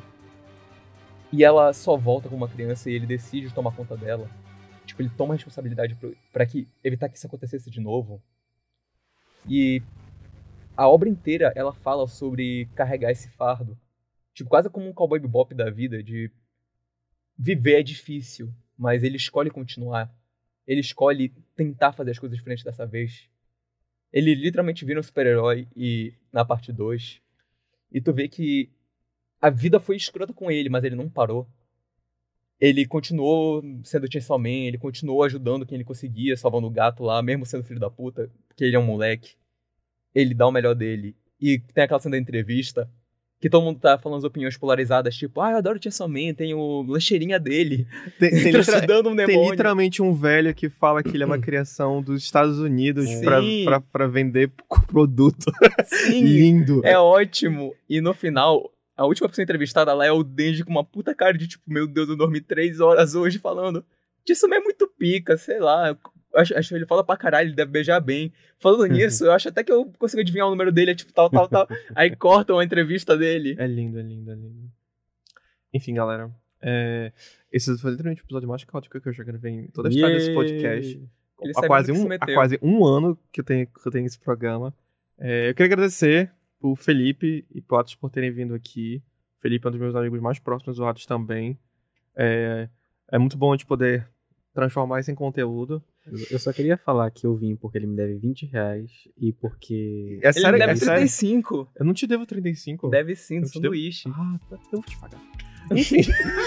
E ela só volta com uma criança e ele decide tomar conta dela. Tipo, ele toma a responsabilidade pro- pra que, evitar que isso acontecesse de novo. E a obra inteira, ela fala sobre carregar esse fardo. Tipo, quase como um Cowboy Bebop da vida, de viver é difícil, mas ele escolhe continuar. Ele escolhe tentar fazer as coisas diferentes dessa vez. Ele literalmente vira um super-herói e na parte dois. E tu vê que a vida foi escrota com ele, mas ele não parou. Ele continuou sendo Chainsaw Man, ele continuou ajudando quem ele conseguia, salvando o gato lá, mesmo sendo filho da puta, porque ele é um moleque. Ele dá o melhor dele. E tem aquela cena da entrevista, que todo mundo tá falando as opiniões polarizadas, tipo, ah, eu adoro Chainsaw Man, tem o lancheirinha dele, Tem, tem, ajudando um tem demônio. literalmente um velho que fala que ele é uma criação dos Estados Unidos Sim. pra, pra, pra vender produto. Sim, Lindo. é ótimo. E no final, a última pessoa entrevistada lá é o Denji com uma puta cara de tipo, meu Deus, eu dormi três horas hoje falando, Chainsaw Man é muito pica, sei lá, acho, acho que ele fala pra caralho, ele deve beijar bem. Falando nisso, eu acho até que eu consigo adivinhar o número dele, é tipo tal, tal, tal. Aí cortam a entrevista dele. É lindo, é lindo, é lindo. Enfim, galera. É, esse foi literalmente o episódio mais caótico que eu já gravei em toda a história desse podcast. Ele Há sabe quase, no que se um, há meteu. quase um ano que eu tenho, que eu tenho esse programa. É, eu queria agradecer pro Felipe e pro Atos por terem vindo aqui. O Felipe é um dos meus amigos mais próximos, o Atos também. É, é muito bom a gente poder transformar isso em conteúdo. Eu só queria falar que eu vim porque ele me deve vinte reais e porque... É Ele sério, deve é sério. trinta e cinco. Eu não te devo trinta e cinco. Deve sim, Eu do te devo- sanduíche. Ah, tá. Eu vou te pagar. Enfim.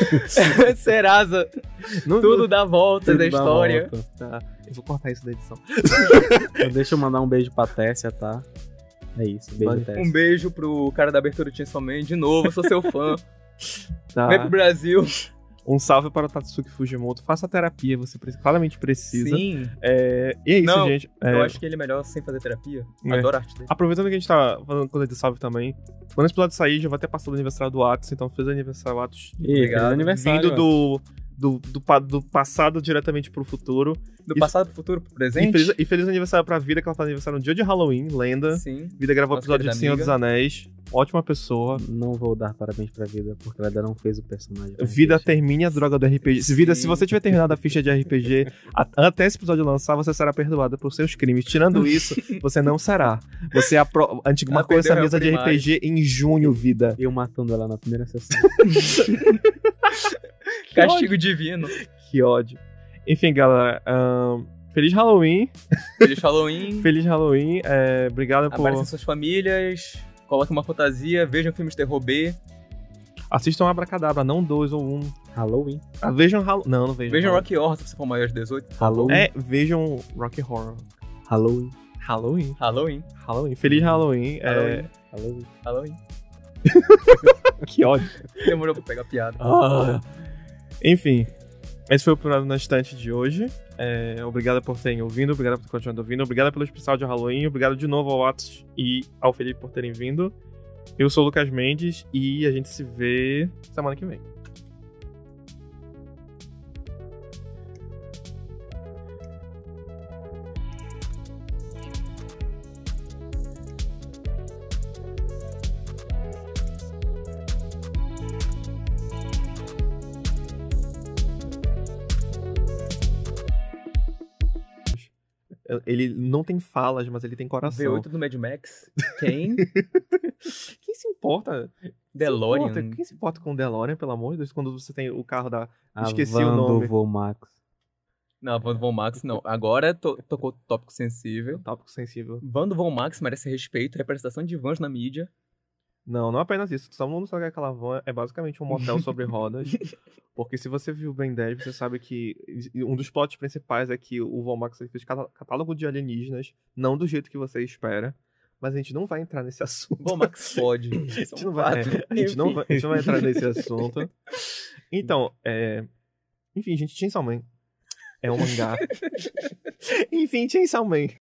Serasa, Não- tudo dá volta Tudo da dá história. volta. Tá, eu vou cortar isso da edição. Então deixa eu mandar um beijo pra Tessia, tá? É isso, beijo, Vale. Tessia. Um beijo pro cara da abertura do Chainsaw Man. De novo, eu sou seu fã. Tá. Vem pro Brasil. Um salve para o Tatsuki Fujimoto. Faça terapia, você pre- claramente precisa. Sim. É, e é isso, Não, gente. É, Eu acho que ele é melhor sem fazer terapia. É. Adoro a arte dele. Aproveitando que a gente tá falando coisa de salve também. Quando esse episódio sair, já vai ter passado o aniversário do Atos. Então, feliz aniversário, Atos. E, feliz Obrigado. aniversário. Vindo do, do, do, pa- do passado diretamente pro futuro. Do Isso- passado pro futuro, pro E presente. feliz, e feliz aniversário pra Vida, que ela faz aniversário no dia de Halloween, lenda. Sim. Vida gravou o Nossa episódio de querida Senhor amiga. dos Anéis. Ótima pessoa. Não vou dar parabéns pra Vida, porque ela ainda não fez o personagem. Vida, termine a droga do R P G. Se, Vida, Sim. se você tiver terminado a ficha de R P G a- até esse episódio lançar, você será perdoada por seus crimes. Tirando isso, você não será. Você apro... antiga Ela marcou essa perdeu mesa de réu R P G em junho, Vida. Eu matando ela na primeira sessão. Castigo divino. Que ódio. Enfim, galera. ahn, feliz Halloween. Feliz Halloween. Feliz Halloween. É, obrigado por... Abracem suas famílias. Coloquem uma fantasia. Vejam filmes terror B. Assistam Abracadabra, não dois ou um. Halloween. Ah, vejam Halloween. Não, não vejam. Vejam Halloween. Rocky Horror se você for maior de dezoito. Halloween. É, vejam Rocky Horror. Halloween. Halloween. Halloween. Halloween. Feliz Halloween. É... Halloween. Halloween. Halloween. Que ódio. Demorou pra pegar a piada. Ah. Enfim, esse foi o programa na estante de hoje. É, obrigado por terem ouvido, obrigado por terem continuado ouvindo, obrigado pelo especial de Halloween, obrigado de novo ao Atos e ao Felipe por terem vindo. Eu sou o Lucas Mendes e a gente se vê semana que vem. Ele não tem falas, mas ele tem V coração. oito do Mad Max. Quem? Quem se importa? DeLorean. Se importa? Quem se importa com o DeLorean, pelo amor de Deus, quando você tem o carro da... A Esqueci van o nome. do Vomax. Não, Van Von Max não. Agora to tocou tópico sensível. Tópico sensível. Van do Von Max merece respeito. Representação de vans na mídia. Não, não apenas isso. Todo mundo sabe que aquela van é basicamente um motel sobre rodas. Porque se você viu o Ben dez, você sabe que um dos plots principais é que o Von Max fez catá- catálogo de alienígenas, não do jeito que você espera. Mas a gente não vai entrar nesse assunto. Von Max fode. A gente não vai, é, a gente não vai, a gente não vai entrar nesse assunto. Então, é... Enfim, gente, Chainsaw Man é um mangá. Enfim, Chainsaw Man